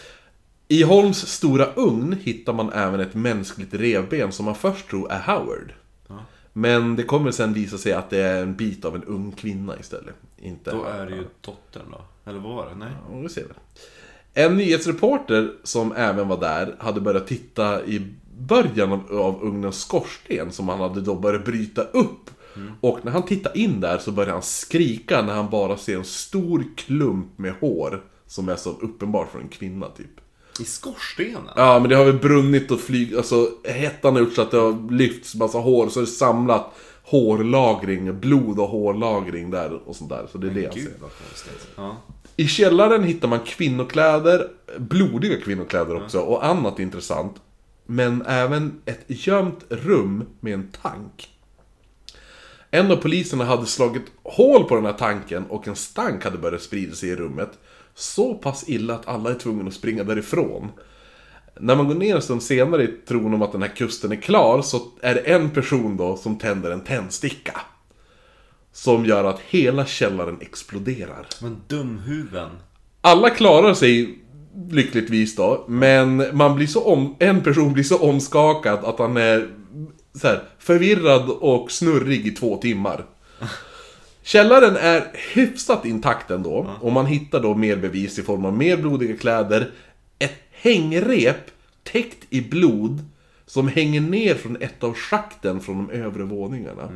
I Holmes stora ugn hittar man även ett mänskligt revben som man först tror är Howard. Men det kommer sen visa sig att det är en bit av en ung kvinna istället. Inte då är det ju dottern då. Eller vad var det? Nej. Ja, vi ser det. En nyhetsreporter som även var där hade börjat titta i början av ugnens skorsten som han hade då börjat bryta upp. Och när han tittar in där så börjar han skrika när han bara ser en stor klump med hår som är så uppenbar för en kvinna typ. I skorstenen? Ja, men det har väl brunnit och alltså hettan har gjort så att det har lyfts massa hår, så är det samlat hårlagring, blod och hårlagring där och sånt där. Så det är det jag ser. I källaren hittar man kvinnokläder, blodiga kvinnokläder också, och annat intressant. Men även ett gömt rum med en tank. En av poliserna hade slagit hål på den här tanken och en stank hade börjat sprida sig i rummet. Så pass illa att alla är tvungna att springa därifrån. När man går ner en stund senare i tron om att den här kusten är klar, så är det en person då som tänder en tändsticka. Som gör att hela källaren exploderar. Men dumhuven. Alla klarar sig lyckligtvis då, men en person blir så omskakad att han är så här, förvirrad och snurrig i 2 timmar. Källaren är hyfsat intakt ändå, och man hittar då mer bevis i form av mer blodiga kläder, ett hängrep täckt i blod som hänger ner från ett av schakten från de övre våningarna.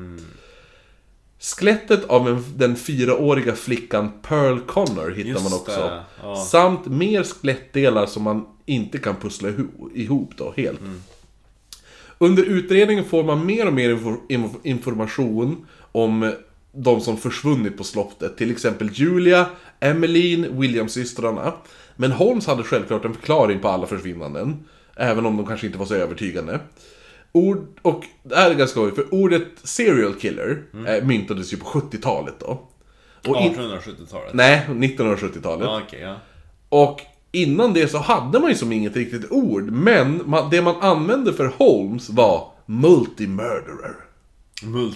Skelettet av den 4-åriga flickan Pearl Connor hittar man också. Samt mer skelettdelar som man inte kan pussla ihop då helt. Under utredningen får man mer och mer information om de som försvunnit på slottet. Till exempel Julia, Emmeline, Williams-systrarna. Men Holmes hade självklart en förklaring på alla försvinnanden, även om de kanske inte var så övertygande. Och det här är ganska skoj, för ordet serial killer myntades ju på 70-talet då. 1870-talet? Nej, 1970-talet. Ja. Och innan det så hade man ju som inget riktigt ord. Men det man använde för Holmes var multimurderer.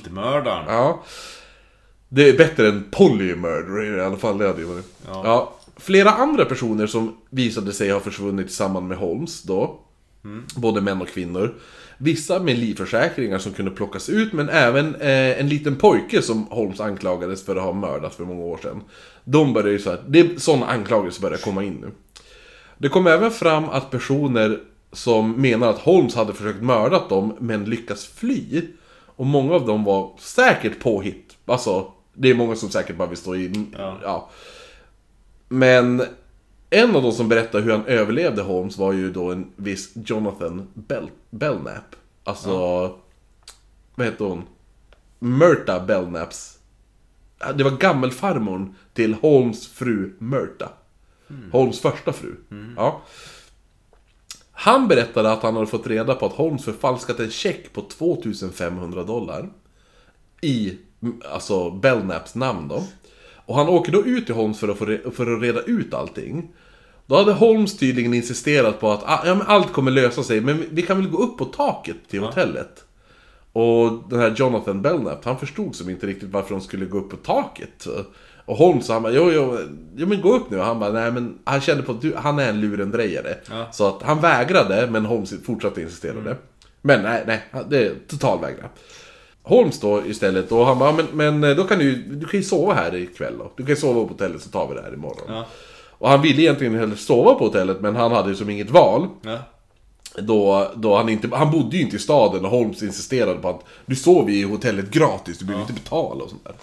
Multimördaren? Ja. Det är bättre än polymurderer i alla fall. Det hade ju varit. Ja. flera andra personer som visade sig ha försvunnit i samband med Holmes då. Både män och kvinnor. Vissa med livförsäkringar som kunde plockas ut, men även en liten pojke som Holmes anklagades för att ha mördat för många år sedan. De började ju så här, det är sådana anklagelser börjar komma in nu. Det kom även fram att personer som menar att Holmes hade försökt mördat dem men lyckas fly. Och många av dem var säkert påhitt. Alltså, det är många som säkert bara vill stå i... Ja. Men en av dem som berättade hur han överlevde Holmes var ju då en viss Jonathan Belknap. Alltså, vad heter hon? Myrta Belknaps. Det var gammelfarmorn till Holmes fru Myrta. Holmes första fru. Ja. Han berättade att han hade fått reda på att Holmes förfalskat en check på $2,500 i alltså Belknaps namn då. Och han åker då ut till Holmes för att reda ut allting. Då hade Holmes tydligen insisterat på att men allt kommer lösa sig, men vi kan väl gå upp på taket till hotellet. Och den här Jonathan Belknap, han förstod som inte riktigt varför de skulle gå upp på taket. Och Holmes, han bara, jo men gå upp nu. Och han bara, nej men han kände på att han är en lurendrejare. Så att han vägrade, men Holmes fortsatte insistera. Men nej, det är total vägra. Holmes då istället, och han bara, men då kan du kan ju sova här ikväll då. Du kan ju sova på hotellet, så tar vi det här imorgon. Och han ville egentligen hellre sova på hotellet, men han hade ju som inget val. Då han bodde ju inte i staden, och Holmes insisterade på att du sover i hotellet gratis, du behöver inte betala och sånt där.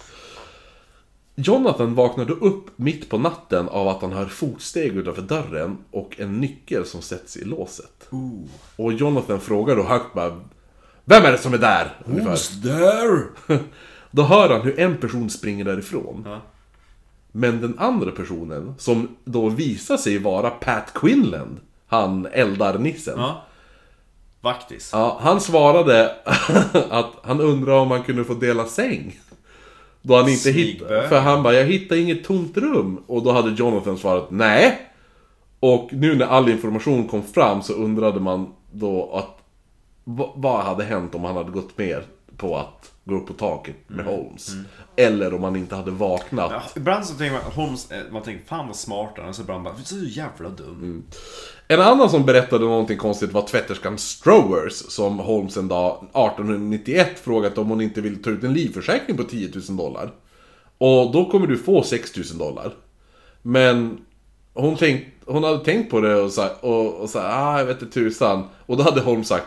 Jonathan vaknade upp mitt på natten av att han hör fotsteg utanför dörren och en nyckel som sätts i låset. Och Jonathan frågar då högt bara, vem är det som är där? Who's there? Då hör han hur en person springer därifrån. Men den andra personen, som då visar sig vara Pat Quinlan, han eldarnissen. Vaktis. Ja, han svarade att han undrar om han kunde få dela säng. Då han inte hittade, för han bara, jag hittade inget tomt rum. Och då hade Jonathan svarat, nej. Och nu när all information kom fram så undrade man då att vad hade hänt om han hade gått med på att gå upp på taket med Holmes. Eller om han inte hade vaknat. Ja, ibland så tänker man, Holmes, man tänker, fan vad smart han är. Så ibland bara, så jävla dum. En annan som berättade någonting konstigt var tvätterskan Strowers, som Holmes en dag 1891 frågat om hon inte ville ta ut en livförsäkring på $10,000. Och då kommer du få $6,000. Men hon hade tänkt på det och sa, jag vet inte tusan. Och då hade Holmes sagt,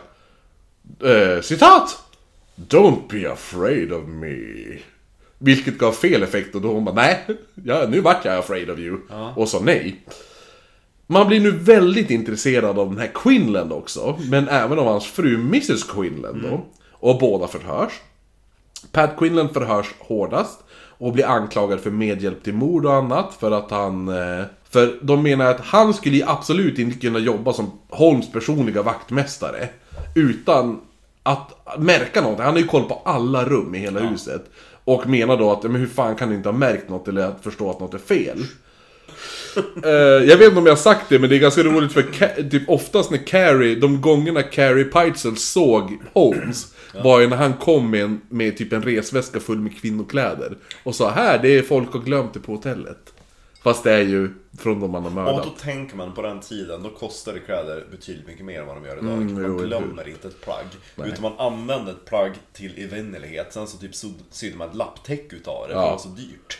citat, "Don't be afraid of me." Vilket gav fel effekt, och då hon bara, nej, nu vart jag afraid of you. Och sa nej. Man blir nu väldigt intresserad av den här Quinlan också, men även av hans fru Mrs. Quinlan då. Och båda förhörs. Pat Quinlan förhörs hårdast och blir anklagad för medhjälp till mord och annat, för att för de menar att han skulle absolut inte kunna jobba som Holmes personliga vaktmästare utan att märka något. Han har ju koll på alla rum i hela huset. Och menar då att, men hur fan kan du inte ha märkt något eller att förstå att något är fel? Jag vet inte om jag har sagt det, men det är ganska roligt för typ oftast när de gångerna Carrie Peitzel såg Holmes var ju när han kom med typ en resväska full med kvinnokläder och sa, här, det är folk har glömt det på hotellet. Fast det är ju från de man har mördat. Och då tänker man på den tiden, då kostade kläder betydligt mycket mer än vad de gör idag. Man glömmer inte ett plagg. Utan man använder ett plagg till evinnerlighet. Sen så typ sydde man ett lapptäck utav det, för det var så dyrt.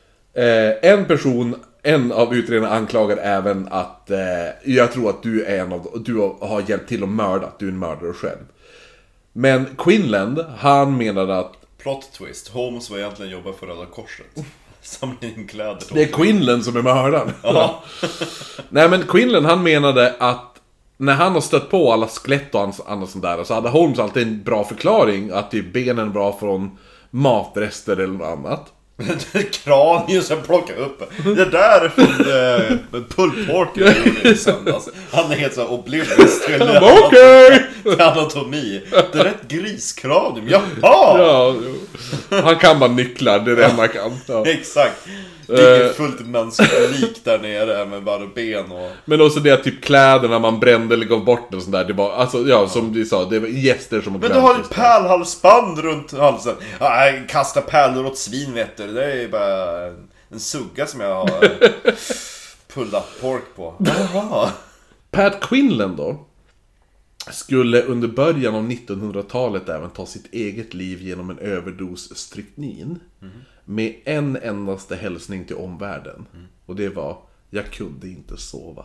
En av utredarna anklagar även att jag tror att du har hjälpt till att mörda, att du är en mördare själv. Men Quinlan, han menade att plot twist, Holmes var egentligen jobbar för Röda Korset. Samla in kläder. Det är Quinlan som är mördaren. Nej, men Quinlan, han menade att när han har stött på alla skelett och annat sånt där, så hade Holmes alltid en bra förklaring att typ benen är bra från matrester eller något annat. Kranium som jag plockar upp. Det där är från pullporken i söndags. Han är helt så oblivious till anatomi. Det är rätt griskranium. Jaha! Ja, han kan bara nycklar, det är det man kan. Ja. Exakt. Det är fullt mänskligt lik där nere med bara ben och... Men också det att typ kläderna man brände eller gav bort och sånt där, det var, alltså, ja, som du sa, det var gäster som... Men du har ju pärlhalsband runt halsen. Ja, jag kastar pärlor åt svin, vet du. Det är bara en sugga som jag har... pulled up pork på. Jaha. Pat Quinlan då skulle under början av 1900-talet även ta sitt eget liv genom en överdos stryknin. Med en endaste hälsning till omvärlden. Och det var: jag kunde inte sova.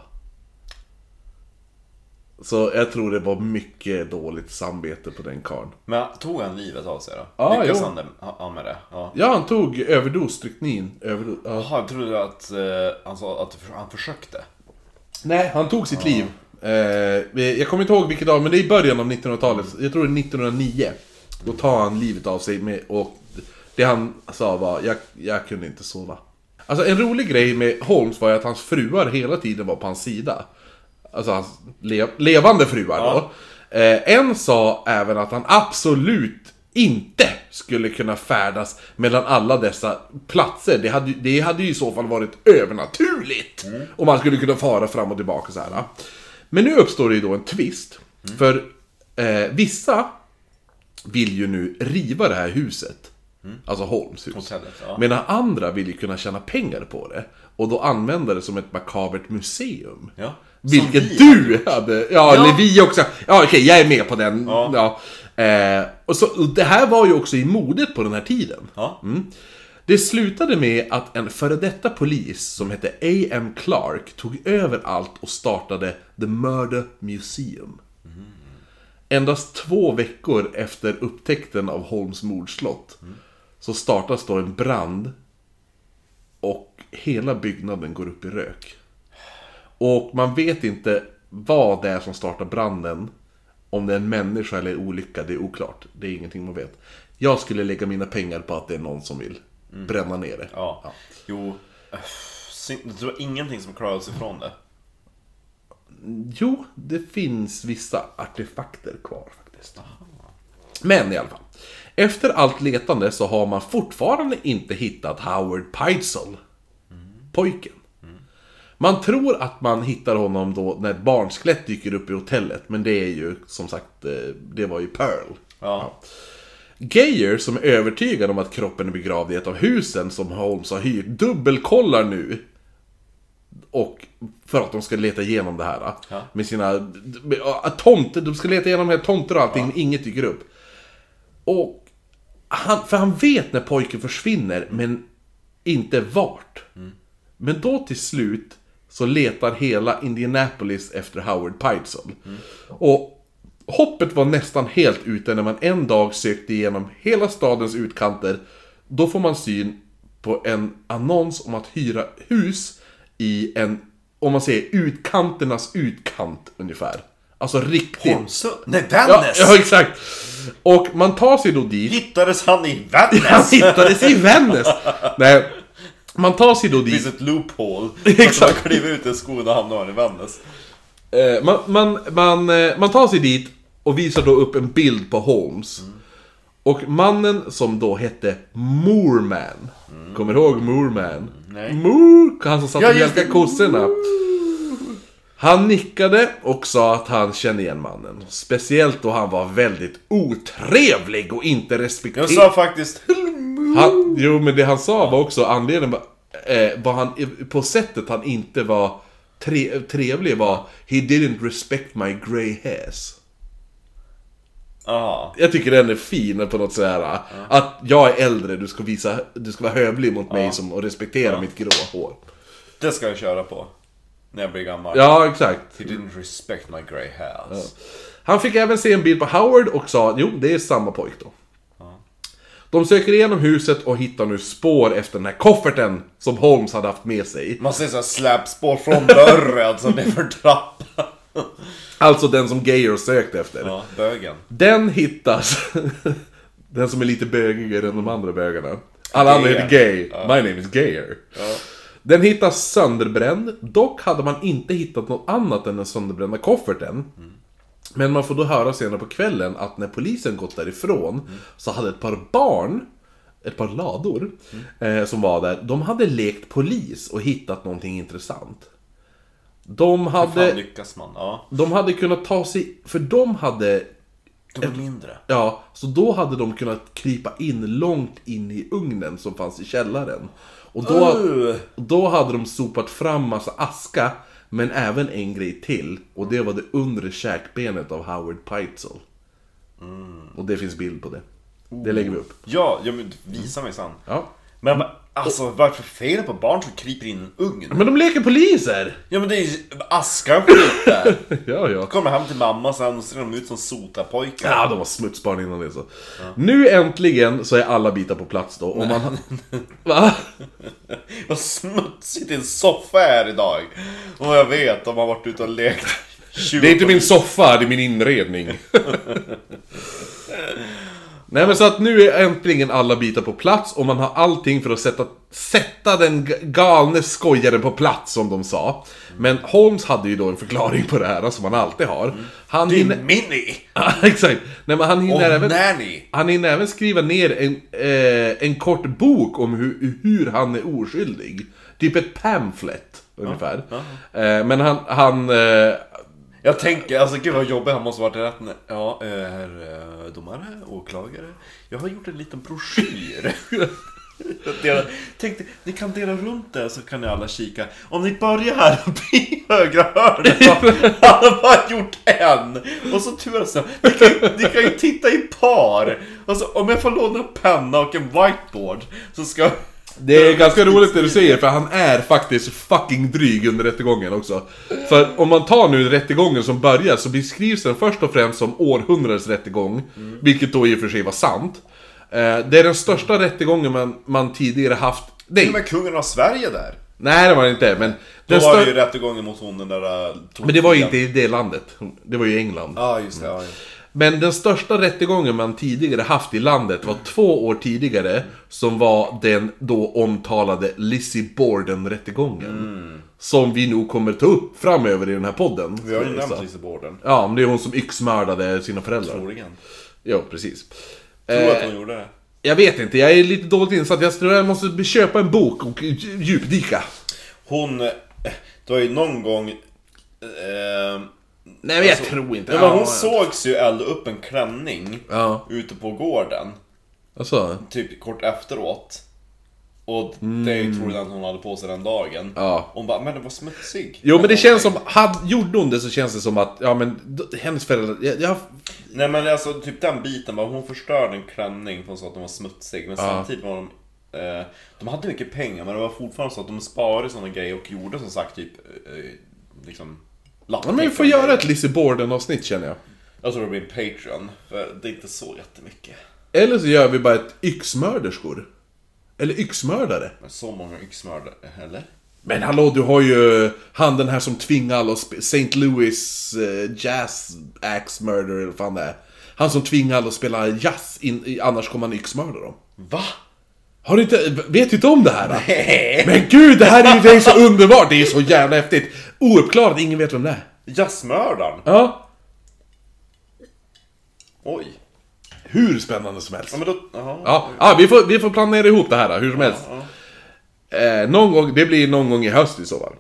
Så jag tror det var mycket dåligt samvete på den karln. Men tog han livet av sig då? Ja, lyckas han med det? Ja, han tog överdos stryknin. Jaha, jag trodde att han sa att han försökte. Nej, han tog sitt liv. Jag kommer inte ihåg vilket dag, men det är i början av 1900-talet. Jag tror det är 1909. Då tar han livet av sig med, och det han sa var: jag kunde inte sova. Alltså en rolig grej med Holmes var ju att hans fruar hela tiden var på hans sida. Alltså hans levande fruar då. En sa även att han absolut inte skulle kunna färdas mellan alla dessa platser. Det hade ju i så fall varit övernaturligt om man skulle kunna fara fram och tillbaka så här. Men nu uppstår det ju då en twist. För vissa vill ju nu riva det här huset. Alltså Holmes hus. Hotellet, ja. Medan andra vill ju kunna tjäna pengar på det. Och då använda det som ett makabert museum. Ja. Vilket du hade. Ja, eller vi också. Ja, okej, jag är med på den. Ja. Och det här var ju också i modet på den här tiden. Ja. Det slutade med att en före detta polis som hette A.M. Clark tog över allt och startade The Murder Museum. Endast 2 veckor efter upptäckten av Holmes mordslott så startas då en brand och hela byggnaden går upp i rök. Och man vet inte vad det är som startar branden. Om det är en människa eller olycka, det är oklart. Det är ingenting man vet. Jag skulle lägga mina pengar på att det är någon som vill bränna ner det. Ja. Jo, jag tror ingenting som klarar sig ifrån det. Jo, det finns vissa artefakter kvar faktiskt. Men i alla fall. Efter allt letande så har man fortfarande inte hittat Howard Peitzl. Pojken. Man tror att man hittar honom då när ett barnskelett dyker upp i hotellet. Men det är ju, som sagt, det var ju Pearl. Ja. Geyer, som är övertygad om att kroppen är begravd i ett av husen som Holmes har hyrt, dubbelkollar nu. Och för att de ska leta igenom det här. Ja. Med sina tomter, de ska leta igenom här tomter och allting, inget dyker upp. Och han vet när pojken försvinner, men inte vart. Men då till slut så letar hela Indianapolis efter Howard Peitzl. Och hoppet var nästan helt ute när man en dag sökte igenom hela stadens utkanter. Då får man syn på en annons om att hyra hus i en, om man säger, utkanternas utkant ungefär. Alltså riktigt. Holmsund? Nej, Vännäs! Ja, exakt. Och man tar sig då dit. Hittades han i Vännäs? Han hittades i Vännäs! Nej, man tar sig då dit. Det finns ett loophole. Exakt. Man kliver ut en skon och hamnar i Vännäs. Man tar sig dit och visar då upp en bild på Holmes. Och mannen som då hette Moorman. Kommer du ihåg Moorman? Nej. Han som satt och mjölkade kossorna. Han nickade och sa att han kände igen mannen. Speciellt då han var väldigt otrevlig och inte respekterad. Jag sa faktiskt Jo, men det han sa var också anledningen var han, på sättet han inte var trevlig var: he didn't respect my grey hairs. Jag tycker den är fin på något sådär. Att jag är äldre, du ska vara hövlig mot mig som, och respektera mitt gråa hår. Det ska jag köra på när jag blir gammal. Ja, exakt. He didn't respect my grey hairs. Han fick även se en bild på Howard och sa: jo, det är samma pojk då. De söker igenom huset och hittar nu spår efter den här kofferten som Holmes hade haft med sig. Man ser så här släpspår från dörren som det är för trappan. Alltså den som Geyer sökte efter. Ja, bögen. Den hittas. Den som är lite bögigare än de andra bögarna. Alla andra heter Gay. My name is Geyer. Den hittas sönderbränd. Dock hade man inte hittat något annat än den sönderbrända kofferten. Men man får då höra senare på kvällen att när polisen gått därifrån så hade ett par barn, ett par lador som var där, de hade lekt polis och hittat någonting intressant. De hade, lyckas man? Ja. de hade kunnat ta sig, för de hade De var mindre. Ja, så då hade de kunnat krypa in långt in i ugnen som fanns i källaren. Och då hade de sopat fram massa aska, men även en grej till. Och det var det undre käkbenet av Howard Pitezel. Och det finns bild på det. Det lägger vi upp. Ja, men visa mig sen. Ja. Men alltså, varför fel på barn som kryper in i en ugn? Men de leker poliser! Ja, men det är ju aska skit där. Ja. Kommer hem till mamma sen och ser de ut som sotapojkar. Ja, de var smutsbarn innan det så. Ja. Nu äntligen så är alla bitar på plats då. Och man... Va? Vad smutsigt din soffa är idag. Och jag vet, de har varit ute och lekt. Det är inte min soffa, det är min inredning. Nej, men så att nu är äntligen alla bitar på plats. Och man har allting för att sätta den galne skojaren på plats, som de sa. Men Holmes hade ju då en förklaring på det här, som han alltid har. Det är Minnie! Exakt. Nej, men han hinner Nanny! även skriva ner en kort bok om hur han är oskyldig. Typ ett pamphlet ungefär. Men han jag tänker, alltså gud vad jobbigt han måste varit rätt. Ja, herr domare, åklagare. Jag har gjort en liten broschyr. Tänkte, ni kan dela runt det så kan ni alla kika. Om ni börjar här uppe i högra hörnet. Han har bara gjort en. Och så tusen. Ni kan ju titta i par. Alltså, om jag får låna en penna och en whiteboard så ska... Det är ganska roligt det du säger, för han är faktiskt fucking dryg under rättegången också. För om man tar nu rättegången som börjar, så beskrivs den först och främst som århundradets rättegång. Vilket då i och för sig var sant. Det är den största rättegången man tidigare haft. Nej, men kungen av Sverige där. Nej, det var det inte, men då var det ju rättegången mot hon den där... Men det var ju inte i det landet. Det var ju England. Ja, just det, ja. Men den största rättegången man tidigare haft i landet var 2 år tidigare, som var den då omtalade Lizzie Borden-rättegången. Som vi nog kommer ta upp framöver i den här podden. Vi har ju nämnt Lizzie Borden. Ja, men det är hon som yxmördade sina föräldrar. Troligen. Ja, precis. Tror du att hon gjorde det? Jag vet inte, jag är lite dåligt insatt. Jag tror jag måste köpa en bok och djupdyka. Det var ju någon gång... Nej, men jag tror inte. Ja, men hon sågs ju elda upp en klänning ute på gården. Alltså. Typ kort efteråt. Och det tror jag att hon hade på sig den dagen. Hon bara, men det var smutsig. Jo, men det känns som, gjorde hon det så känns det som att, ja men, hennes föräldrar, Nej, men alltså typ den biten var, hon förstörde en klänning för att den var smutsig. Men samtidigt var de hade mycket pengar, men det var fortfarande så att de sparade sådana grejer och gjorde som sagt typ, liksom... Ja, men vi får göra ett Lizzie Borden-avsnitt, känner jag. Jag tror det blir en Patreon, för det är inte så jättemycket. Eller så gör vi bara ett yxmörderskor. Eller yxmördare. Men så många yxmördare, eller? Men hallå, du har ju han den här som tvingar alla St. Louis Jazz Axe Murder, eller vad fan det är. Han som tvingar alla att spela jazz, annars kommer han yxmörda dem. Va? Har du inte, vet du inte om det här? Nej. Men gud, det är så underbart. Det är så jävla häftigt. Ouppklarat, ingen vet vem det är. Jazzmördaren? Ja. Oj. Hur spännande som helst. Ja, men då, vi får planera ihop det här hur som helst. Någon gång, det blir någon gång i höst i så fall.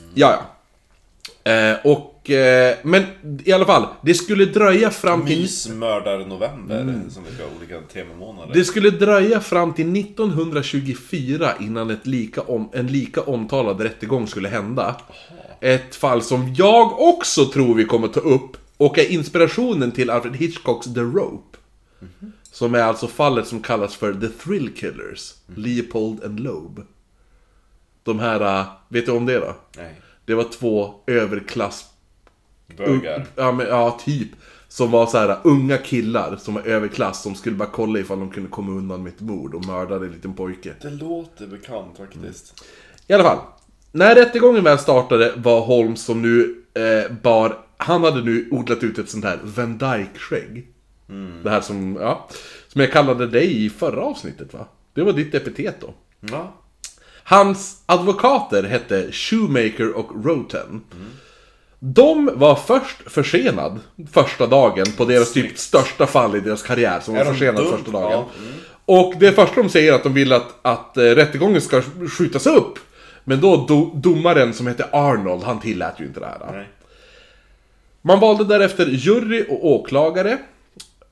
Men i alla fall, det skulle dröja fram till... Mysmördar november, som vi ska ha olika temamånader. Det skulle dröja fram till 1924 innan en lika omtalad rättegång skulle hända. Ett fall som jag också tror vi kommer ta upp, och är inspirationen till Alfred Hitchcocks The Rope. Som är alltså fallet som kallas för The Thrill Killers, Leopold and Loeb. De här, vet du om det då? Nej. Det var 2 överklass bögar. Typ. Som var så här unga killar som var överklass, som skulle bara kolla ifall de kunde komma undan med ett mord och mördade en liten pojke. Det låter bekant faktiskt. I alla fall, när rättegången väl startade var Holmes, som nu han hade nu odlat ut ett sånt här Van Dyke-skägg. Det här som jag kallade dig i förra avsnittet, va? Det var ditt epitet då. Ja. Hans advokater hette Shoemaker och Roten. De var först försenad första dagen på deras typ största fall i deras karriär, som var försenad första dagen. Ja. Och det första de säger är att de vill att rättegången ska skjutas upp. Men då domaren som hette Arnold, han tillät ju inte det här. Nej. Man valde därefter jury och åklagare.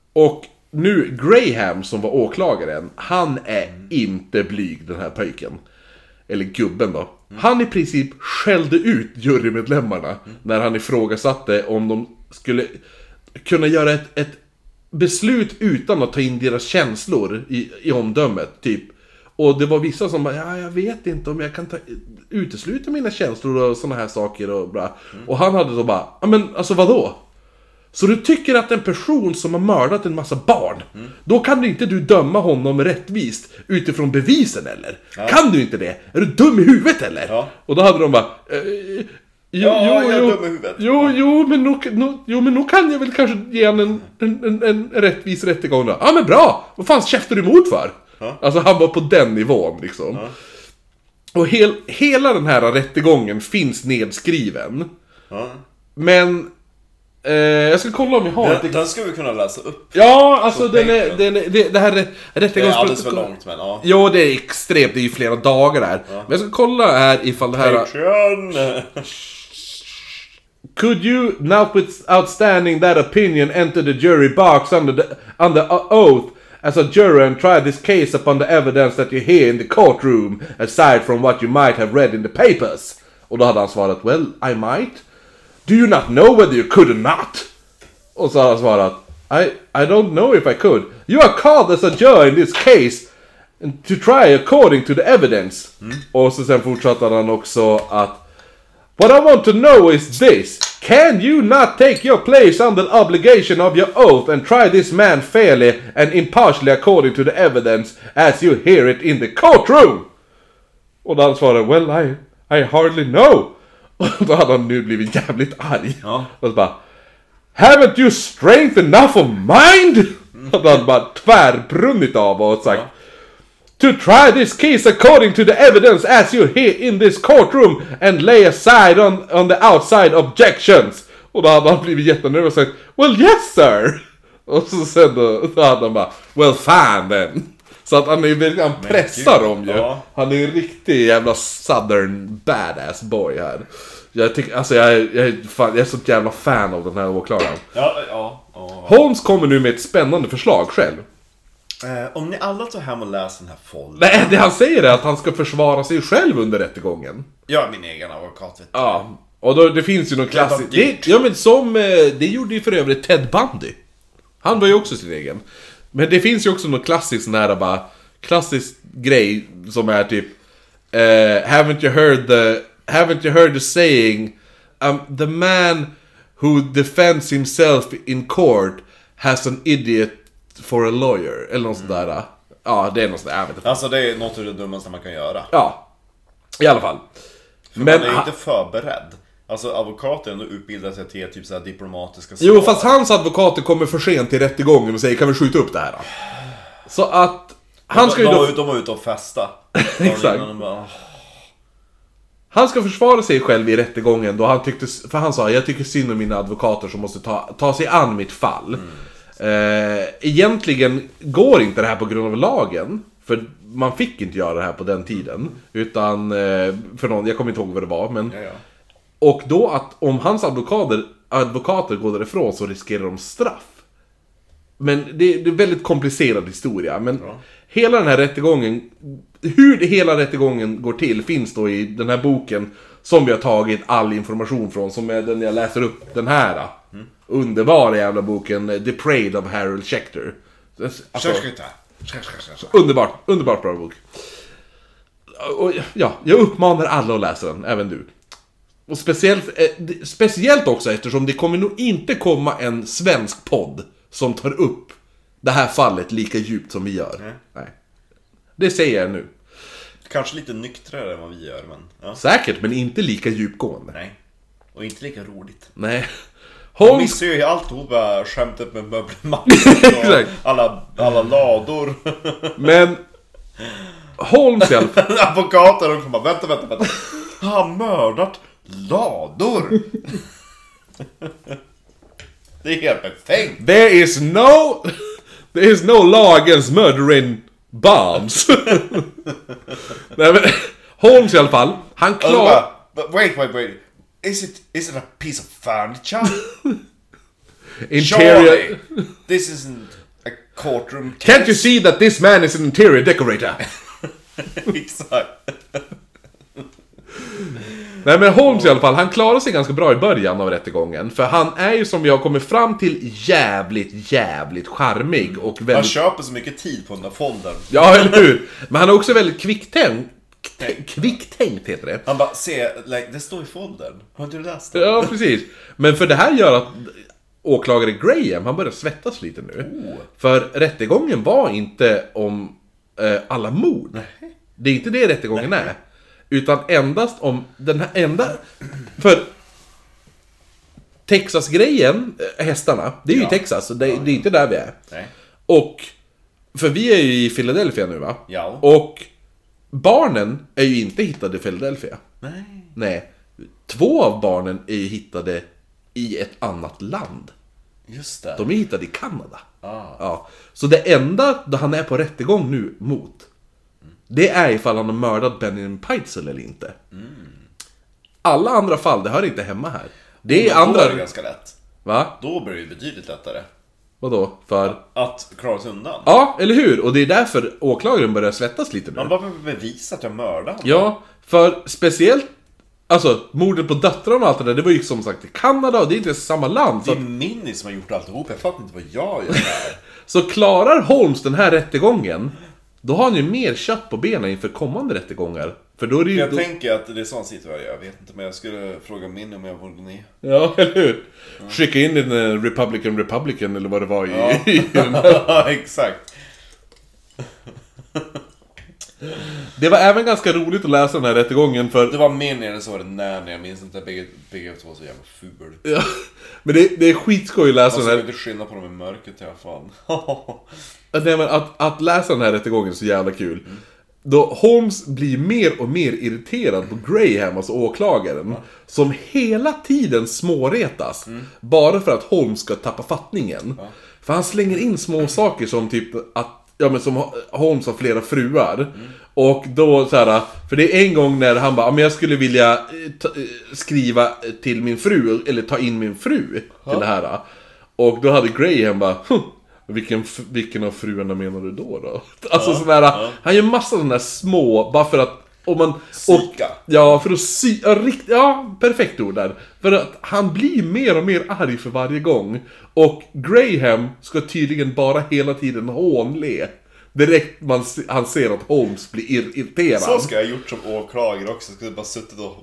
Och nu Graham som var åklagaren, han är inte blyg, den här pojken. Eller gubben då. Han i princip skällde ut jurymedlemmarna när han ifrågasatte om de skulle kunna göra ett beslut utan att ta in deras känslor i omdömet, typ. Och det var vissa som bara, ja, jag vet inte om jag kan utesluta mina känslor och såna här saker och bra. Och han hade då bara, ja men alltså vadå? Så du tycker att en person som har mördat en massa barn, då kan du inte döma honom rättvist utifrån bevisen, eller? Ja. Kan du inte det? Är du dum i huvudet, eller? Ja. Och då hade de bara... jag är dum i huvudet. Men nu kan jag väl kanske ge han en rättvis rättegång då. Ja, men bra! Vad fan käftar du emot för? Ja. Alltså han var på den nivån liksom. Ja. Och hela den här rättegången finns nedskriven. Ja. Men... jag ska kolla om vi har den ska vi kunna läsa upp. Ja, alltså det här rättegångsprotokollet. Det är alldeles för långt, men ja. Ja, det är extremt, det är ju flera dagar där. Ja. Men jag ska kolla här ifall det här... Patreon. Could you, notwithstanding that opinion, enter the jury box under oath as a juror and try this case upon the evidence that you hear in the courtroom, aside from what you might have read in the papers? Och då hade han svarat, well, I might. Do you not know whether you could or not? Och så har han svarat, I don't know if I could. You are called as a juror in this case to try according to the evidence. Och så sen fortsatte han också att what I want to know is this. Can you not take your place under the obligation of your oath and try this man fairly and impartially according to the evidence as you hear it in the courtroom? Och då han svarade, well, I hardly know. Och då hade han nu blivit jävligt arg. Ja. Och så bara, haven't you strength enough of mind? Och då hade han bara tvärbrunnit av och sagt, to try this case according to the evidence as you hear in this courtroom and lay aside on the outside objections. Och då hade han blivit jättenervös och sagt, well yes sir. Och så sen då hade han bara, well fan then. Så att han pressar dem ju. Ja. Han är en riktig jävla southern badass boy här. Jag tycker, alltså jag är så jävla fan av den här åklagaren. Ja. Holmes kommer nu med ett spännande förslag själv. Om ni alla tar hem och läser den här foldern. Nej, det han säger är att han ska försvara sig själv under rättegången. Jag är min egen advokat, vet du. Ja, och då, det finns ju någon klassisk... Det gjorde ju för övrigt Ted Bundy. Han var ju också sin egen. Men det finns ju också någon klassisk sån här bara... Klassisk grej som är typ... Haven't you heard the saying... the man who defends himself in court has an idiot for a lawyer. Eller något sånt där. Ja, det är något sånt där. Alltså det är något av det dummaste man kan göra. Ja, i alla fall. För men man är inte förberedd. Alltså advokaten utbildar sig till typ så här diplomatiska svar. Jo, fast hans advokater kommer för sent till rättegången och säger, kan vi skjuta upp det här då? Så att han ska ju de var ute och festa. Exakt. Han ska försvara sig själv i rättegången då han tyckte, för han sa, jag tycker synd om mina advokater som måste ta sig an mitt fall. Egentligen går inte det här på grund av lagen, för man fick inte göra det här på den tiden, utan för någon, jag kommer inte ihåg vad det var, men och då att om hans advokater går därifrån så riskerar de straff. Men det är en väldigt komplicerad historia, men hela den här rättegången, hur hela rättegången går till finns då i den här boken som vi har tagit all information från, som är den jag läser upp, den här underbara jävla boken The Parade of Harold Schechter. Alltså, underbart bra bok. Och ja, jag uppmanar alla att läsa den, även du. Och speciellt också eftersom det kommer nog inte komma en svensk podd som tar upp det här fallet lika djupt som vi gör. Nej. Det säger jag nu. Kanske lite nyktrare än vad vi gör, men ja. Säkert, men inte lika djupgående. Nej. Och inte lika roligt. Nej. Man missar ju alltihop, skämtet med möbelmattor och alla lador. Men Holmes hjälp. Advokater, de kommer vänta. Han har mördat lador. Det är helt befängt. There is no law against murdering bombs. Nej, men Holmes i alla fall, han klarar... Wait. Is it a piece of furniture? Interior... Surely, this isn't A courtroom Can't you see that this man is an interior decorator? Exakt. Nej, men Holmes i alla fall, han klarar sig ganska bra i början av rättegången. För han är ju, som vi har kommit fram till, jävligt charmig och väldigt... Han köper så mycket tid på den där foldern. Ja, eller hur? Men han är också väldigt kvicktänkt. Kvicktänkt heter det. Han bara, det står i foldern. Har inte du läst det? Ja, precis. Men för det här gör att åklagare Graham, han börjar svettas lite nu. För rättegången var inte om alla mord. Nej. Det är inte det rättegången är. Utan endast om den här enda... För Texas-grejen, hästarna, det är ju Texas. Det är inte där vi är. Nej. Och, för vi är ju i Philadelphia nu, va? Ja. Och barnen är ju inte hittade i Philadelphia. Nej. 2 av barnen är ju hittade i ett annat land. Just det. De är hittade i Kanada. Ja. Så det enda då han är på rättegång nu mot, det är ifall han har mördat Benjamin Pitezel eller inte. Alla andra fall, det hör inte hemma här. Det är andra... Då är det ganska lätt. Va? Då blir det ju betydligt lättare. Vadå? För... Att klara sig undan. Ja, eller hur? Och det är därför åklagaren börjar svettas lite nu. Man bara bevisa att jag mördade honom. Ja, för speciellt... Alltså, mordet på döttrarna och allt det där, det var ju som sagt i Kanada och det är inte samma land. Det är Minnie som har gjort alltihop, jag fattar inte vad jag gör här. Så klarar Holmes den här rättegången, då har han ju mer kött på benen inför kommande rättegångar. För då är det ju... Jag tänker att det är sån situation, jag vet inte, men jag skulle fråga Minnie om jag var ni. Ja, eller hur? Skicka in en Republican eller vad det var i den här. Ja, exakt. Det var även ganska roligt att läsa den här rättegången för... Det var Minnie eller så var det Nanny, jag minns inte, bägge var så jävla ful. Ja, men det är skitskoj att läsa Man den ska här... inte skynda på dem i mörkret i alla fall. Nej, men att läsa den här rättegången är så jävla kul. Då Holmes blir mer och mer irriterad på Graham, alltså åklagaren, som hela tiden småretas bara för att Holmes ska tappa fattningen. För han slänger in små saker som typ att, ja men som Holmes har flera fruar. Och då så här, för det är en gång när han bara, ja men jag skulle vilja skriva till min fru, eller ta in min fru till det här. Och då hade Graham bara, vilken av fruarna menar du då? Alltså sådär, han gör massa sådana där små, bara för att om man... Sika. Ja, för att ja, perfekt ord där. För att han blir mer och mer arg för varje gång. Och Graham ska tydligen bara hela tiden hånle. Direkt han ser att Holmes blir irriterad. Så ska jag ha gjort som åklagare också, skulle bara suttit och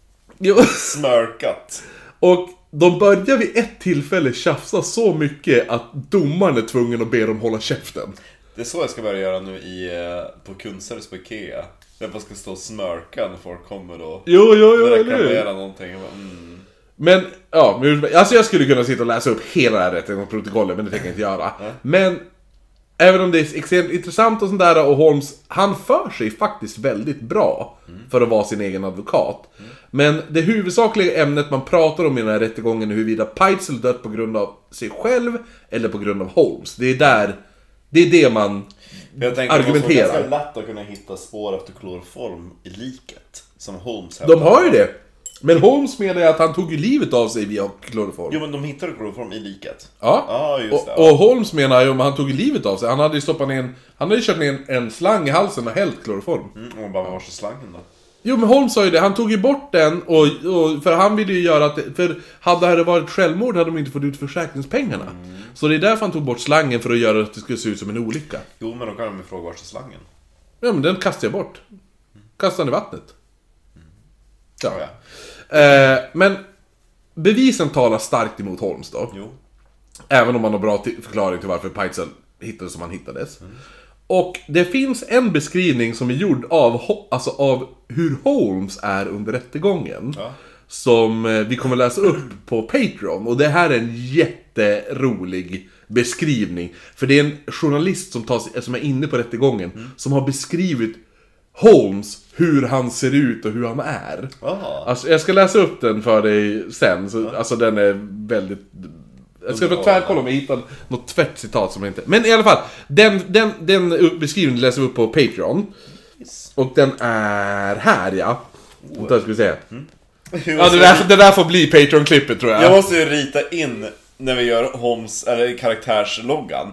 smörkat. Och de börjar vid ett tillfälle tjafsa så mycket att domaren är tvungen att be dem hålla käften. Det är så jag ska börja göra nu på kundservice på Ikea. Jag bara ska stå och smörka när folk kommer och reklamera någonting. Men, ja, alltså jag skulle kunna sitta och läsa upp hela det här rättegångsprotokollet, men det tänker jag inte göra. Men, även om det är extremt intressant och sånt där, och Holmes, han för sig faktiskt väldigt bra för att vara sin egen advokat. Men det huvudsakliga ämnet man pratar om i den här rättegången är huruvida Pitezel dött på grund av sig själv eller på grund av Holmes. Det är det man argumenterar. Det är ganska lätt att kunna hitta spår efter kloroform i liket, som Holmes De har ju det. Men Holmes menar att han tog ju livet av sig via kloroform. Jo, men de hittade kloroform i liket. Ja, just det. Och Holmes menar ju att han tog livet av sig. Han hade ju stoppat ner han hade ju kört ner en slang i halsen och hällt kloroform. Och bara, var så slangen då? Jo, men Holmes sa ju det. Han tog ju bort den och för han ville ju göra att... För hade det varit självmord hade de inte fått ut försäkringspengarna. Så det är därför han tog bort slangen, för att göra att det skulle se ut som en olycka. Jo, men då kan de ju fråga, var så slangen? Ja, men den kastade jag bort. Kastade den i vattnet. Ja. Men bevisen talar starkt emot Holmes då. Jo. Även om man har bra förklaring till varför Pitezel hittades som han hittades. Och det finns en beskrivning som är gjord av hur Holmes är under rättegången. Som vi kommer läsa upp på Patreon. Och det här är en jätterolig beskrivning. För det är en journalist som är inne på rättegången som har beskrivit Holmes, hur han ser ut och hur han är. Alltså, jag ska läsa upp den för dig sen. Så, alltså den är väldigt... Jag ska få tvärkolla om jag hittar något tvärt-citat som jag inte... Men i alla fall, den beskrivningen läser vi upp på Patreon. Och den är här, ja. Då ska vi se. Ja, det där får bli Patreon-klippet, tror jag. Jag måste ju rita in när vi gör Holmes, eller karaktärsloggan.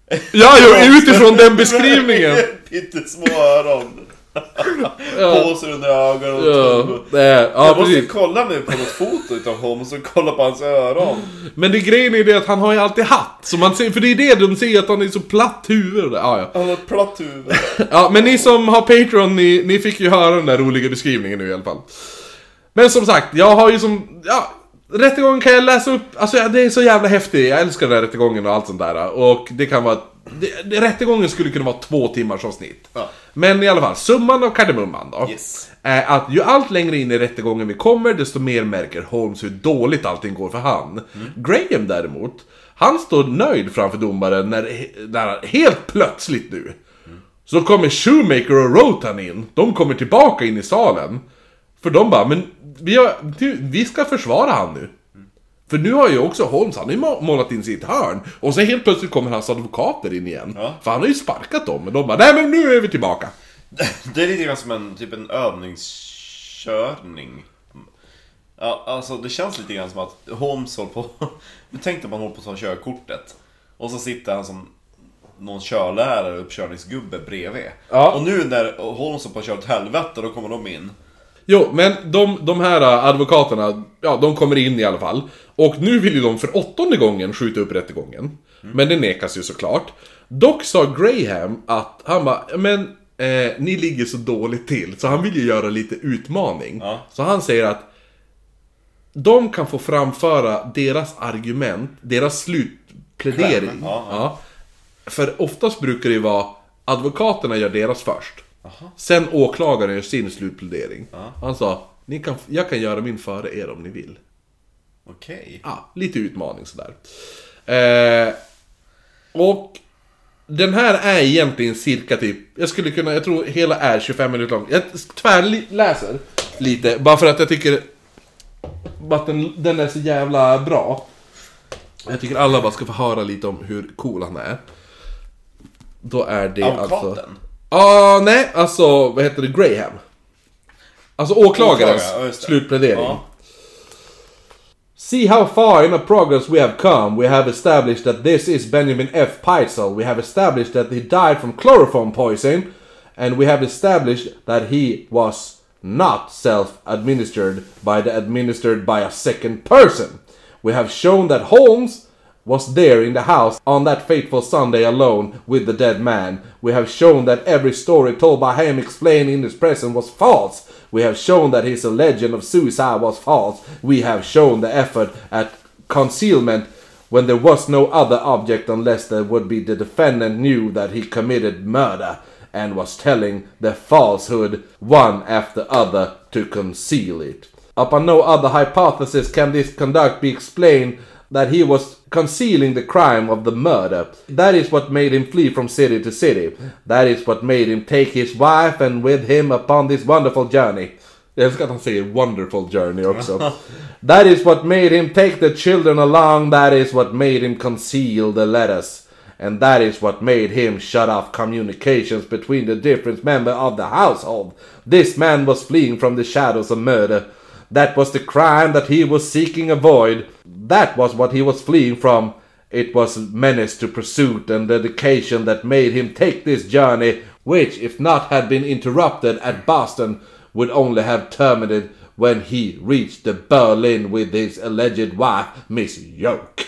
Ja, jo, utifrån den beskrivningen. Pyttesmå öron. Påsar under ögonen och jag måste kolla nu på något foto utav Holmes och kolla på hans öron. Men det grejen är det att han har ju alltid hatt. Så man ser, för det är det de ser, att han är så platt huvud. Ja. Han har ett platt huvud. Ja, men ni som har Patreon, ni fick ju höra den där roliga beskrivningen nu i alla fall. Men som sagt, jag har ju rättegången kan jag läsa upp. Alltså det är så jävla häftigt. Jag älskar den här rättegången och allt sånt där. Och det kan vara rättegången skulle kunna vara 2 timmars avsnitt. Ja. Men i alla fall, summan av kardemumman då är att ju allt längre in i rättegången vi kommer, desto mer märker Holmes hur dåligt allting går för han. Graham däremot, han står nöjd framför domaren när helt plötsligt nu så kommer Shoemaker och Rotan in. De kommer tillbaka in i salen. För de bara, men vi ska försvara han nu. För nu har ju också Holmes, han har ju målat in sitt hörn. Och så helt plötsligt kommer hans advokater in igen. Ja. För han har ju sparkat dem. Men de bara, nej men nu är vi tillbaka. Det är lite grann som en övningskörning. Ja, alltså det känns lite grann som att Holmes håller på. Tänk att man håller på att ta körkortet. Och så sitter han som någon körlärare och uppkörningsgubbe bredvid. Ja. Och nu när Holmes håller på att köra ett helvete, då kommer de in. Jo, men de här advokaterna, ja, de kommer in i alla fall. Och nu vill ju de för 8:e gången skjuta upp rättegången. Men det nekas ju såklart. Dock sa Graham att han bara, men ni ligger så dåligt till. Så han vill ju göra lite utmaning. Ja. Så han säger att de kan få framföra deras argument, deras slutplädering. Ja. För oftast brukar det ju vara advokaterna gör deras först. Aha. Sen åklagaren gör sin slutplädering. Han sa, jag kan göra min före er om ni vill. Okej. Ja, lite utmaning sådär. Och den här är egentligen cirka typ, jag tror hela är 25 minuter lång. Jag tvärläser lite, bara för att jag tycker att den är så jävla bra. Jag tycker alla bara ska få höra lite om hur cool han är. Då är det advokaten? Nej, alltså, vad heter det? Graham. Alltså åklagarens slutplädering. Ja. See how far in a progress we have come. We have established that this is Benjamin F. Peitzel. We have established that he died from chloroform poison. And we have established that he was not self-administered administered by a second person. We have shown that Holmes was there in the house on that fateful Sunday alone with the dead man. We have shown that every story told by him explained in his presence was false. We have shown that his allegation of suicide was false. We have shown the effort at concealment when there was no other object unless there would be the defendant knew that he committed murder and was telling the falsehood one after other to conceal it. Upon no other hypothesis can this conduct be explained that he was concealing the crime of the murder. That is what made him flee from city to city. That is what made him take his wife and with him upon this wonderful journey. Jag älskar att han säger wonderful journey också. That is what made him take the children along. That is what made him conceal the letters. And that is what made him shut off communications between the different members of the household. This man was fleeing from the shadows of murder. That was the crime that he was seeking avoid. That was what he was fleeing from. It was menace to pursuit and dedication that made him take this journey, which, if not had been interrupted at Boston, would only have terminated when he reached the Berlin with his alleged wife, Miss Yoke.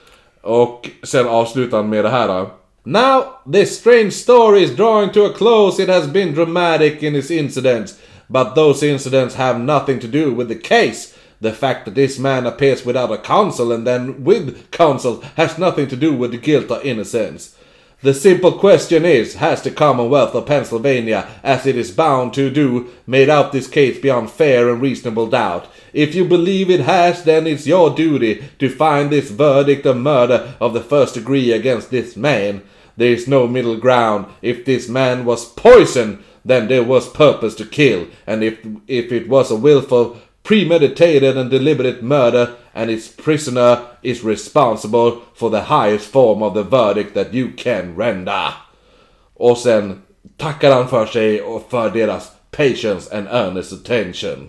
Och sen avslutar han med det här. Now, this strange story is drawing to a close. It has been dramatic in its incidents. But those incidents have nothing to do with the case. The fact that this man appears without a counsel and then with counsel has nothing to do with the guilt or innocence. The simple question is, has the Commonwealth of Pennsylvania, as it is bound to do, made out this case beyond fair and reasonable doubt? If you believe it has, then it's your duty to find this verdict of murder of the first degree against this man. There is no middle ground. If this man was poisoned, then there was purpose to kill, and if it was a willful, premeditated and deliberate murder, and its prisoner is responsible for the highest form of the verdict that you can render. Och sen tackar han för sig och för deras patience and earnest attention.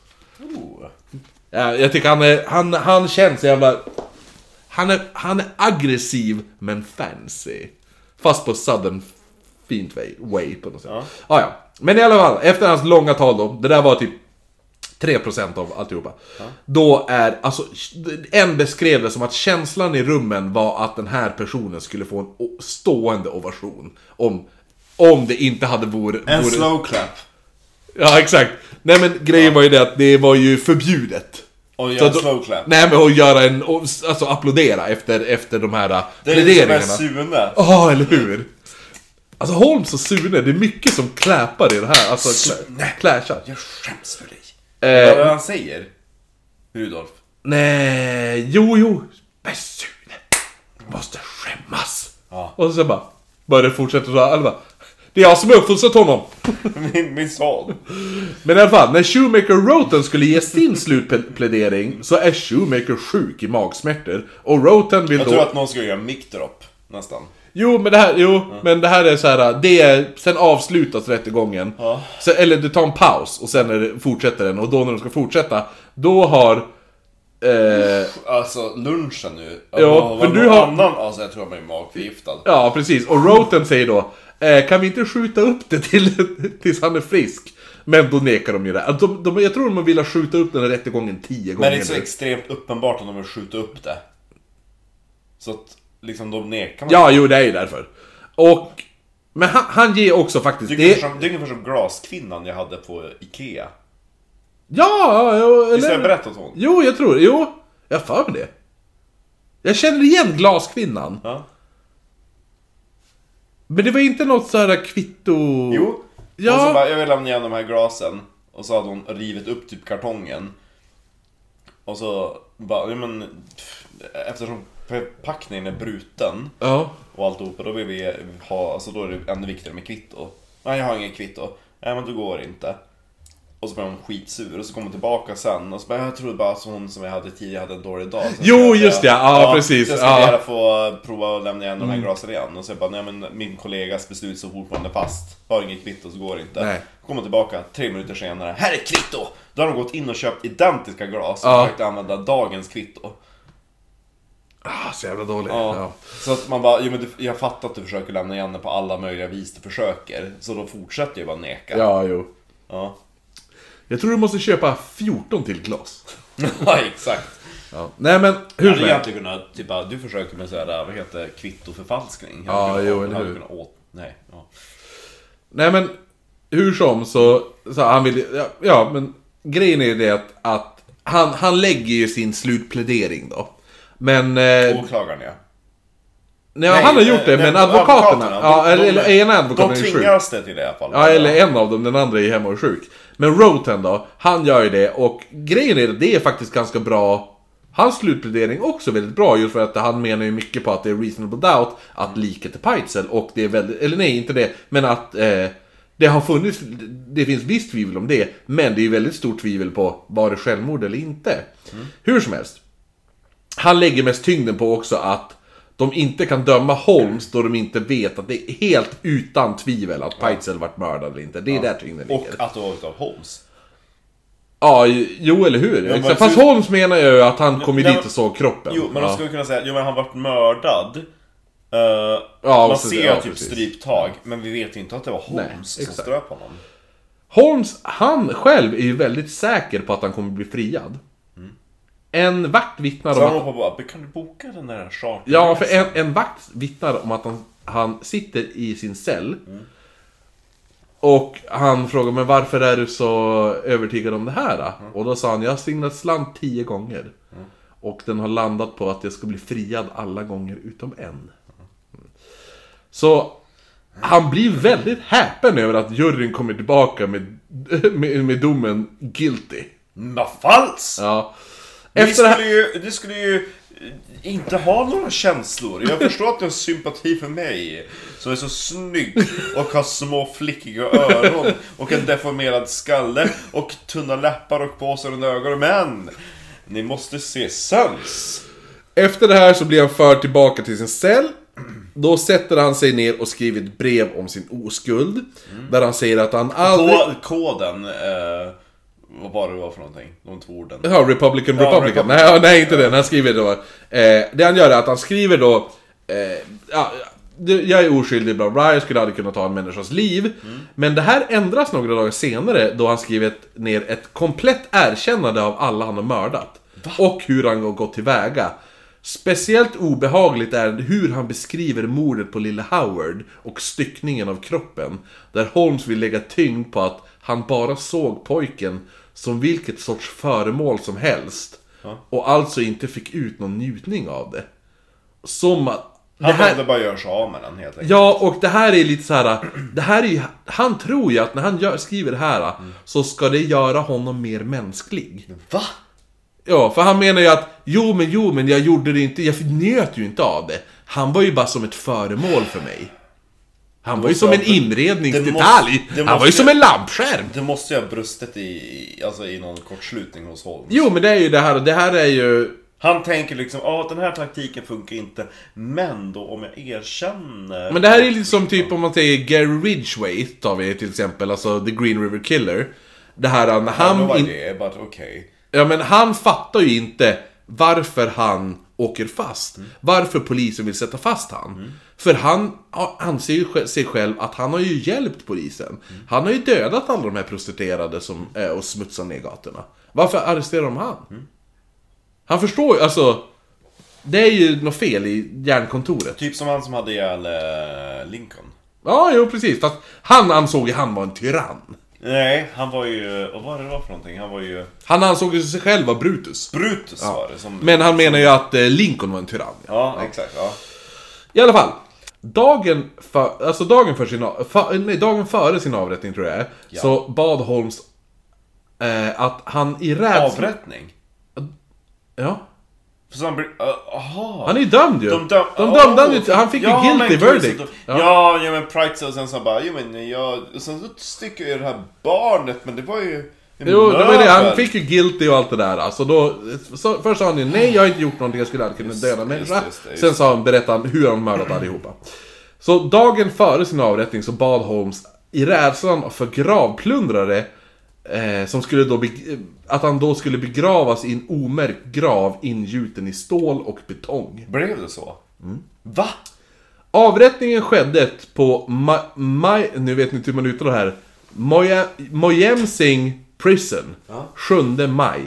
Ja, jag tycker han känns jävla... Han är aggressiv men fancy. Fast på sudden fint way på något sätt. Ja. Men i alla fall, efter hans långa tal då, det där var typ 3% av alltihopa. Då är, alltså, en beskrev det som att känslan i rummen var att den här personen skulle få en stående ovation. Om det inte hade varit... En slow clap. Ja, exakt. Nej, men grejen var ju det att det var ju förbjudet. Och göra en slow clap. Nej, men att göra en... Alltså applådera efter de här pläderingarna. Det är Sune. Ja, eller hur? Alltså Holmes och Sune, det är mycket som kläpar i det här. Alltså, clashar. Jag skäms för dig. Vad är det han säger? Rudolf. Nej, jo. Men Sune måste skämmas. Ja. Och så bara det fortsätter så här. Bara, det är jag som har uppfostrat honom. min son. Men i alla fall, när Shoemaker Roten skulle ge sin slutplädering så är Shoemaker sjuk i magsmärtor. Och Roten vill Jag tror att någon ska göra mic drop nästan. Men det här är så här, det är, sen avslutas rättegången. Ja. Så, eller du tar en paus och sen fortsätter den. Och då när de ska fortsätta, då har... Alltså lunchen nu. Ja, för du har... annan, alltså jag tror man är magförgiftad. Ja, precis. Och Roten säger då, kan vi inte skjuta upp det tills han är frisk? Men då nekar de ju det. Jag tror de vill skjuta upp den här rättegången 10 gånger. Men det är så extremt uppenbart om de vill skjuta upp det. Så att liksom de nekar. Ja, det är ju därför. Men han ger också faktiskt... Det är ungefär som glaskvinnan jag hade på Ikea. Ja, eller... Visst har jag berättat hon? Jo, jag tror... jag för mig det. Jag känner igen glaskvinnan. Ja. Men det var inte något så här kvitto... Jo. Ja. Och så bara, jag vill lämna igen de här glasen. Och så hade hon rivit upp typ kartongen. Och så bara, eftersom förpackningen är bruten. Ja. Och alltihopa, då vill vi ha, alltså då är det ännu viktigare med kvitto. Nej, jag har ingen kvitto. Nej, men du går inte. Och så blir hon skitsur och så kommer hon tillbaka sen. Och så bara, jag trodde bara att hon som jag hade tidigare hade en dålig dag. Jo, just det, ja precis. Så jag ska gärna få prova att lämna igen de här glasen igen. Och så jag bara, nej men min kollegas beslut så fortfarande fast. Har ingen kvitto så går det inte. Nej. Kommer tillbaka 3 minuter senare. Här är kvitto! Då har de gått in och köpt identiska glas och försökt använda dagens kvitto. Så jävla dåligt. Ja. Så att man bara, jag fattar att du försöker lämna igen det på alla möjliga vis du försöker. Så då fortsätter jag bara neka. Ja. Jag tror du måste köpa 14 till glas. Ja, exakt. Ja. Nej, men hur jag hade egentligen kunnat, typ, du försöker med såhär, vad heter kvittoförfalskning. Eller hur? Nej, men hur som så han vill, men grejen är det att han lägger ju sin slutplädering då. Men åklagaren, Nej, han har gjort det, men advokaterna. Eller ena advokaten är sjuk. De tvingas det till det i alla fall. Ja, eller en av dem, den andra är hemma och sjuk. Men Roten då, han gör ju det. Och grejen är att det är faktiskt ganska bra. Hans slutplädering också väldigt bra. Just för att han menar ju mycket på att det är reasonable doubt att liket är Peitzel. Och det är väldigt, eller nej, inte det. Men att det har funnits, det finns visst tvivel om det. Men det är ju väldigt stort tvivel på var det självmord eller inte. Hur som helst. Han lägger mest tyngden på också att de inte kan döma Holmes då de inte vet att det är helt utan tvivel att Peitzel varit mördad eller inte. Det är där tyngden ligger. Och att det var utav Holmes. Ja, eller hur? Ja, fast Holmes menar ju att han kom dit och såg kroppen. Jo, men de skulle kunna säga, men han varit mördad. Man ser typ stryptag, men vi vet inte att det var Holmes som ströp honom. Holmes, han själv är ju väldigt säker på att han kommer bli friad. En vakt vittnar så om han bara, kan du boka den där charter? Ja, för en vakt vittnar om att han sitter i sin cell. Och han frågar, men varför är du så övertygad om det här då? Och då sa han, jag har singlat slant 10 gånger. Och den har landat på att jag ska bli friad alla gånger utom en. Så han blir väldigt häpen över att juryn kommer tillbaka med domen guilty. Vad falskt! Ja. Du skulle ju inte ha några känslor. Jag förstår att du har sympati för mig som är så snygg och har små flickiga öron och en deformerad skalle och tunna läppar och påsar och ögon. Men ni måste se sens. Efter det här så blir han förd tillbaka till sin cell. Då sätter han sig ner och skriver ett brev om sin oskuld. Där han säger att han aldrig... Koden... vad var det var för någonting? De 2 orden. Ja, Republican. Nej, inte den. Han skriver då... det han gör är att han skriver då... jag är oskyldig, bla bla, jag skulle aldrig kunna ta en människas liv. Men det här ändras några dagar senare då han skrivit ner ett komplett erkännande av alla han har mördat. Och hur han har gått tillväga. Speciellt obehagligt är hur han beskriver mordet på lille Howard och styckningen av kroppen. Där Holmes vill lägga tyngd på att han bara såg pojken som vilket sorts föremål som helst. Och alltså inte fick ut någon njutning av det. Som att han behövde bara göra sig av med den helt enkelt. Ja, och det här är lite så här. Det här är, han tror ju att när han skriver det här så ska det göra honom mer mänsklig. Va? Ja, för han menar ju att jo men jag gjorde det inte, jag njöt ju inte av det. Han var ju bara som ett föremål för mig. Han var ju som en inredningsdetalj. Han var ju som en lampskärm. Det måste ju ha brustit i någon kortslutning hos Holmes. Jo, men det är ju det här är ju... Han tänker liksom, den här taktiken funkar inte. Men då om jag erkänner... Men det här är liksom typ om man säger Gary Ridgway, tar vi till exempel, alltså The Green River Killer. Det här när han... Ja, men han fattar ju inte varför han åker fast. Varför polisen vill sätta fast han. För han anser ju sig själv att han har ju hjälpt polisen. Han har ju dödat alla de här prostituerade som är och smutsar ner gatorna. Varför arresterar de han? Han förstår ju, alltså... Det är ju något fel i järnkontoret. Typ som han som hade ihjäl Lincoln. Ja, jo precis. Fast han ansåg ju han var en tyrann. Nej, han var ju... Och vad det var för någonting? Han var ju... Han ansåg ju sig själv vara Brutus. Brutus var det. Men han menar ju att Lincoln var en tyrann. Ja, exakt. Ja. I alla fall. Dagen före sin avrättning tror jag är, så bad Holmes att han i rädsla... Avrättning? Ja. Så han är ju dömd ju. De dömde han ju. Han fick ju guilty verdict. Ja, men Price och sen så bara, sen så sticker ju det här barnet, men det var ju... Jo, det var det. Han fick ju guilty och allt det där. Alltså då, först sa han ju, nej jag har inte gjort någonting, jag skulle aldrig kunna döda människa. Sen sa han, berättade han hur han mördat allihopa. Så dagen före sin avrättning så bad Holmes i rädslan för gravplundrare som skulle då att han då skulle begravas i en omärkt grav ingjuten i stål och betong. Blev det så? Va? Avrättningen skedde på nu vet ni inte hur man uttalar det här. Moyemsing Prison 7 maj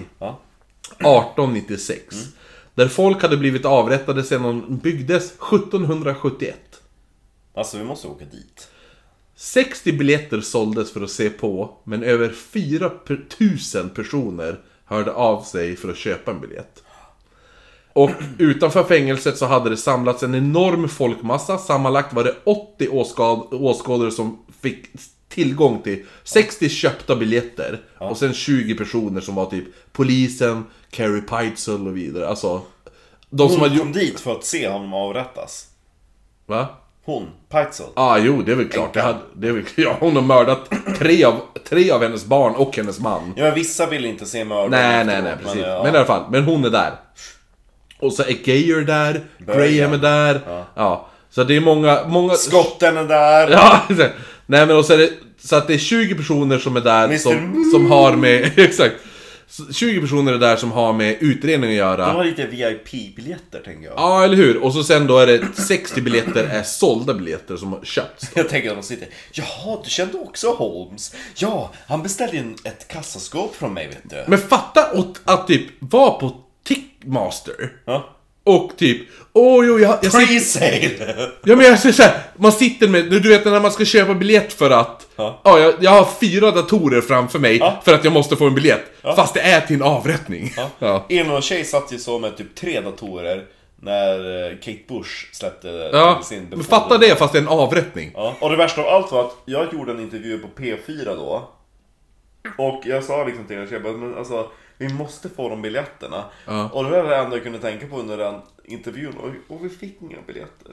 1896. Där folk hade blivit avrättade sedan de byggdes 1771. Alltså vi måste åka dit. 60 biljetter såldes för att se på, men över 4 000 personer hörde av sig för att köpa en biljett. Och utanför fängelset så hade det samlats en enorm folkmassa. Sammanlagt var det 80 åskådare som fick tillgång till 60 köpta biljetter. Och sen 20 personer som var typ polisen, Carrie Peitzel och vidare. Alltså, de som kom dit för att se honom avrättas. Va? Hon, Peitzel. Jo, det är väl klart. Hon har mördat tre av hennes barn och hennes man. Ja, men vissa vill inte se mördaren. Nej, precis. Men i alla fall, men hon är där. Och så är Geyer där, Graham är där. Ja. Så det är många... Skotten är där. Ja, nej men och så är det... Så att det är 20 personer som är där som har med... Exakt. 20 personer är där som har med utredning att göra. De har lite VIP-biljetter, tänker jag. Ja, eller hur? Och så sen då är det 60 biljetter är sålda biljetter som har köpts. Jag tänker att de sitter... Jaha, du kände också Holmes. Ja, han beställde in ett kassaskåp från mig, vet du. Men fatta att typ vara på Tickmaster. Ja. Och typ, jag pre-sale. Ja, men jag säger såhär, man sitter med, du vet när man ska köpa biljett för att jag har 4 datorer framför mig för att jag måste få en biljett. Fast det är till en avrättning. En av tjej satt ju så med typ 3 datorer när Kate Bush släppte sin men fatta det, fast det är en avrättning. Och det värsta av allt var att jag gjorde en intervju på P4 då. Och jag sa liksom till henne, men alltså, vi måste få de biljetterna. Och det var det enda jag kunde tänka på under den intervjun. Och vi fick inga biljetter.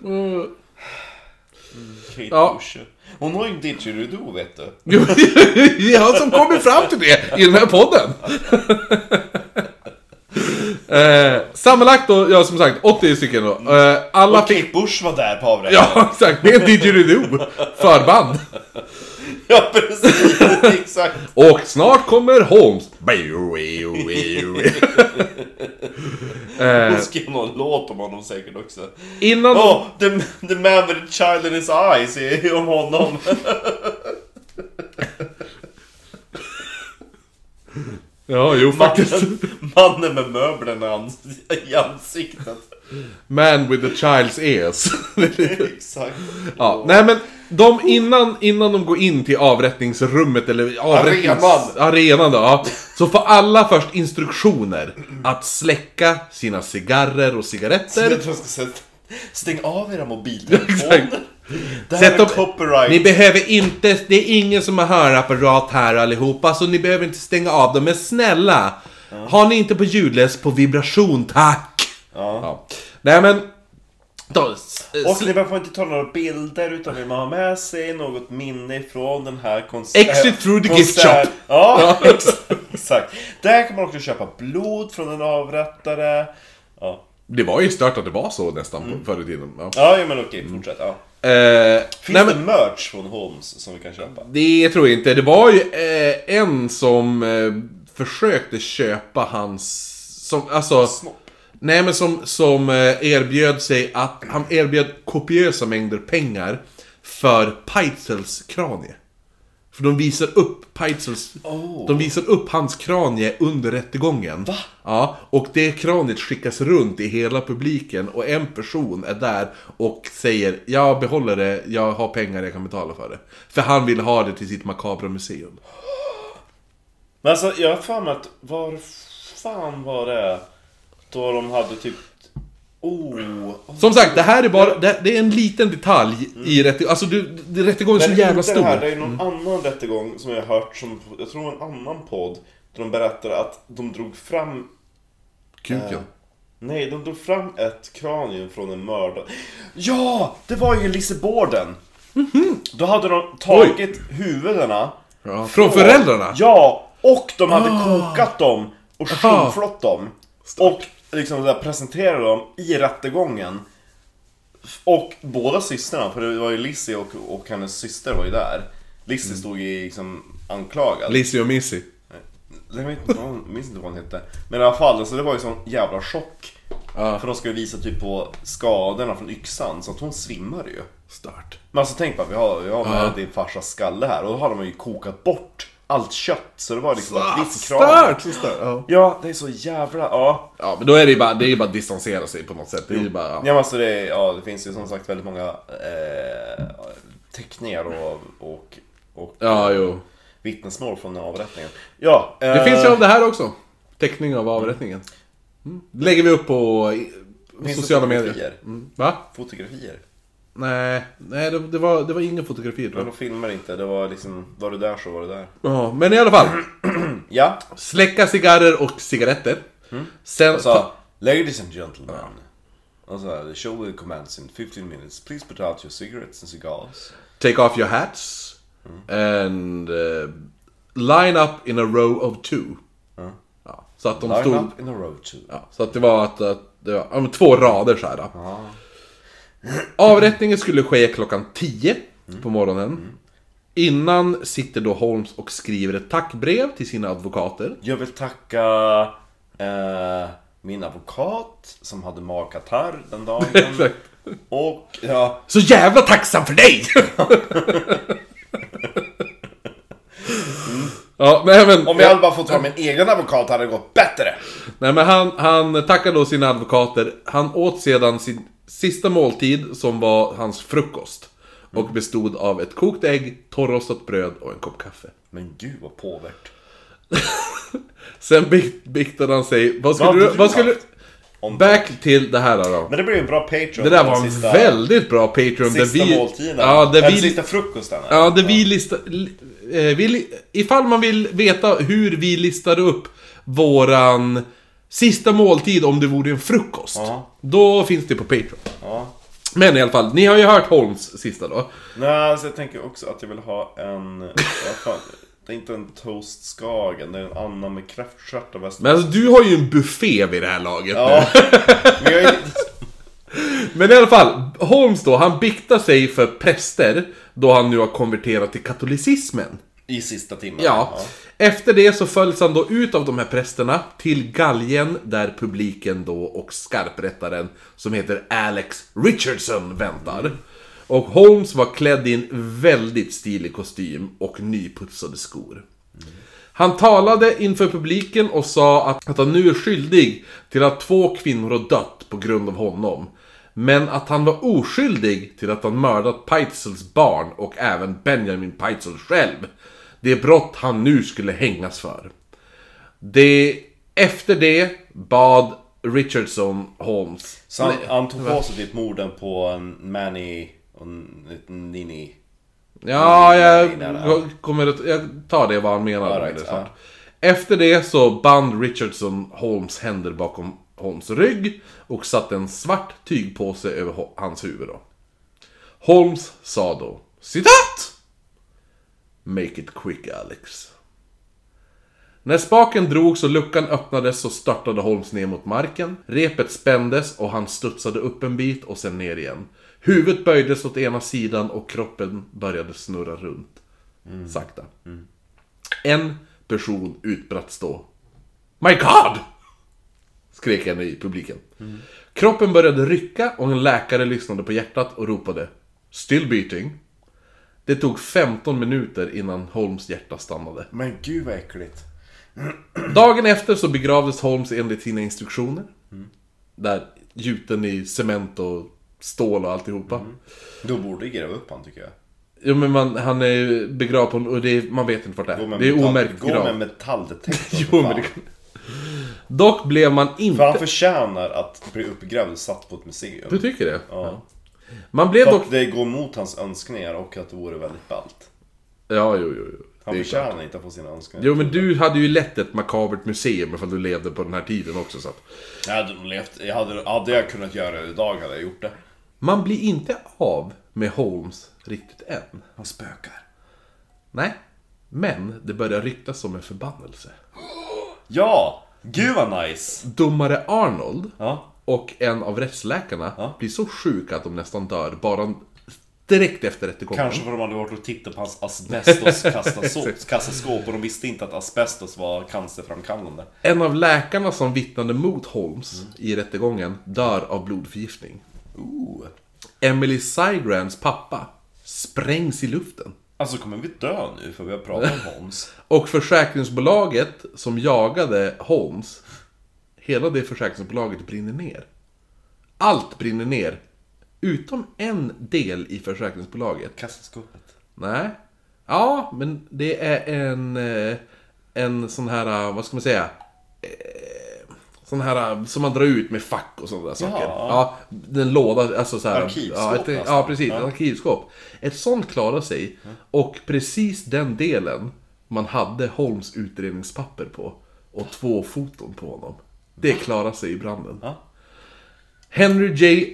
Kate Bush. Hon har ju en didgeridoo, vet du. Ja, som kommer fram till det i den här podden. Sammanlagt då, som sagt 80 stycken då. Alla och Kate Bush var där på avrättningen. Ja, exakt, med en didgeridoo förband. Ja, precis. Exakt. Och snart kommer Holmes. Hon skrev någon låt om honom säkert också. Innan the man with the child in his eyes är om honom. Ja, jo faktiskt. Mannen med möblerna i ansiktet. Man with the child's ears. Exakt. Ja, nej men innan de går in till avrättningsrummet eller arenan då, ja, så får alla först instruktioner att släcka sina cigarrer och cigaretter. Jag tror jag ska stäng av era mobiltelefoner. Det här Sätt är upp, copyright. ni behöver inte, det är ingen som har hörapparat här allihopa, så ni behöver inte stänga av dem, men snälla, har ni inte på ljudlös på vibration, tack. Ja. Nej men då, och ni får inte ta några bilder, utan vill man ha med sig något minne från den här exit through the gift shop. Ja, exakt. Där kan man också köpa blod från en avrättare. Ja. Det var ju stört att det var så nästan förr i tiden. Ja, men okej, fortsätt. Ja. Finns det merch från Holmes som vi kan köpa? Det tror jag inte. Det var ju en som försökte köpa hans Snopp. Nej, men som erbjöd sig att han erbjöd kopiösa mängder pengar för Peitzels kranie. För de visar upp Peitzels de visar upp hans kranie under rättegången. Va? Ja, och det kraniet skickas runt i hela publiken och en person är där och säger: jag behåller det, jag har pengar, jag kan betala för det. För han vill ha det till sitt makabra museum. Men alltså, jag har för mig att var fan var det då de hade typ som sagt, det här är bara det är en liten detalj i rättegången. Alltså rättegången är så jävla stor. Det är någon annan rättegång som jag har hört som, jag tror en annan podd, där de berättade att de drog fram kuken. Nej, de drog fram ett kranium från en mördare. Ja, det var ju Lizzie Borden. Då hade de tagit huvudena från föräldrarna. Ja, och de hade kokat dem och skinflott dem. Och liksom där presenterade dem i rättegången. Och båda systrarna, för det var ju Lizzie och hennes syster var ju där. Lizzie stod ju liksom anklagad. Lizzie och Missy. Jag minns inte vad hon hette. Men i alla fall, så det var ju sån jävla chock. För de skulle visa typ på skadorna från yxan, så att hon svimmade ju. Start. Men alltså tänk på att vi har med din farsas skalle här. Och då har de ju kokat bort allt kött, så det var liksom ett vitt kran. Ja, det är så jävla, Ja, men då är det ju bara att distansera sig på något sätt. Det är ju bara, ja, men alltså det finns ju som sagt väldigt många teckningar och vittnesmål från avrättningen. Ja, det finns ju av det här också. Teckning av avrättningen. Det lägger vi upp på sociala medier. Va? Fotografier? Nej, det var ingen fotografi. Men de filmar inte, det var liksom, var du där så var du där. Ja, men i alla fall. Ja. Släcka cigarrer och cigaretter. Sen alltså, ladies and gentlemen. Alltså, the show will commence in 15 minutes. Please put out your cigarettes and cigars. Take off your hats. And line up in a row of two. Ja, så att de stod up in a row two. Ja, så att det var att det var 2 rader så här. Avrättningen skulle ske klockan 10 på morgonen. Innan sitter då Holmes och skriver ett tackbrev till sina advokater. Jag vill tacka min advokat som hade magkatarr den dagen. Exakt. Och ja, så jävla tacksam för dig. Ja, nej, men om jag hade bara fått vara min egen advokat hade det gått bättre. Nej, men han tackar då sina advokater. Han åt sedan sin sista måltid, som var hans frukost. Och bestod av ett kokt ägg, torrostat bröd och en kopp kaffe. Men gud vad påvärt. Sen biktade han sig. Vad skulle back till det här då. Men det blev en bra Patreon. Det där var en väldigt bra Patreon. Sista måltiden. Ja, eller sista frukosten. Ja, där vi listade. Ifall man vill veta hur vi listade upp våran sista måltid om det vore en frukost, då finns det på Patreon. Men i alla fall, ni har ju hört Holmes sista då. Nej, alltså jag tänker också att jag vill ha en det är inte en toastskagen, det är en annan med kräftstjärta. Men alltså, du har ju en buffé vid det här laget nu. Men jag är Men i alla fall, Holmes då, han biktar sig för präster då han nu har konverterat till katolicismen. I sista timmen. Ja. Efter det så följs han då ut av de här prästerna till galgen där publiken då och skarprättaren som heter Alex Richardson väntar. Och Holmes var klädd i en väldigt stilig kostym och nyputsade skor. Han talade inför publiken och sa att han nu är skyldig till att 2 kvinnor har dött på grund av honom. Men att han var oskyldig till att han mördat Pitezells barn och även Benjamin Pitezel själv. Det brott han nu skulle hängas för. Efter det bad Richardson Holmes. Så han tog på sig ditt morden på Manny och Nini. Ja, jag tar det vad han menar med det snart. Efter det så band Richardson Holmes händer bakom Holmes rygg och satte en svart tygpåse över hans huvud då. Holmes sa då: citat! Make it quick, Alex. När spaken drogs och luckan öppnades så startade Holmes ner mot marken. Repet spändes och han studsade upp en bit och sen ner igen. Huvudet böjdes åt ena sidan och kroppen började snurra runt. Sakta. En person utbrast då: My God! Skrek han i publiken. Kroppen började rycka och en läkare lyssnade på hjärtat och ropade: Still beating. Det tog 15 minuter innan Holmes hjärta stannade. Men gud vad äckligt. Dagen efter så begravdes Holmes enligt sina instruktioner. Där gjuten i cement och stål och alltihopa. Då borde det gräva upp han, tycker jag. Jo, men han är begravd på och man vet inte vart det är. Det är omärkt grav. Gå med metalldetektor. Jo, men dock blev man inte... För han förtjänar att bli uppgrävd och satt på ett museum. Du tycker det? Ja. Man blev dock... det går mot hans önskningar och att det vore väldigt ballt. Ja, jo. Han förtjänar inte att få sina önskningar. Jo, men du hade ju lätt ett makabert museum ifall du levde på den här tiden också, så att... Hade jag kunnat göra det idag hade jag gjort det. Man blir inte av med Holmes riktigt än. Han spökar. Nej, men det börjar ryktas som en förbannelse. Ja, gud vad nice. Domare Arnold och en av rättsläkarna blir så sjuka att de nästan dör bara direkt efter rättegången. Kanske för de hade varit och tittat på hans asbestos-kassaskåp och de visste inte att asbestos var cancerframkallande. En av läkarna som vittnade mot Holmes i rättegången dör av blodförgiftning. Emily Cygrans pappa sprängs i luften. Alltså kommer vi dö nu för vi har pratat om Holmes. Och försäkringsbolaget som jagade Holmes, hela det försäkringsbolaget brinner ner. Allt brinner ner. Utom en del i försäkringsbolaget. Kassaskåpet. Nej. Ja, men det är en sån här, vad ska man säga? Sån här som man drar ut med fack och sådana där saker. Ja, den låda, alltså så här. Arkivskåp. Ja, precis, ett arkivskåp. Ett sånt klarar sig. Och precis den delen man hade Holmes utredningspapper på och 2 foton på honom. Det klarar sig i branden. Henry J.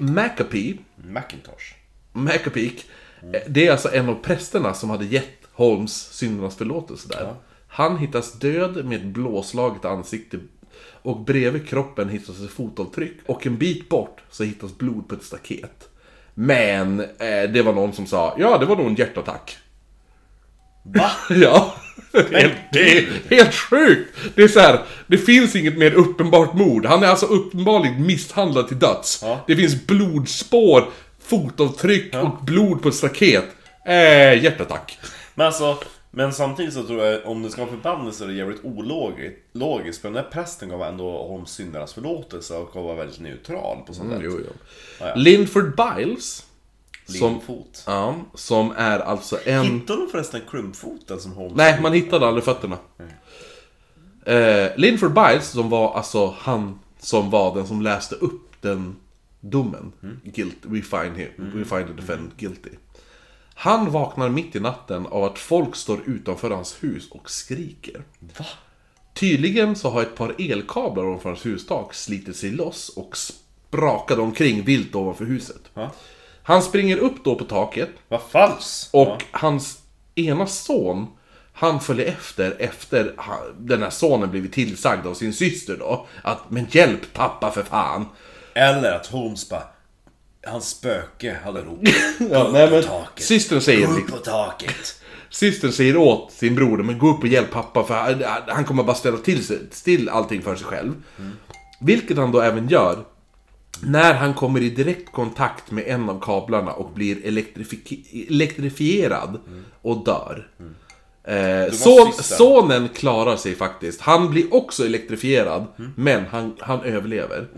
McApeak, det är alltså en av prästerna som hade gett Holmes syndernas förlåtelse där. Han hittas död med ett blåslaget ansikte och bredvid kroppen hittas ett fotavtryck och en bit bort så hittas blod på ett staket. Men det var någon som sa, ja, det var nog en hjärtattack. Va? Ja. Det är helt sjukt. Det är så här, det finns inget mer uppenbart mord. Han är alltså uppenbarligen misshandlad till döds. Det finns blodspår, fotavtryck och blod på ett staket. Hjärtattack. Men samtidigt så tror jag, om det ska vara förbannelse är det jävligt ologiskt. För den där prästen gav ändå Holmes syndernas förlåtelse och var väldigt neutral på sånt sätt. Linford Biles som är alltså en... Hittade de förresten klumpfoten som Holmes? Nej, man hittade aldrig fötterna. Linford Biles som var alltså han som var den som läste upp den domen. We find the defendant guilty. Han vaknar mitt i natten av att folk står utanför hans hus och skriker. Va? Tydligen så har ett par elkablar ovanför hans hustak slitit sig loss och sprakade omkring vilt ovanför huset. Han springer upp då på taket. Vad falskt. Och hans ena son, han följer efter den här sonen blivit tillsagd av sin syster då. Att, men hjälp pappa för fan. Eller att Holmes bara, Hans spöke hade ropat. Ja, nej, men systern säger gå upp på taket. Systern säger åt sin bror, men gå upp och hjälp pappa, för han kommer bara ställa till allting för sig själv. Vilket han då även gör när han kommer i direkt kontakt med en av kablarna och blir elektrifierad och dör. Sonen klarar sig faktiskt. Han blir också elektrifierad, men han överlever.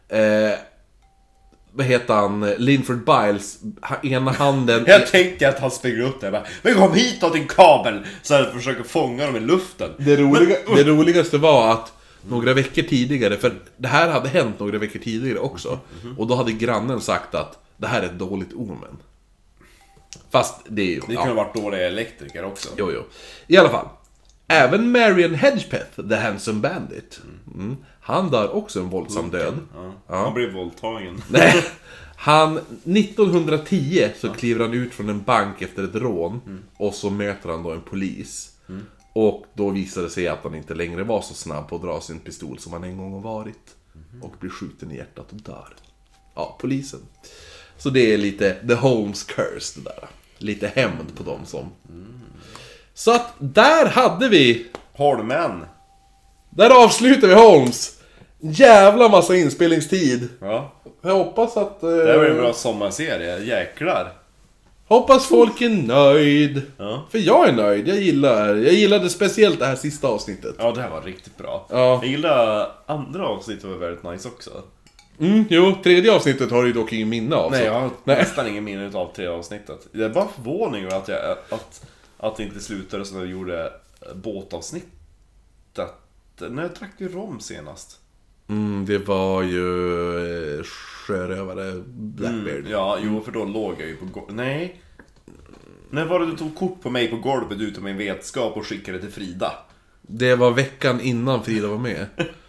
Vad heter han? Linford Biles, ena handen... Jag tänkte att han springer upp där och bara, men kom hit och din kabel! Så att försöker fånga dem i luften. Det roligaste var att några veckor tidigare, för det här hade hänt några veckor tidigare också, och då hade grannen sagt att det här är ett dåligt omen. Fast det är ju... Det kunde ha varit dåliga elektriker också. Jo. I alla fall. Även Marion Hedgepeth, the handsome bandit. Han dör också en våldsam död. Ja. Han blev våldtagen. Nej. 1910 så kliver han ut från en bank efter ett rån. Och så möter han då en polis. Och då visar det sig att han inte längre var så snabb på att dra sin pistol som han en gång har varit. Och blir skjuten i hjärtat och dör. Ja, polisen. Så det är lite The Holmes Curse det där. Lite hämnd på dem som... Så att där hade vi... Holmen. Där avslutar vi Holmes. Jävla massa inspelningstid. Ja. Jag hoppas att... Det var en bra sommarserie, jäklar. Hoppas folk är nöjd. Ja. För jag är nöjd, jag gillade speciellt det här sista avsnittet. Ja, det här var riktigt bra. Ja. Jag gillade andra avsnittet, var väldigt nice också. Jo, tredje avsnittet har du dock ingen minne av. Nej, jag har nästan ingen minne av tredje avsnittet. Det är bara förvåning att det inte slutade som jag gjorde båtavsnittet. När jag drack ju rom senast. Det var ju sjörövare Blackbeard. Ja, för då låg jag ju på Nej. När var det du tog kort på mig på golvet utom min vetskap och skickade till Frida? Det var veckan innan Frida var med.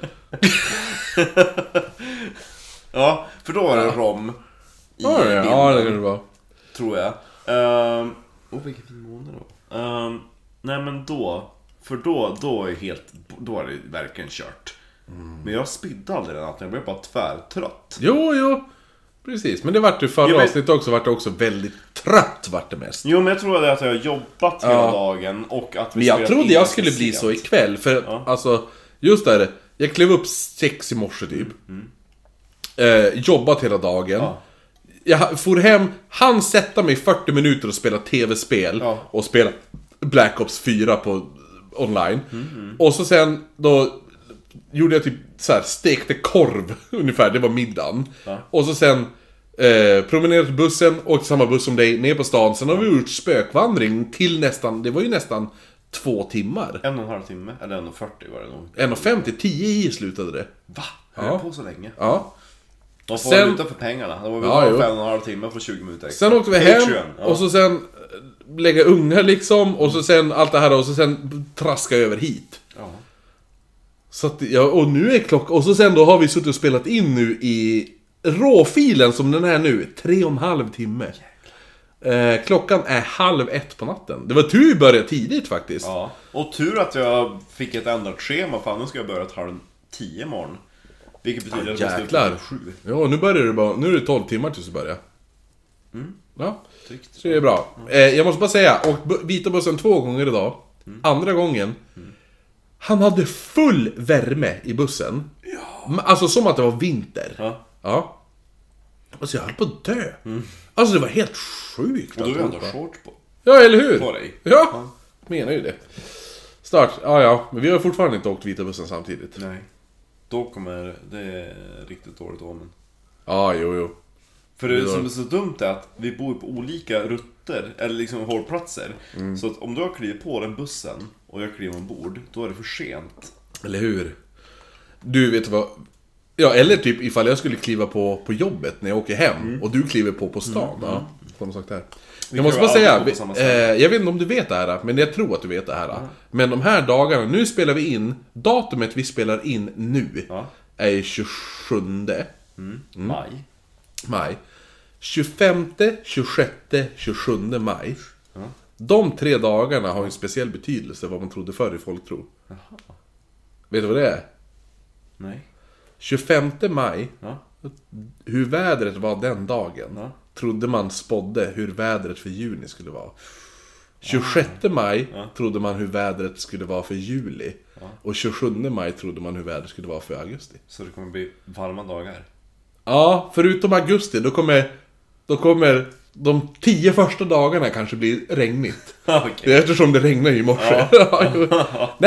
Ja, för då var det rom i bilden. Ja, det kan det vara. Tror jag. Vilken fin månad då. Nej men då. För då är det verkligen kört. Men jag spydde aldrig den natten. Jag blev bara tvärtrött. Jo. Precis, men det vart ju förra avsnittet också. Vart det också väldigt trött vart det mest. Jo, men jag tror att jag har jobbat hela dagen. Och att vi men jag trodde jag skulle bli så ikväll. För alltså, just där. Jag klev upp 6 i morse typ. Jobbat hela dagen. Jag for hem, han sätta mig 40 minuter och spela tv-spel. Och spela Black Ops 4 på online. Och så sen då gjorde jag typ så här, stekte korv ungefär, det var middagen. Och så sen promenerade till bussen, åkte samma buss som dig ner på stan. Sen har vi gjort spökvandring till nästan, det var ju nästan 2 timmar. 1,5 timme, eller 1,40 var det nog. 1,50, 10 i slutade det. Va? Höll jag på så länge? Ja. De får sen, utanför pengarna. Det var väl 5,5 timmar för 20 minuter. Sen åkte vi hem, och så sen lägga ungar liksom, och så sen allt det här, och så sen traska över hit. Ja. Så att, och nu är klockan, och så sen då har vi suttit och spelat in nu i råfilen som den är nu, 3,5 timme. Klockan är 12:30 på natten. Det var tur vi började tidigt faktiskt. Ja, och tur att jag fick ett ändrat schema, för nu ska jag börja 9:30 imorgon. Vilket betyder att jag ska jäklar. 7. Ja, nu börjar det bara, nu är det 12 timmar tills du börjar. Ja, så det är bra. Jag måste bara säga, och vita bussen 2 gånger idag. Andra gången han hade full värme i bussen. Alltså som att det var vinter. Ja. Och så jag höll på att dö. Alltså det var helt sjukt. Och du har ändå shorts på. Ja, eller hur? På dig. Ja, menar ju det. Start, ja. Men vi har fortfarande inte åkt vita bussen samtidigt. Nej. Då kommer det riktigt dåligt omen. Ja, jo. För det som är så dumt är att vi bor på olika rutter, eller liksom hållplatser. Så att om du har klivit på den bussen och jag kliver ombord, då är det för sent. Eller hur? Du vet vad... Ja, eller typ ifall jag skulle kliva på jobbet när jag åker hem och du kliver på stan. Ja, samma sak där. Jag måste bara säga, jag vet inte om du vet det här, men jag tror att du vet det här. Men de här dagarna, nu spelar vi in, datumet vi spelar in nu är 27 maj. 25, 26, 27 maj. De 3 dagarna har en speciell betydelse vad man trodde förr i folktro. Vet du vad det är? Nej. 25 maj hur vädret var den dagen, Ja. trodde man spådde hur vädret för juni skulle vara. 26 maj trodde man hur vädret skulle vara för juli. Och 27 maj trodde man hur vädret skulle vara för augusti. Så det kommer bli varma dagar. Ja, förutom augusti, då kommer de 10 första dagarna kanske bli regnigt. Okay. Det är eftersom det regnar i morse. Ja.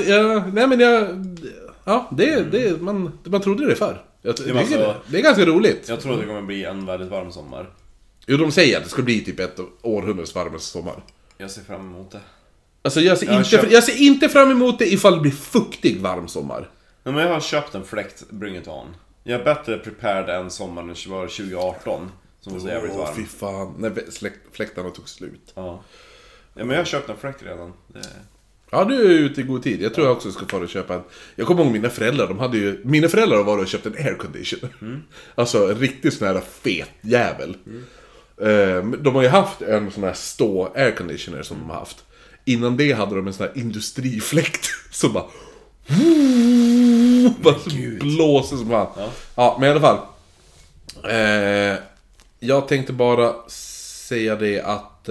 Man trodde det förr. Alltså, Det är ganska roligt. jag tror att det kommer bli en väldigt varm sommar. Jo, de säger att det ska bli typ ett århundrades varmaste sommar. Jag ser fram emot det. Alltså jag ser inte fram emot det ifall det blir fuktig varm sommar. Men jag har köpt en fläkt, bring it on. Jag är bättre prepared än sommaren 2018. Som var så jävligt varm. Fy fan, när fläktarna tog slut. Ja, men jag har köpt en fläkt redan. Ja, du är ute i god tid. Jag tror jag också ska få köpa en. Jag kommer ihåg mina föräldrar. Mina föräldrar har varit och köpt en airconditioner. Alltså en riktigt sån här fet jävel. De har ju haft en sån här stå airconditioner som de har haft. Innan det hade de en sån här industrifläkt som bara blåser som fan. Ja, men i alla fall. Jag tänkte bara säga det att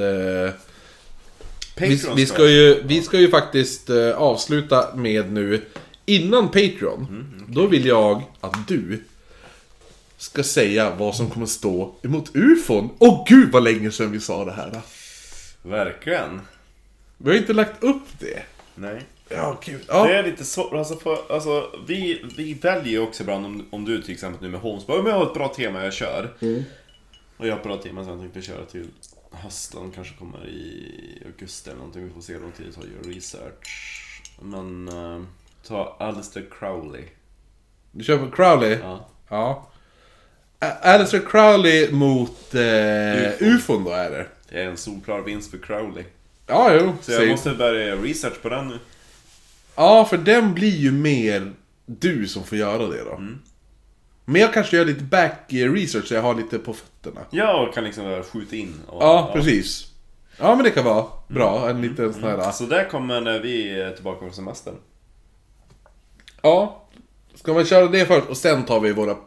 vi ska ju faktiskt avsluta med nu innan Patreon. Då vill jag att du ska säga vad som kommer stå emot UFOn. Åh gud vad länge sedan vi sa det här. Verkligen. Vi har inte lagt upp det. Nej. Ja, gud. Ja. Det är lite svårt. Alltså, vi väljer ju också ibland om du till exempel nu med Holmesburg. Om jag har ett bra tema jag kör. Och jag har ett bra tema som jag tänkte köra till hösten. Kanske kommer i augusti eller någonting. Vi får se hur lång tid det tar att göra research. Men ta Aleister Crowley. Du kör på Crowley? Ja. Aleister Crowley mot UFOn då är det? Det är en solklar vinst för Crowley. Ja, jo. Så jag måste börja research på den nu. Ja, för den blir ju mer du som får göra det då. Men jag kanske gör lite back research så jag har lite på fötterna. Ja, och kan liksom skjuta in. Ja, precis. Ja, men det kan vara bra. En liten sån här... Så där kommer när vi är tillbaka från semestern. Ja. Ska man köra det först och sen tar vi våra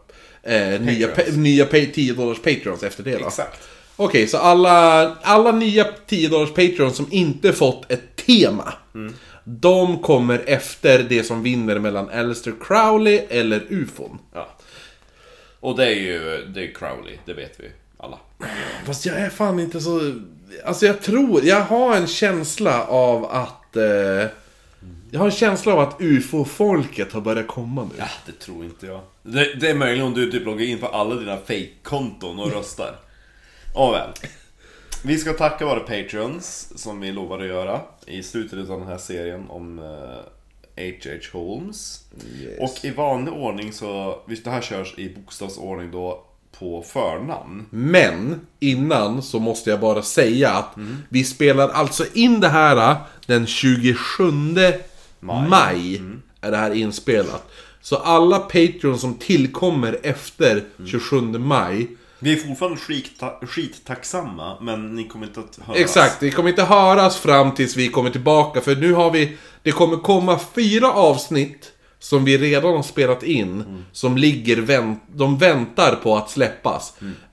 nya $10 Patreons efter det då? Exakt. Okej, så alla nya $10 Patreons som inte fått ett tema, de kommer efter det som vinner mellan Aleister Crowley eller UFOn. Ja. Och det är Crowley, det vet vi alla. Fast jag är fan inte så... Alltså jag har en känsla av att... Jag har en känsla av att UFO-folket har börjat komma nu. Ja, det tror inte jag. Det är möjligt om du typ loggar in på alla dina fake-konton och röstar. Väl. Vi ska tacka våra Patreons som vi lovade att göra i slutet av den här serien om H.H. Holmes. Yes. Och i vanlig ordning så, visst det här körs i bokstavsordning då på förnamn. Men innan så måste jag bara säga att vi spelar alltså in det här den 27 maj är det här inspelat. Så alla Patreons som tillkommer efter 27 maj. Vi är fortfarande skittacksamma, men ni kommer inte att höras. Exakt, det kommer inte höras fram tills vi kommer tillbaka. För nu har det kommer komma 4 avsnitt som vi redan har spelat in. Som ligger, de väntar på att släppas.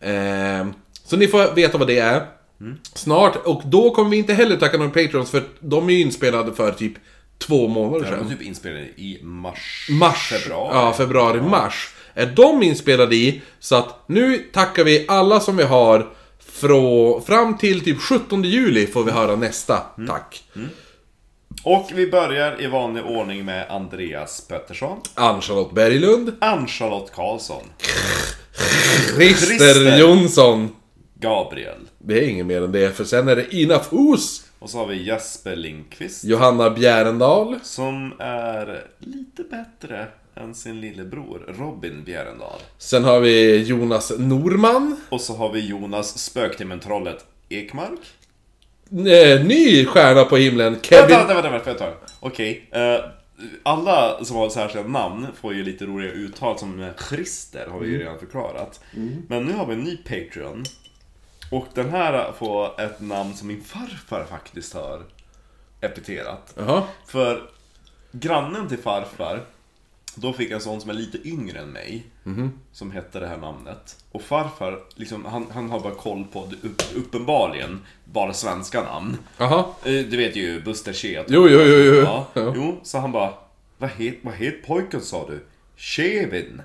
Så ni får veta vad det är snart. Och då kommer vi inte heller tacka några Patreons, för de är ju inspelade för typ 2 månader sedan. De är typ inspelade i mars, februari. Ja, februari-mars är de inspelade i. Så att nu tackar vi alla som vi har fram till typ 17 juli får vi höra nästa tack. Och vi börjar i vanlig ordning med Andreas Pettersson, Ann-Charlotte Berglund, Ann-Charlotte Karlsson, Christer Jonsson, Gabriel. Det är ingen mer än det, för sen är det Ina Fos. Och så har vi Jesper Lindqvist, Johanna Bjärendal, som är lite bättre än sin lillebror Robin Bjärendal. Sen har vi Jonas Norman. Och så har vi Jonas Spöktimmen-trollet Ekmark. Ny stjärna på himlen, Kevin. Vänta. Okej. Alla som har särskilda namn får ju lite roliga uttal, som Christer har vi ju redan förklarat. Men nu har vi en ny Patreon. Och den här får ett namn som min farfar faktiskt har epiterat. Jaha. För grannen till farfar Då fick jag en sån som är lite yngre än mig, som hette det här namnet. Och farfar, liksom, han har bara koll på uppenbarligen bara svenska namn. Aha. Du vet ju Buster Chet. Jo. Ja. Jo, så han bara, vad het pojken sa du? Kevin.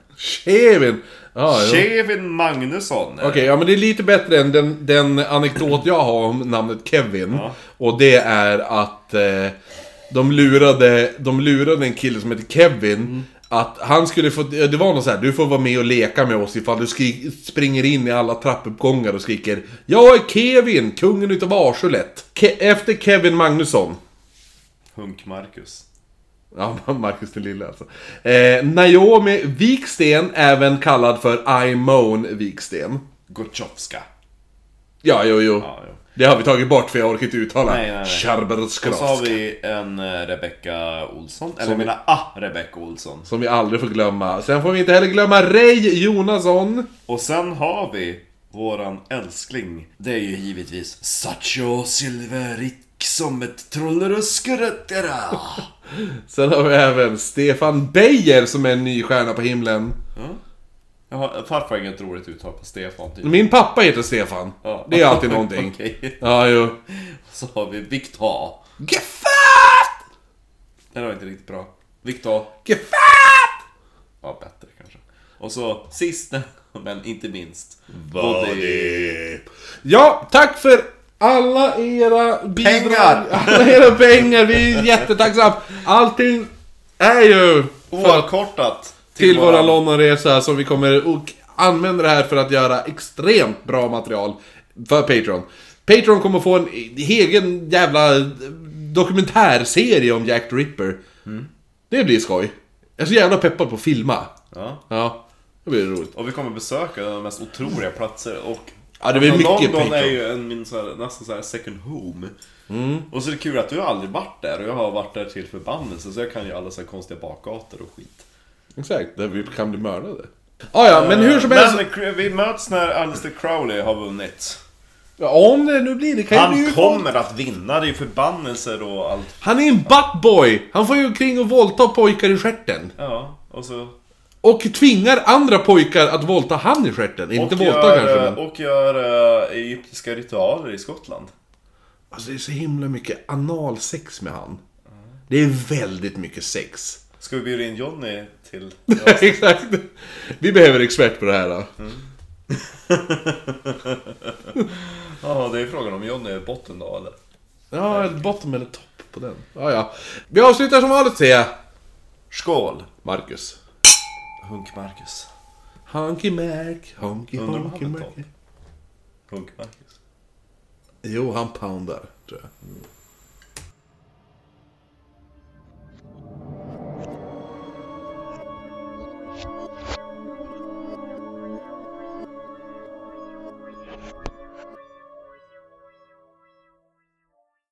Kevin Magnusson. Okej, ja, men det är lite bättre än den anekdot jag har om namnet Kevin. Ja. Och det är att de lurade en kille som heter Kevin. Att han skulle få, det var något så här: du får vara med och leka med oss ifall du springer in i alla trappuppgångar och skriker: jag är Kevin, kungen utav Arsulet. Efter Kevin Magnusson. Hunk Marcus. Ja, Marcus den lille alltså. Naomi Viksten, även kallad för Imone Viksten. Gotchowska. Ja, jo. Ja. Det har vi tagit bort för jag orkar inte uttala. Nej. Och så har vi en Rebecca Olsson. Eller jag menar Rebecca Olsson. Som vi aldrig får glömma. Sen får vi inte heller glömma Ray Jonasson. Och sen har vi våran älskling. Det är ju givetvis Sacho Silverik som ett trolleruskerättera. Sen har vi även Stefan Beijer som är en ny stjärna på himlen. Farfar har inget roligt uttal på Stefan typ. Min pappa heter Stefan. Ja. Det är alltid någonting. Okej. Ja, jo. Så har vi Victor. Gefat! Det var inte riktigt bra. Victor. Gefat! Ja, bättre kanske. Och så sist men inte minst. Body. Ja, tack för alla era bidrag. Pengar! Alla era pengar, vi är jättetacksamma. Allting är ju oavkortat till våra Londonresa, som vi kommer och använda det här för att göra extremt bra material för Patreon. Patreon kommer få en egen jävla dokumentärserie om Jack the Ripper. Det blir skoj. Jag är så jävla peppad på att filma. Ja, det blir roligt. Och vi kommer besöka de mest otroliga platser. Och ja, det blir mycket London Patreon. är ju min nästan så här second home. Och så är det kul att du har aldrig varit där. Och jag har varit där till förbannelse. Så jag kan ju alla så här konstiga bakgator och skit. Exakt, där vi kan bli mördade. Ja, men hur som helst. Men vi möts när Aleister Crowley har vunnit. Ja, om det nu blir det kan Han ju kommer att vinna, det är ju förbannelser och allt. Han är en buttboy. Han får ju omkring och våldta pojkar i stjärten. Ja, och så... Och tvingar andra pojkar att våldta han i stjärten. Inte våldta kanske, men... Och gör egyptiska ritualer i Skottland. Alltså det är så himla mycket analsex med han. Det är väldigt mycket sex. Ska vi bjuda in Johnny till... Exakt. Vi behöver expert på det här då. Ja, det är frågan om Johnny är botten då, eller? Ja, bottom eller topp på den. Ja. Vi avslutar som vanligt, säger jag. Skål! Marcus. Hunk Marcus. Honky Mark. Honky Mark. Hunk Marcus. Jo, han poundar, tror jag.